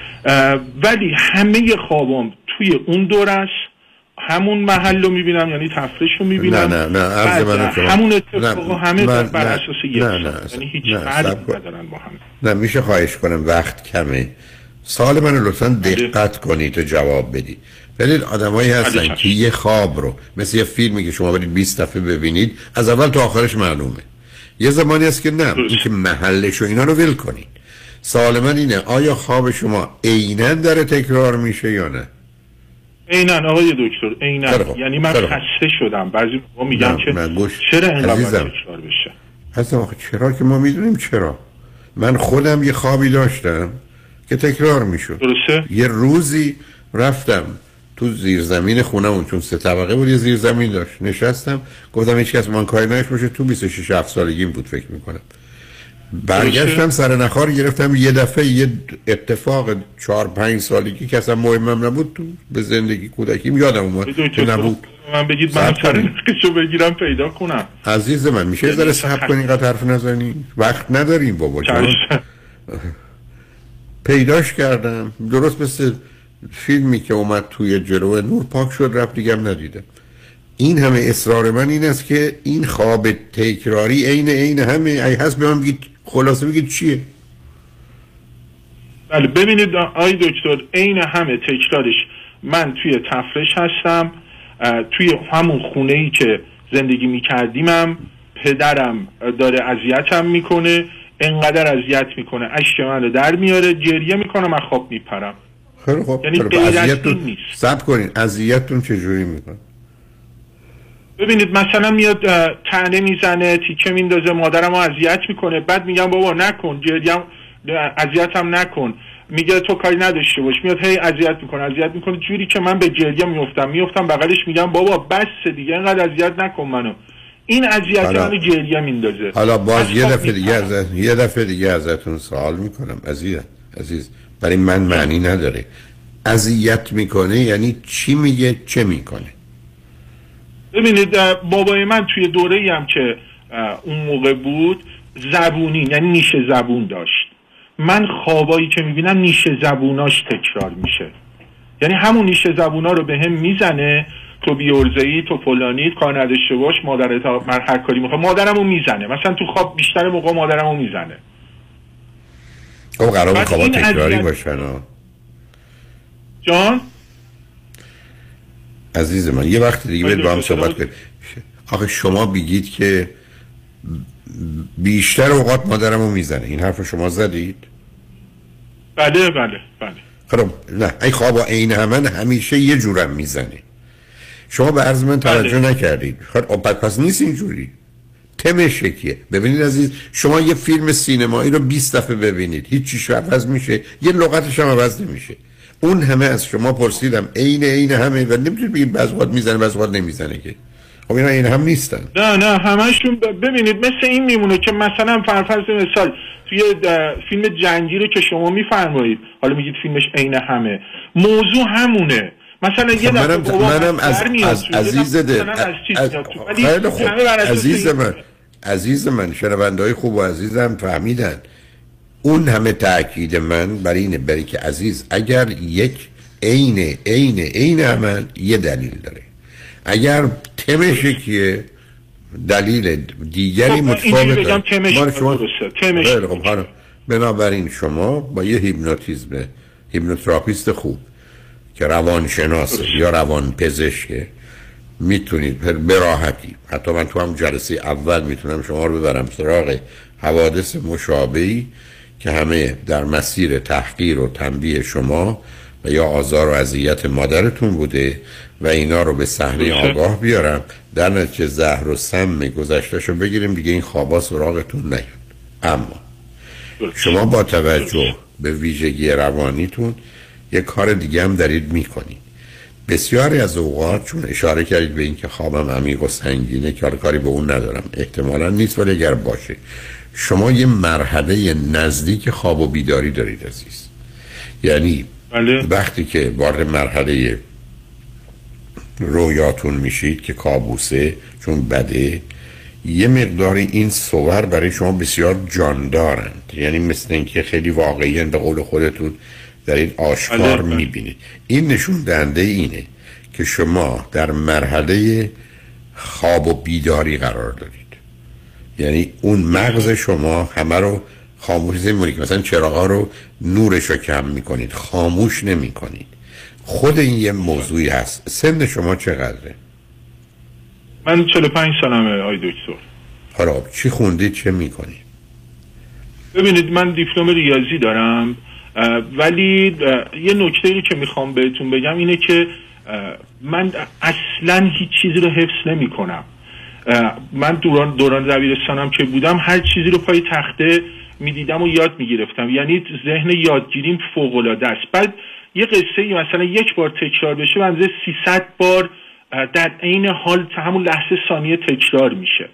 ولی همه خوابام توی اون دور است، همون محل رو میبینم، یعنی تفرش رو میبینم. نه نه نه عرض من شما همون اتفاقا همه من بر اساس یک نه نه یعنی هیچ فرقی ندارن با هم. نه میشه خواهش کنم وقت کمه، سوال منو لطفاً دقت کنید و جواب بدید. ببینید آدمایی هستن که یه خواب رو مثل یه فیلمی که شما برید بیست دفعه ببینید از اول تا آخرش معلومه. یه زمانی هست که نه، این که محلش و اینا رو ول کنید. سوال من اینه آیا خواب شما عیناً داره تکرار میشه یا نه؟ عیناً آقای دکتر، عیناً. یعنی من خسته شدم، بعضی موقع میگم که چرا اینقدر تکرار بشه. اصلا آخه چرا که ما میدونیم چرا. من خودم یه خوابی داشتم که تکرار میشد. درسته؟ یه روزی رفتم تو زیرزمین خونمون، چون سه طبقه بود، یه زیرزمین داشت، نشستم گفتم هیچ کس من کاری نش باشه. تو بیست و شش هفت سالگیم بود فکر میکنم. برگشتم سر نخار گرفتم، یه دفعه یه اتفاق چهار پنج سالگی که اصلا مهمم نبود تو به زندگی کودکیم یادم اومد که نبود. من بگید من سر نخشو بگیرم پیدا کنم. عزیز من میشه یه ذره صبر کنی اینقدر حرف نزنی؟ وقت نداریم بابا جان. پیداش کردم درست مثل فیلمی که اومد توی جلوه نور پاک شد رفت دیگم ندیدم. این همه اصرار من این است که این خواب تکراری عین عین همه ای هست به من بگید خلاصه بگید چیه؟ بله ببینید آی دکتر عین همه تکرارش من توی تفرش هستم، توی همون خونه ای که زندگی میکردیمم پدرم داره اذیتم میکنه، انقدر اذیت میکنه اشک منو در میاره، گریه میکنم از خواب میپرم. خیلی خوب. یعنی غیر از این نیست. صبر کنین اذیتتون چجوری میکنه؟ ببینید مثلا میاد طعنه میزنه، تیکه میندازه، مادرمو اذیت میکنه، بعد میگم بابا نکن، گریم اذیتم نکن، میگه تو کاری نداشته باش، میاد هی اذیت میکنه اذیت میکنه جوری که من به گریه میافتم میافتم بغلش میگم بابا بس دیگه اینقدر اذیت نکن منو. این اذیت منو گریه میندازه. حالا باز یه دفعه دیگه از یه دفعه دیگه ازتون سوال میکنم عزیز عزیز برای من معنی نداره. اذیت میکنه یعنی چی میگه چه میکنه؟ ببینید بابای من توی دوره‌ای هم که اون موقع بود زبونی یعنی نیش زبون داشت. من خوابایی که میبینم نیش زبوناش تکرار میشه، یعنی همون نیش زبونا رو به هم میزنه تو بیورزهی تو فلانی کار نداشته باش مادرت من هر کاری میخوام مادرمو میزنه، مثلا تو خواب بیشتر موقع مادرمو میزنه. خب قرار خوابا تکراری باشن جان عزیز من یه وقت دیگه باید با هم صحبت کنیم. آخه شما بگید که بیشتر اوقات مادرمو میزنه، این حرف شما زدید؟ بله بله بله. خب نه این خوابا عین همه همیشه یه جورم میزنه. شما به عرض من توجه بله. نکردید. خب پس نیست اینجوری. تمش یکیه. ببینید عزیز شما یه فیلم سینمایی رو بیست دفعه ببینید هیچ چیش عوض میشه یه لغتش هم عوض نمیشه. اون همه از شما پرسیدم عین عین همه و نمیتونید بگید بعضی وقت میزنه بعضی وقت نمیزنه که. خب اینا این هم نیستن. نه نه همشون ببینید مثل این میمونه که مثلا فرض مثال توی فیلم جنگی رو که شما میفرمایید حالا میگید فیلمش عین همه موضوع همونه. مثلا یه منم منم از از عزیز دل خیلی خوب عزیز من عزیز من شنونده‌های خوب و عزیزم فهمیدن. اون همه تأکید من برای اینه برای که عزیز اگر یک عین عین عین عمل یه دلیل داره، اگر تمش یکیه دلیل دیگری متفاوته. ما شما خیلی خوب حالا بنابراین شما با یه هیپنوتیزم هیپنوتراپیست خوب که روانشناسه یا روان پزشکه میتونید به راحتی حتی من تو هم جلسه اول میتونم شما رو ببرم سراغ حوادث مشابهی که همه در مسیر تحقیر و تنبیه شما و یا آزار و اذیت مادرتون بوده و اینا رو به صحنه آگاه بیارم در نتیجه زهر و سم گذشتهشو بگیریم دیگه این خوابا سراغتون نیاد. اما شما با توجه به ویژگی روانیتون یک کار دیگه هم دارید میکنید. بسیاری از اوقات چون اشاره کردید به این که خوابم عمیق و سنگینه که کاری به اون ندارم احتمالا نیست ولی اگر باشه شما یه مرحله نزدیک خواب و بیداری دارید عزیز. یعنی بله. وقتی که وارد مرحله رویاتون میشید که کابوسه چون بده یه مقداری این صور برای شما بسیار جاندارند، یعنی مثل اینکه خیلی واقعی به قول خودتون دارید آشکار بله. میبینید. این نشون دهنده اینه که شما در مرحله خواب و بیداری قرار دارید. یعنی اون مغز شما همه رو خاموش نمی‌کنید، مثلا چراغا رو نورش رو کم میکنید خاموش نمی‌کنید. خود این یه موضوعی هست. سن شما چقدره؟ من چهل و پنج سالمه آی دکتر. حالا چی خوندید چه میکنید؟ ببینید من دیپلم ریاضی دارم ولی یه نکته‌ای که میخوام بهتون بگم اینه که من اصلا هیچ چیزی رو حفظ نمی کنم. من دوران دوران دبیرستانم که بودم هر چیزی رو پای تخته میدیدم و یاد میگرفتم، یعنی ذهن یادگیریم فوق العاده است. بعد یه قصه مثلا یک بار تکرار بشه بنظر سیصد بار در عین حال همون لحظه ثانیه تکرار میشه.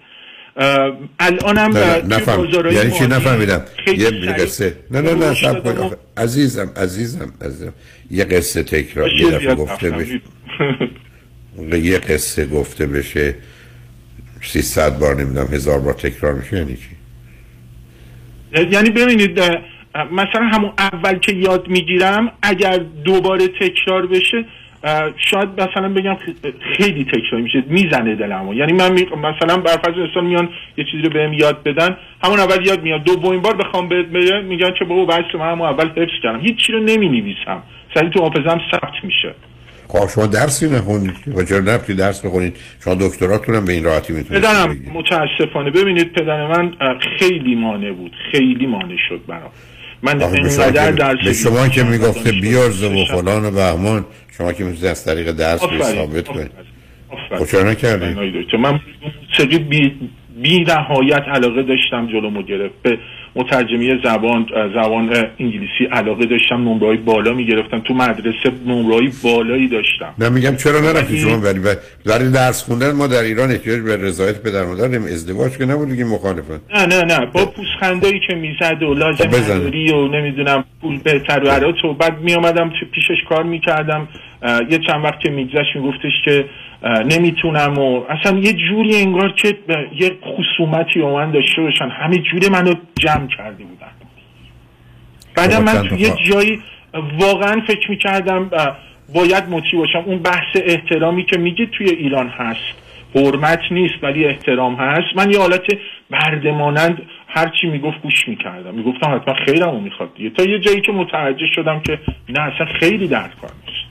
الانم نفهم یعنی چی نفهمیدم یه قصه نه نه نه صبر کن عزیزم عزیزم عزیزم یه قصه تکرار یه دفعه گفته بشه یه قصه گفته بشه سیصد بار نمیدونم هزار بار تکرار میشه یعنی چی؟ یعنی ببینید مثلا همون اول که یاد میگیرم اگر دوباره تکرار بشه شاید مثلا بگم خیلی تکرار میشه میزنه دلمو. یعنی من می... مثلا برفرض مثلا میان یه چیزی رو بهم یاد بدن همون اول یاد میاد دومین بار بخوام بگم میگن که بابا بس من همون اول حفظ کردم هیچ چی رو نمینویسم سریع تو حافظه‌ام ثبت میشه. خب شما درسی نخوندید و چرا نرفتید درس بخونید؟ شما دکتراتون هم به این راحتی میتونید. پدرم متاسفانه ببینید پدر من خیلی مانع بود خیلی مانع شد برام. من اینقدر درس به شما که میگفته بیارزه و فلان و بهمان شما که میتونید از طریق درس ثابت کنید. خب چرا نکردید؟ من موسیقی بی بی نهایت علاقه داشتم جلومو گرفت. به مترجمی زبان زبان انگلیسی علاقه داشتم نمره‌های بالا میگرفتم تو مدرسه نمره‌های بالایی داشتم. نه میگم چرا نرفتید شما ولی برای درس خوندن ما در ایران احتیاج به رضایت پدر مادر داریم ازدواج که نبود دیگه مخالفن. نه نه نه با پوزخندایی که میزد و لازم نداری و نمیدونم پول بهتر و عرات و بعد میامدم پیشش کار میکردم یه چند وقت که میگذشت میگفتش که نمیتونم و اصلا یه جوری انگار که یه خصومتی با من داشته باشن همه جوری منو جمع کرده بودن. بعدم من تو یه جایی واقعا فکر میکردم باید مطیع باشم. اون بحث احترامی که میگه توی ایران هست حرمت نیست ولی احترام هست. من یه حالت بردمانند هرچی میگفت گوش میکردم میگفتم حتما خیرمو میخواد دیگه تا یه جایی که متوجه شدم که نه اصلا خیلی درد کار نیست.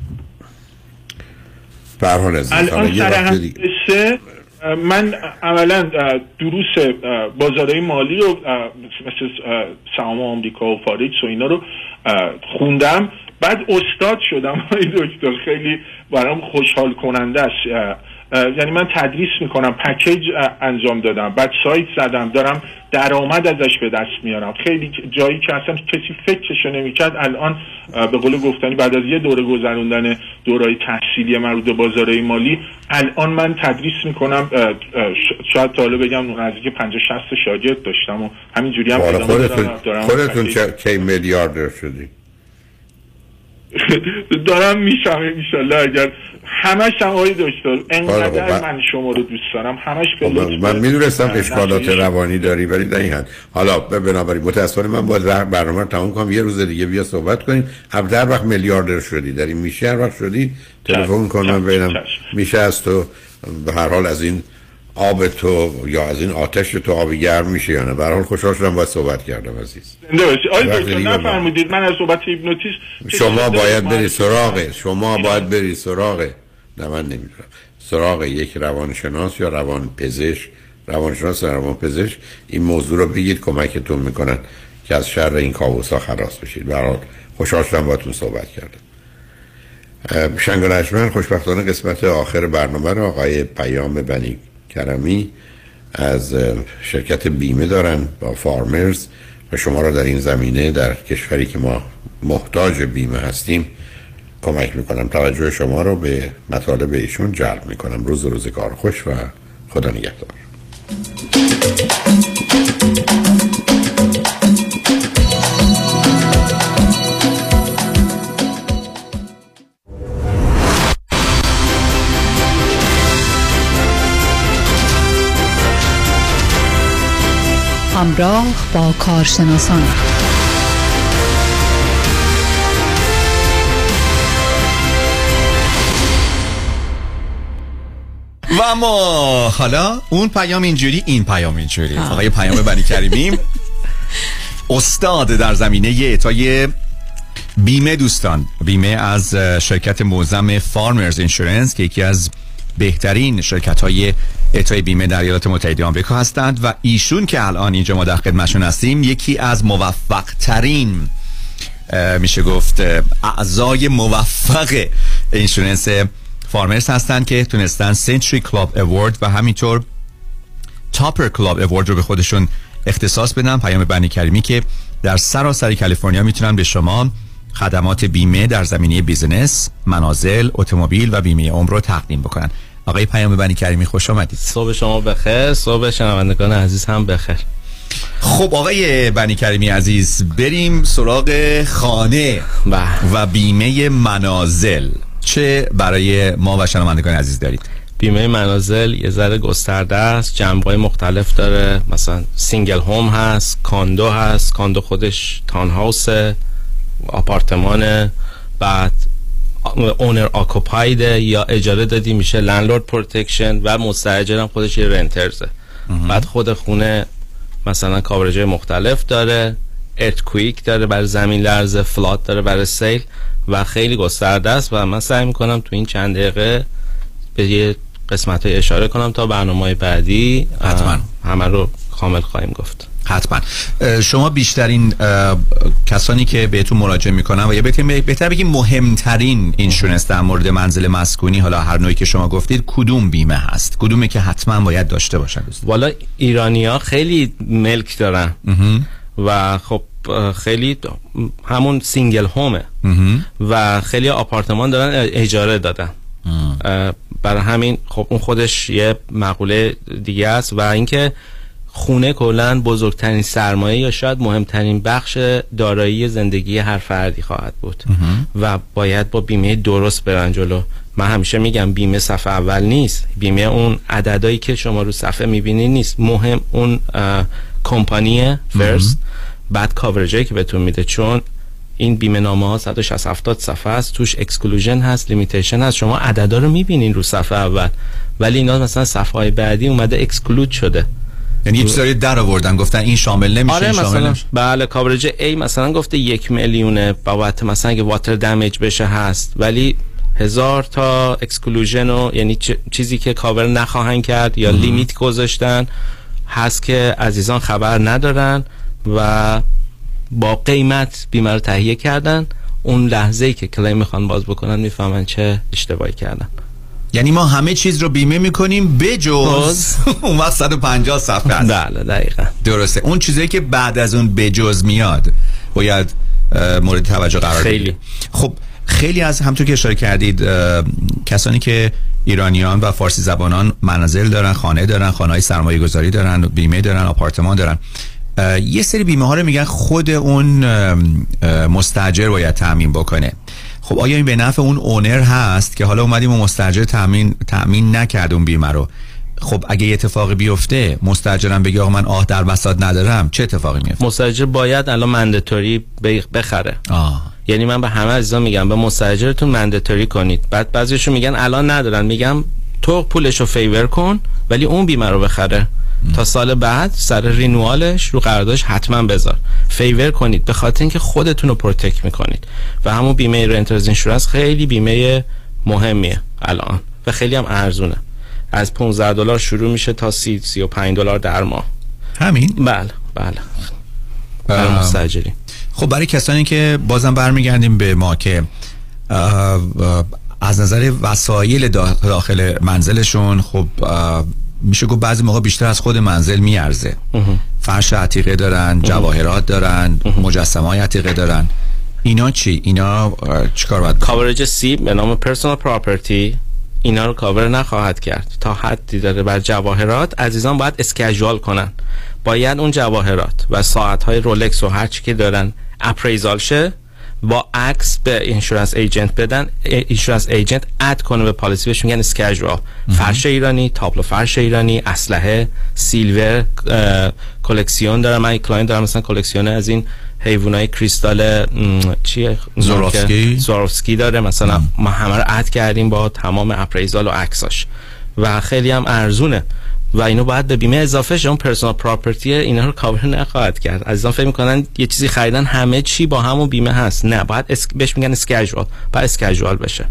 الان سر هم قصه من اولا دروس بازارهای مالی رو مثل سهام آمریکا و فارکس و اینا رو خوندم بعد استاد شدم. دکتر خیلی برام خوشحال کننده است. یعنی من تدریس میکنم پکیج انجام دادم بعد سایت زدم دارم درآمد ازش به دست میارم. خیلی جایی که اصلا کسی فکرشو نمیکرد الان به قول گفتنی بعد از یه دوره گذروندن دورهای تحصیلی مربوط به بازارهای مالی الان من تدریس میکنم. شاید تا حالا بگم نزدیک پنجاه شصت شاگرد داشتم و همینجوری هم خودتون خودتون کی میلیاردر شدی؟ دارم میشم انشالله اگر همش هم آقای دکتر انقدر من شما رو دوست دارم همش به من میدونستم اشکالات روانی داری ولی در این حد حالا بنابراین متاسفانه من باید برنامه رو تموم کنم یه روز دیگه بیا صحبت کنیم. هم در وقت میلیاردر شدی در این میشه هر وقت شدی تلفن کنم ببینم میشه از تو به هر حال از این آب تو یا از این آتش تو آب گرم میشه یا نه. به هر حال خوشحال شدم باید صحبت کردم عزیز. آقای دکتر نفرمودید من از صحبت هیپنوتیزم شما باید بری سراغ شما باید بری سراغ نه من نمیدونم سراغ یک روانشناس یا روان پزشک روانشناس یا روان پزشک این موضوع رو بگید کمکتون میکنن که از شر این کابوسا خلاص بشید. به هر حال خوشحال شدم باهاتون صحبت کردم. شنگ و نجمن خوشبختانه قسمت آخر برنامه رو آقای پیام بنی کرمی از شرکت بیمه دارن با فارمرز و شما را در این زمینه در کشوری که ما محتاج بیمه هستیم کمک میکنم. توجه شما رو به مطالب ایشون جلب میکنم. روز روز کار خوش و خدا نگهدار. همراه با کارشناسان و اما حالا اون پیام اینجوری این پیام اینجوری آقای پیام بنی کریمی استاد در زمینه اعطای بیمه دوستان بیمه از شرکت معظم فارمرز اینشورنس که یکی از بهترین شرکت های اعطای بیمه در ایالات متحده آمریکا هستند و ایشون که الان اینجا ما در خدمتشون هستیم یکی از موفق ترین میشه گفت اعضای موفق اینشورنس فارمرز هستند که تونستن سنچری کلاب اوارد و همینطور تاپر کلاب اوارد رو به خودشون اختصاص بدن. پیام بنی کریمی که در سراسر کالیفرنیا میتونن به شما خدمات بیمه در زمینه بیزنس، منازل، اتومبیل و بیمه عمر رو تقدیم بکنن. آقای پیام بنی کریمی خوش آمدید. صبح شما بخیر، صبح شنوندگان عزیز هم بخیر. خب آقای بنی کریمی عزیز، بریم سراغ خانه و بیمه منازل. چه برای ما و شنوندگان عزیز دارید؟ بیمه منازل یه ذره گسترده است، جنبه‌های مختلف داره. مثلا سینگل هوم هست، کاندو هست، کاندو خودش تاون هاوس، آپارتمانه، بعد اونر آکوپاید یا اجاره دادی میشه لندلورد پروتکشن، و مستاجر هم خودش یه رنترزه. بعد خود خونه مثلا کاورج‌های مختلف داره، ارتکویک داره برای زمین لرزه، فلات داره برای سیل، و خیلی گسترده است و من سعی میکنم تو این چند دقیقه به یه قسمت های اشاره کنم تا برنامه‌های بعدی حتما همه رو کامل خواهیم گفت. حتما. شما بیشترین کسانی که بهتون مراجعه میکنن و یا بهتر بگیم مهمترین اینشورنس در مورد منزل مسکونی، حالا هر نوعی که شما گفتید، کدوم بیمه هست؟ کدومی که حتما باید داشته باشن؟ والا ایرانی‌ها خیلی ملک دارن و خب خیلی همون سینگل هومه و خیلی آپارتمان دارن اجاره دادن. برای همین خب اون خودش یه مقوله دیگه است. و اینکه خونه کلن بزرگترین سرمایه یا شاید مهمترین بخش دارایی زندگی هر فردی خواهد بود و باید با بیمه درست برن جلو. من همیشه میگم بیمه صفحه اول نیست، بیمه اون عددهایی که شما رو صفحه میبینید نیست، مهم اون کمپانی فرست، بعد کاورجی که بهتون میده. چون این بیمه نامه ها صد و شصت هفتاد صفحه است، توش اکسکلوژن هست، لیمیتیشن هست، شما عددا رو میبینین رو صفحه اول، ولی اینا مثلا صفحه های بعدی اومده اکسکلود شده، یعنی یه چیزایی در آوردن گفتن این شامل نمیشه. آره این شامل مثلا نمیشه. بله کاورج A مثلا گفته یک میلیونه بابت مثلا اگه واتر دمیج بشه هست، ولی هزار تا اکسکلوژن و یعنی چیزی که کاور نخواهن کرد یا لیمیت گذاشتن هست که عزیزان خبر ندارن و با قیمت بیمه رو تهیه کردن. اون لحظه‌ای که کلیم میخوان باز بکنن میفهمن چه اشتباهی کردن. یعنی ما همه چیز رو بیمه میکنیم بجز اون وقت صد و پنجاه صفحه است. بله دقیقاً درسته. اون چیزایی که بعد از اون بجز میاد باید مورد توجه قرار بگیره. خیلی خب خیلی از همونطور که اشاره کردید کسانی که ایرانیان و فارسی زبانان منازل دارن، خانه دارن، خانه‌های سرمایه گذاری دارن، بیمه دارن، آپارتمان دارن، یه سری بیمه ها رو میگن خود اون مستاجر باید تامین بکنه. خب آیا این به نفع اون اونر هست که حالا اومدیم و مستاجر تامین تامین نکرد اون بیمه رو؟ خب اگه یه اتفاقی بیفته مستاجرم بگه آقا من آه در بساط ندارم، چه اتفاقی میفته؟ مستاجر باید الان منداتوری بخره. آه. یعنی من به همه عزیزان میگم به مستاجرتون منداتوری کنید. بعد بعضیشون میگن الان ندارن، میگم تو پولشو فیور کن ولی اون بیمه رو بخره م. تا سال بعد سر رینوالش رو قراردادش حتما بذار، فیور کنید به خاطر اینکه خودتون رو پروتکت میکنید. و همون بیمه رنترز اینشورنس خیلی بیمه مهمیه الان و خیلی هم ارزونه، از پانزده دلار شروع میشه تا سی سی و پنج دلار در ماه. همین؟ بله بله برای مستاجری. خب برای کسانی که بازم برمیگردیم به ما که آه آه از نظر وسایل داخل منزلشون، خب میشه گفت بعضی موقع بیشتر از خود منزل میارزه. فرش عتیقه دارن، جواهرات دارن، مجسمه‌های عتیقه دارن، اینا چی؟ اینا چیکار باید؟ کاورج سی به نام پرسونال پراپرتی اینا رو کاور نخواهد کرد تا حدی داره. بر جواهرات عزیزان باید اسکیجوال کنن، باید اون جواهرات و ساعت‌های رولکس و هر چی که دارن اپریزال شه، با عکس به اینشورنس ایجنت بدن، اینشورنس ایجنت اد کنه به پالیسی، بهش میگن اسکیجوال. فرش ایرانی، تابلو فرش ایرانی، اسلحه، سیلور، کلکسیون دارم. من کلاینت دارم مثلا کلکسیون از این حیوانای کریستال چیه زوروفسکی زوروفسکی داره مثلا ام. ما همه رو اد کردیم با تمام اپریزال و عکساش و خیلی هم ارزونه و اینو باید به بیمه اضافه شه. اون پرسونال پراپرتی اینا رو کاور نخواهد کرد. عزیزان فکر میکنن یه چیزی خریدن همه چی با همون بیمه هست، نه، باید اس... بهش میگن اسکیجوال، باید اسکیجوال بشه.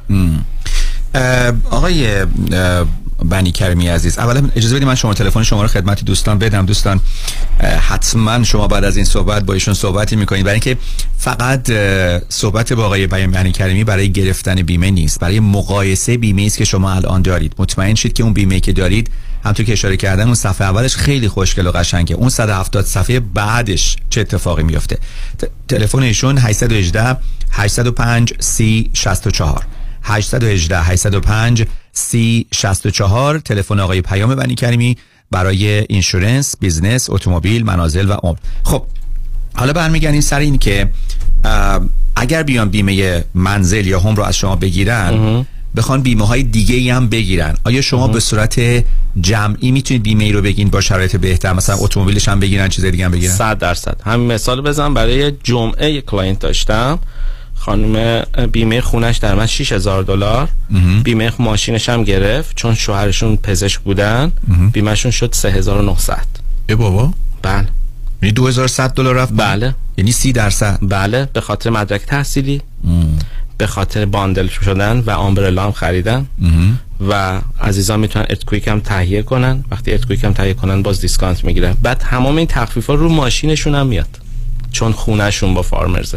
آقای بنی کریمی عزیز، اولا اجازه بدید من شما تلفن شما رو خدمت دوستان بدم. دوستان حتما شما بعد از این صحبت با ایشون صحبتی میکنید، برای اینکه فقط صحبت با آقای بنی کریمی برای گرفتن بیمه نیست، برای مقایسه بیمه است که شما الان دارید. مطمئن شید که اون بیمه که دارید همونطور که اشاره کردن اون صفحه اولش خیلی خوشگل و قشنگه، اون صد و هفتاد صفحه بعدش چه اتفاقی میفته. تلفن ایشون هشت یک هشت هشت صفر پنج سی شصت و چهار هشت یک هشت هشت صفر پنج سی شصت و چهار. تلفن آقای پیام بنی کریمی برای اینشورنس، بیزنس، اتومبیل، منازل و عمر. خب حالا برمیگردیم سر این که اگر بیان بیمه منزل یا هم رو از شما بگیرن، بخوان بیمه های دیگه ای هم بگیرن، آیا شما به صورت جمعی میتونید بیمه ای رو بگین با شرایط بهتر، مثلا اتومبیلش هم بگیرن، چیز دیگه هم بگیرن؟ صد درصد. همین مثال بزنم، برای جمعه یک کلاینت داشتم، خانم بیمه خونش در من شش هزار دلار، بیمه ماشینش هم گرفت چون شوهرشون پزشک بودن، بیمهشون شد سه هزار و نهصد. ای بابا. بله. یعنی دو هزار و صد دلار رفت؟ بله. یعنی سی درصد؟ بله، به خاطر مدرک تحصیلی، ام. به خاطر باندل شدن و آمبرلا هم خریدن، ام. و عزیزان میتونن ارتکویک هم تهیه کنن، وقتی ارتکویک هم تهیه کنن باز دیسکانت میگیرن. بعد تمام این تخفیفا رو ماشینشون هم میاد چون خونهشون با فارمرزه،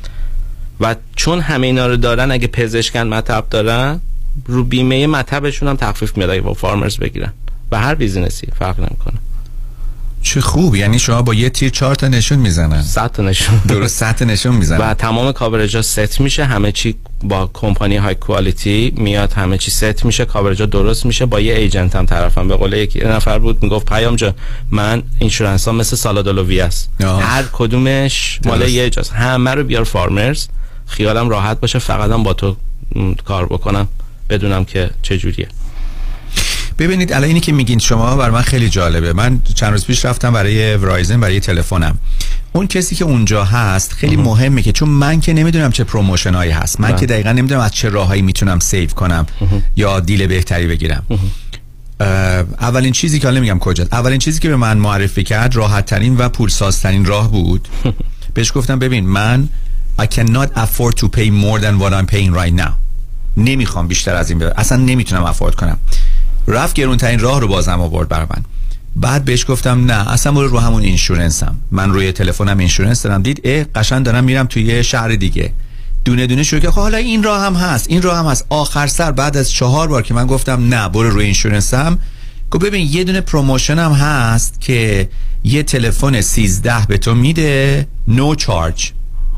و چون همه اینا رو دارن، اگه پزشکن مطب دارن، رو بیمه مطبشون هم تخفیف میاد اگه با فارمرز بگیرن، و هر بیزینسی فرق نمیکنه. چه خوب، یعنی شما با یه تیر چهار تا نشون میزنن، صد تا نشون درست صد تا نشون میزنن و تمام کاورجا ست میشه، همه چی با کمپانی های کوالیتی میاد، همه چی ست میشه، کاورجا درست میشه. با یه ایجنت هم طرفم، به قول یک نفر بود میگفت پیام جان من اینشورنس ها مثل سالادولوی است، هر کدومش مال یه جاست، همه رو بیار فارمرز، خیالم راحت باشه، فقط هم با تو کار بکنم بدونم که چه جوریه. ببینید الان اینی که میگین شما بر من خیلی جالبه. من چند روز پیش رفتم برای ورایزن برای تلفنم، اون کسی که اونجا هست خیلی اه. مهمه که چون من که نمیدونم چه پروموشن هایی هست، من اه. که دقیقا نمیدونم از چه راهایی میتونم سیو کنم اه. یا دیل بهتری بگیرم. اولین چیزی که حالا نمیگم کجاست، اولین چیزی که به من معرفی کرد راحت ترین و پولسازترین راه بود. بهش گفتم ببین من I cannot afford to pay more than what I'm paying right now. نمیخوام بیشتر از این بدم، اصلا نمیتونم افورد کنم. رفت گرونترین راه رو بازم آورد برای من. بعد بهش گفتم نه اصلا برو رو همون اینشورنسم، من روی تلفنم اینشورنس دارم. دید اه قشنگ دارم میرم توی یه شهر دیگه، دونه دونه شروع که خب حالا این راه هم هست، این راه هم هست. آخر سر بعد از چهار بار که من گفتم نه برو روی اینشورنسم، گفت ببین یه دونه پروموشن هم هست که یه تلفن سیزده به تو میده نو چارج،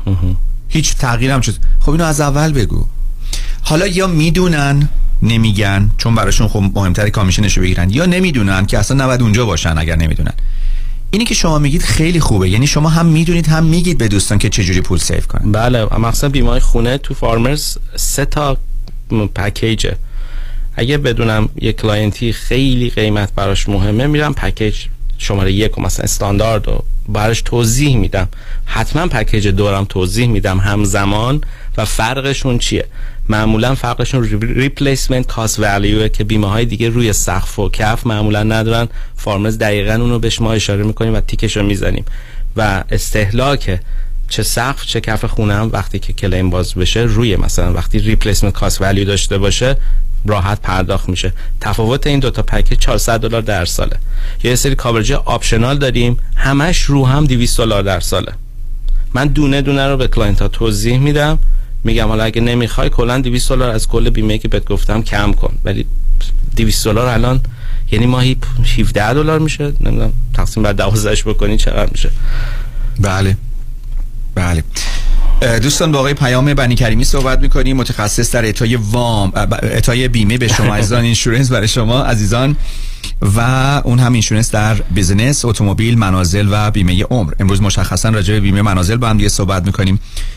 هیچ تغییرم شد. خب اینو از اول بگو. حالا یا میدونن نمیگن چون براشون خب مهمتره کامیشنشو بگیرن، یا نمیدونن که اصلا نباید اونجا باشن اگر نمیدونن. اینی که شما میگید خیلی خوبه، یعنی شما هم میدونید هم میگید به دوستان که چجوری پول سیو کنن. بله، مثلا بیمه خونه تو فارمرز سه تا پکیجه. اگه بدونم یک کلاینتی خیلی قیمت براش مهمه، میرم پکیج شماره یک مثلا استاندارد رو براش توضیح میدم، حتما پکیج دورم توضیح میدم همزمان و فرقشون چیه. معمولا فرقشون ریپلیسمنت کاست ولیوه که بیمه های دیگه روی سقف و کف معمولا ندارن، فارمرز دقیقاً اونو بهش ما اشاره میکنیم و تیکش رو میزنیم. و استهلاک چه سقف چه کف خونه هم وقتی که کلیم باز بشه روی مثلا وقتی ریپلیسمنت کاست ولیو داشته باشه راحت پرداخت میشه. تفاوت این دوتا پکیج چهارصد دلار در ساله. یه سری کاورج آپشنال داریم همش رو هم دویست دلار در ساله. من دونه دونه رو به کلاینت ها توضیح میدم، میگم حالا اگه نمیخوای کلا دویست دلار از کل بیمه که بهت گفتم کم کن، ولی دویست دلار الان یعنی ماهی هفده دلار میشه، نمیدونم تقسیم بر دوازدهش بکنی چقدر میشه. بله بله. دوستان با آقای پیام بنی کریمی صحبت میکنیم، متخصص در اعطای وام اعطای بیمه به شما عزیزان، اینشورنس برای شما عزیزان، و اون هم اینشورنس در بیزنس، اتومبیل، منازل و بیمه عمر. امروز مشخصا راجع به بیمه منازل با هم دیگه صحبت میکنیم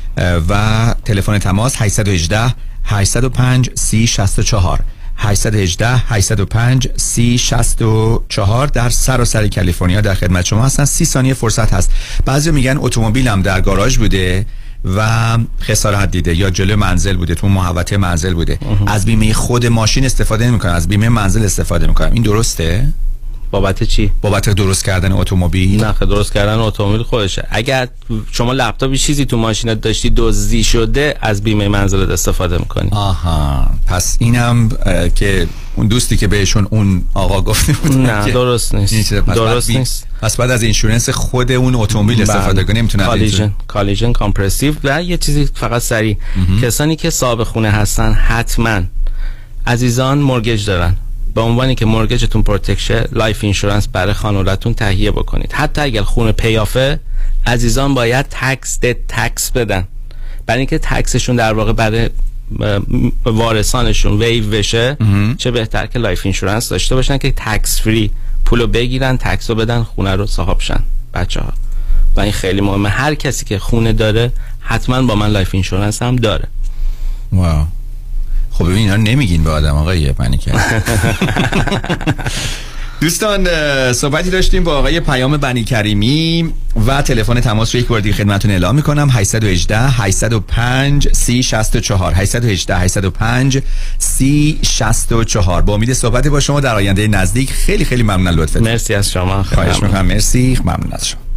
و تلفن تماس هشت یک هشت هشت صفر پنج سه شش چهار هشت یک هشت هشت صفر پنج سه شش چهار در سراسر کالیفرنیا در خدمت شما هستن. سی ثانیه فرصت هست. بعضی میگن اتومبیلم در گاراژ بوده و خسارت دیده یا جلو منزل بوده، تو محوطه منزل بوده، از بیمه خود ماشین استفاده نمی‌کنم، از بیمه منزل استفاده می‌کنم. این درسته؟ بابت چی؟ بابت درست کردن اتومبیل؟ نه، درست کردن اتومبیل خودشه. اگر شما لپتاپ چیزی تو ماشینت داشتی دزدی شده، از بیمه منزلت استفاده می‌کنی. آها، پس اینم که اون دوستی که بهشون اون آقا گفته بود نه درست نیست. درست نیست. پس بعد از اینشورنس خود اون اتومبیل استفاده کنه، نمیتونه کالیژن کالیژن کامپرسیو. و یه چیزی فقط سریع، کسانی که صاحب خونه هستن حتما عزیزان مورگیج دارن، به عنوانی که مورگیجتون پروتکشن لایف اینشورنس برای خانواده‌تون تهیه بکنید. حتی اگر خونه پیافه، عزیزان باید تکس ده تکس بدن، برای اینکه تکسشون در واقع برای وارثانشون ویو بشه چه بهتر که لایف اینشورنس داشته باشن که تکس فری پولو بگیرن، تکس رو بدن، خونه رو صاحب شن بچه‌ها. و این خیلی مهمه. هر کسی که خونه داره حتما با من لایف اینشورنس هم داره. واو. خب ببین اینا نمیگین به آدم آقای بنیکریمی. دوستان صحبتی داشتیم با آقای پیام بنیکریمی و تلفن تماس رو یک بار دیگه خدمتتون اعلام میکنم: هشت یک هشت هشت صفر پنج سه شش چهار هشت یک هشت هشت صفر پنج سه شش چهار. با امید صحبت با شما در آینده نزدیک. خیلی خیلی ممنون لطفت. مرسی از شما. خواهش میکنم. مرسی، ممنون از شما.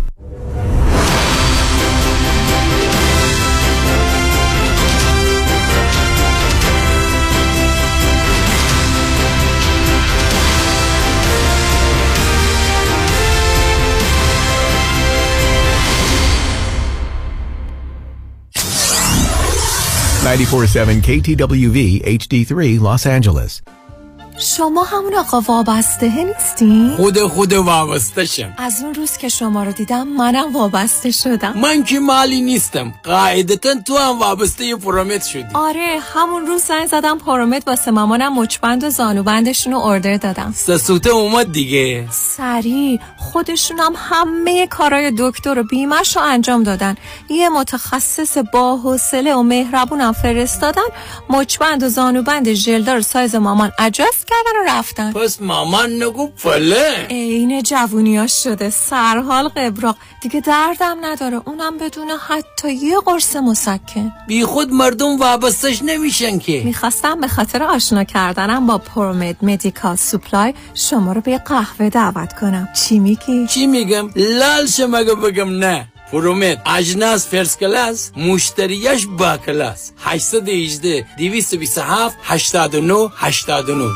نود و چهار ممیز هفت کی تی دبلیو وی اچ دی سه Los Angeles. شما همون آقا وابسته نیستین؟ خود خود وابسته شم. از اون روز که شما رو دیدم منم وابسته شدم. من که مالی نیستم، قاعدتا تو هم وابسته پرومت شدی. آره، همون روز زنگ زدم پرومت واسه مامانم مچبند و زانوبندشون رو اوردر دادم. سسوته اومد دیگه. سریع خودشونم همه کارهای دکتر و بیمه‌ش رو انجام دادن. یه متخصص با حوصله و مهربونم فرستادن، مچبند و زانوبند ژلدار سایز مامان adjust کردن و رفتن. پس مامان نگو پله. عین جوونیاش شده، سرحال قبراق دیگه، دردم نداره، اونم بدون حتی یه قرص مسکن. بی خود مردم وابستش نمیشن که. میخواستم به خاطر آشنا کردنم با پرومد مدیکال سوپلای شما رو به قهوه دعوت کنم. چی میگی؟ چی میگم؟ لال شمگه بگم نه. پرومت اجناس فرست کلاس، مشتریاش با کلاس. هشت یک هشت دویست و بیست و هفت هشتاد و نه هشتاد و نه.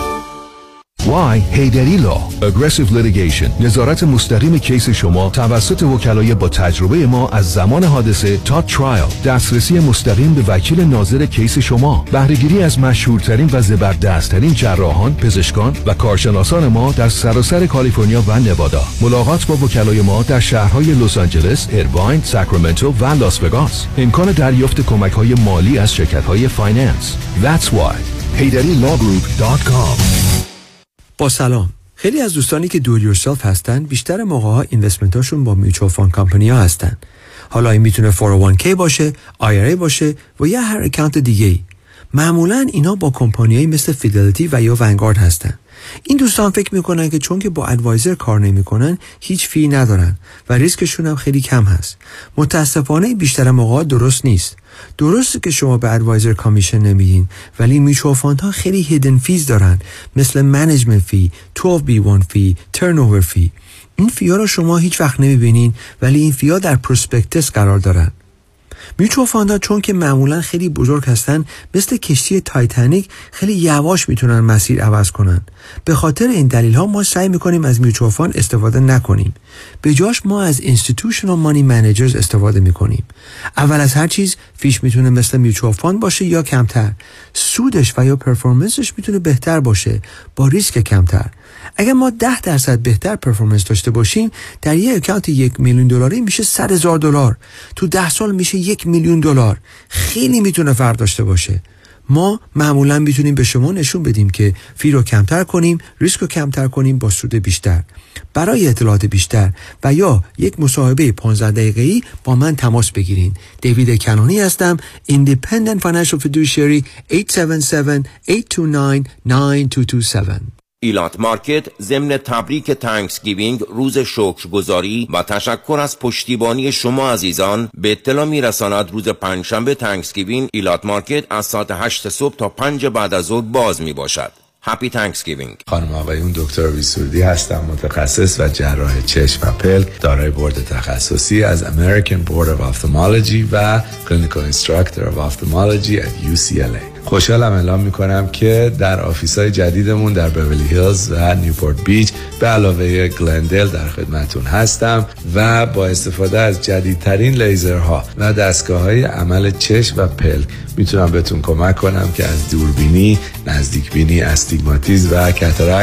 Why هیدری لا Aggressive Litigation. نظارت مستقیم کیس شما توسط وکلای با تجربه ما از زمان حادثه تا ترایل. دسترسی مستقیم به وکیل ناظر کیس شما. بهره‌گیری از مشهورترین و زبردستترین جراحان، پزشکان و کارشناسان ما در سراسر کالیفرنیا و نوادا. ملاقات با وکلای ما در شهرهای لس آنجلس، ایرواین، ساکرامنتو و لاس وگاس. امکان دریافت کمک‌های مالی از شرکت‌های فایننس. That's why هیدری لا گروپ دات کام. با سلام. خیلی از دوستانی که دو یورسلف هستن بیشتر موقع‌ها اینوستمنتاشون با میوچوال فاند کمپانی‌ها هستن. حالا این میتونه فور او وان کی باشه، آی آر ای باشه و یا هر اکانت دیگه‌ای. معمولاً اینا با کمپانیایی مثل فیدلیتی و یا ونگارد هستن. این دوستان فکر میکنن که چون که با ادوایزر کار نمیکنن هیچ فی ندارن و ریسکشون هم خیلی کم هست. متاسفانه بیشتر موقع درست نیست. درسته که شما به ادوایزر کامیشن نمیدین، ولی میچوال فاندها خیلی هیدن فیز دارن، مثل منیجمنت فی، دوازده بی وان فی، ترنوور فی. این فی ها رو شما هیچ وقت نمیبینین، ولی این فی ها در پروسپکتس قرار دارن. میوچوال فاندها چون که معمولا خیلی بزرگ هستن، مثل کشتی تایتانیک خیلی یواش میتونن مسیر عوض کنن. به خاطر این دلیل ها ما سعی میکنیم از میوچوال فاند استفاده نکنیم. به جاش ما از اینستیتوشنال مانی منیجرز استفاده میکنیم. اول از هر چیز فیش میتونه مثل میوچوال فاند باشه یا کمتر. سودش و یا پرفورمنسش میتونه بهتر باشه با ریسک کمتر. اگر ما ده درصد بهتر پرفورمنس داشته باشیم، در یک اکانت یک میلیون دلاری میشه صد هزار دلار. تو ده سال میشه یک میلیون دلار. خیلی میتونه فرق داشته باشه. ما معمولا میتونیم به شما نشون بدیم که فی رو کمتر کنیم، ریسک رو کمتر کنیم با سود بیشتر. برای اطلاعات بیشتر و یا یک مصاحبه پانزده دقیقه‌ای با من تماس بگیرین. دیوید کنانی هستم، Independent Financial Fiduciary. هشت هفت هفت هشت دو نه نه دو دو هفت. ایلات مارکت ضمن تبریک تانکسگیوینگ، روز شکرگزاری و تشکر از پشتیبانی شما عزیزان به اطلاع میرساند روز پنجشنبه تانکسگیوینگ ایلات مارکت از ساعت هشت صبح تا پنج بعد از ظهر باز می باشد. هپی تانکسگیوینگ. خانم آقایون، دکتر ویسوردی هستم، متخصص و جراح چشم و پلک، دارای بورد تخصصی از American Board of Ophthalmology و Clinical Instructor of Ophthalmology at یو سی ال ای. خوشحالم اعلام میکنم که در آفیس‌های جدیدمون در بیولی هیلز و نیوپورت بیچ به علاوه گلندل در خدمتون هستم و با استفاده از جدیدترین لیزرها و دستگاه‌های عمل چشم و پلک میتونم بهتون کمک کنم که از دوربینی، نزدیکبینی، استیگماتیسم و کاتاراکت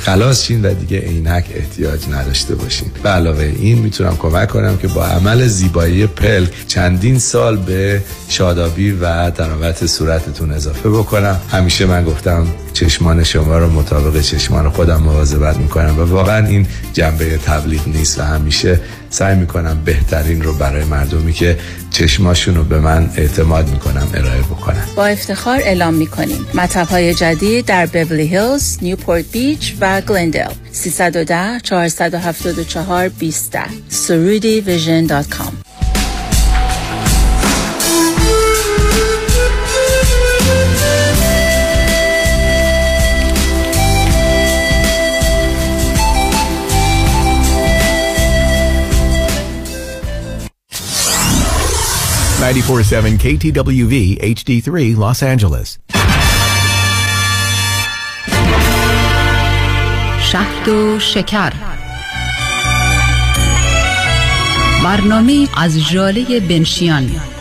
خلاص شین و دیگه عینک احتیاج نداشته باشین. به علاوه این میتونم کمک کنم که با عمل زیبایی پلک چندین سال به شادابی و تراوت صورتتون اضافه بکنم. همیشه من گفتم چشمان شما رو مطابق چشمان خودم مواظبت میکنم و واقعا این جنبه تبلیغ نیست و همیشه سعی میکنم بهترین رو برای مردمی که چشماشون رو به من اعتماد میکنم ارائه بکنم. با افتخار اعلام میکنیم مطب‌های جدید در بیولی هیلز، نیوپورت بیچ و گلندل. سیصد و ده چهارصد و هفتاد و چهار بیست سرودی ویژن دات کام. ninety-four point seven K T W V H D three Los Angeles. شهد و شکر، برنامه از ژاله بنشیان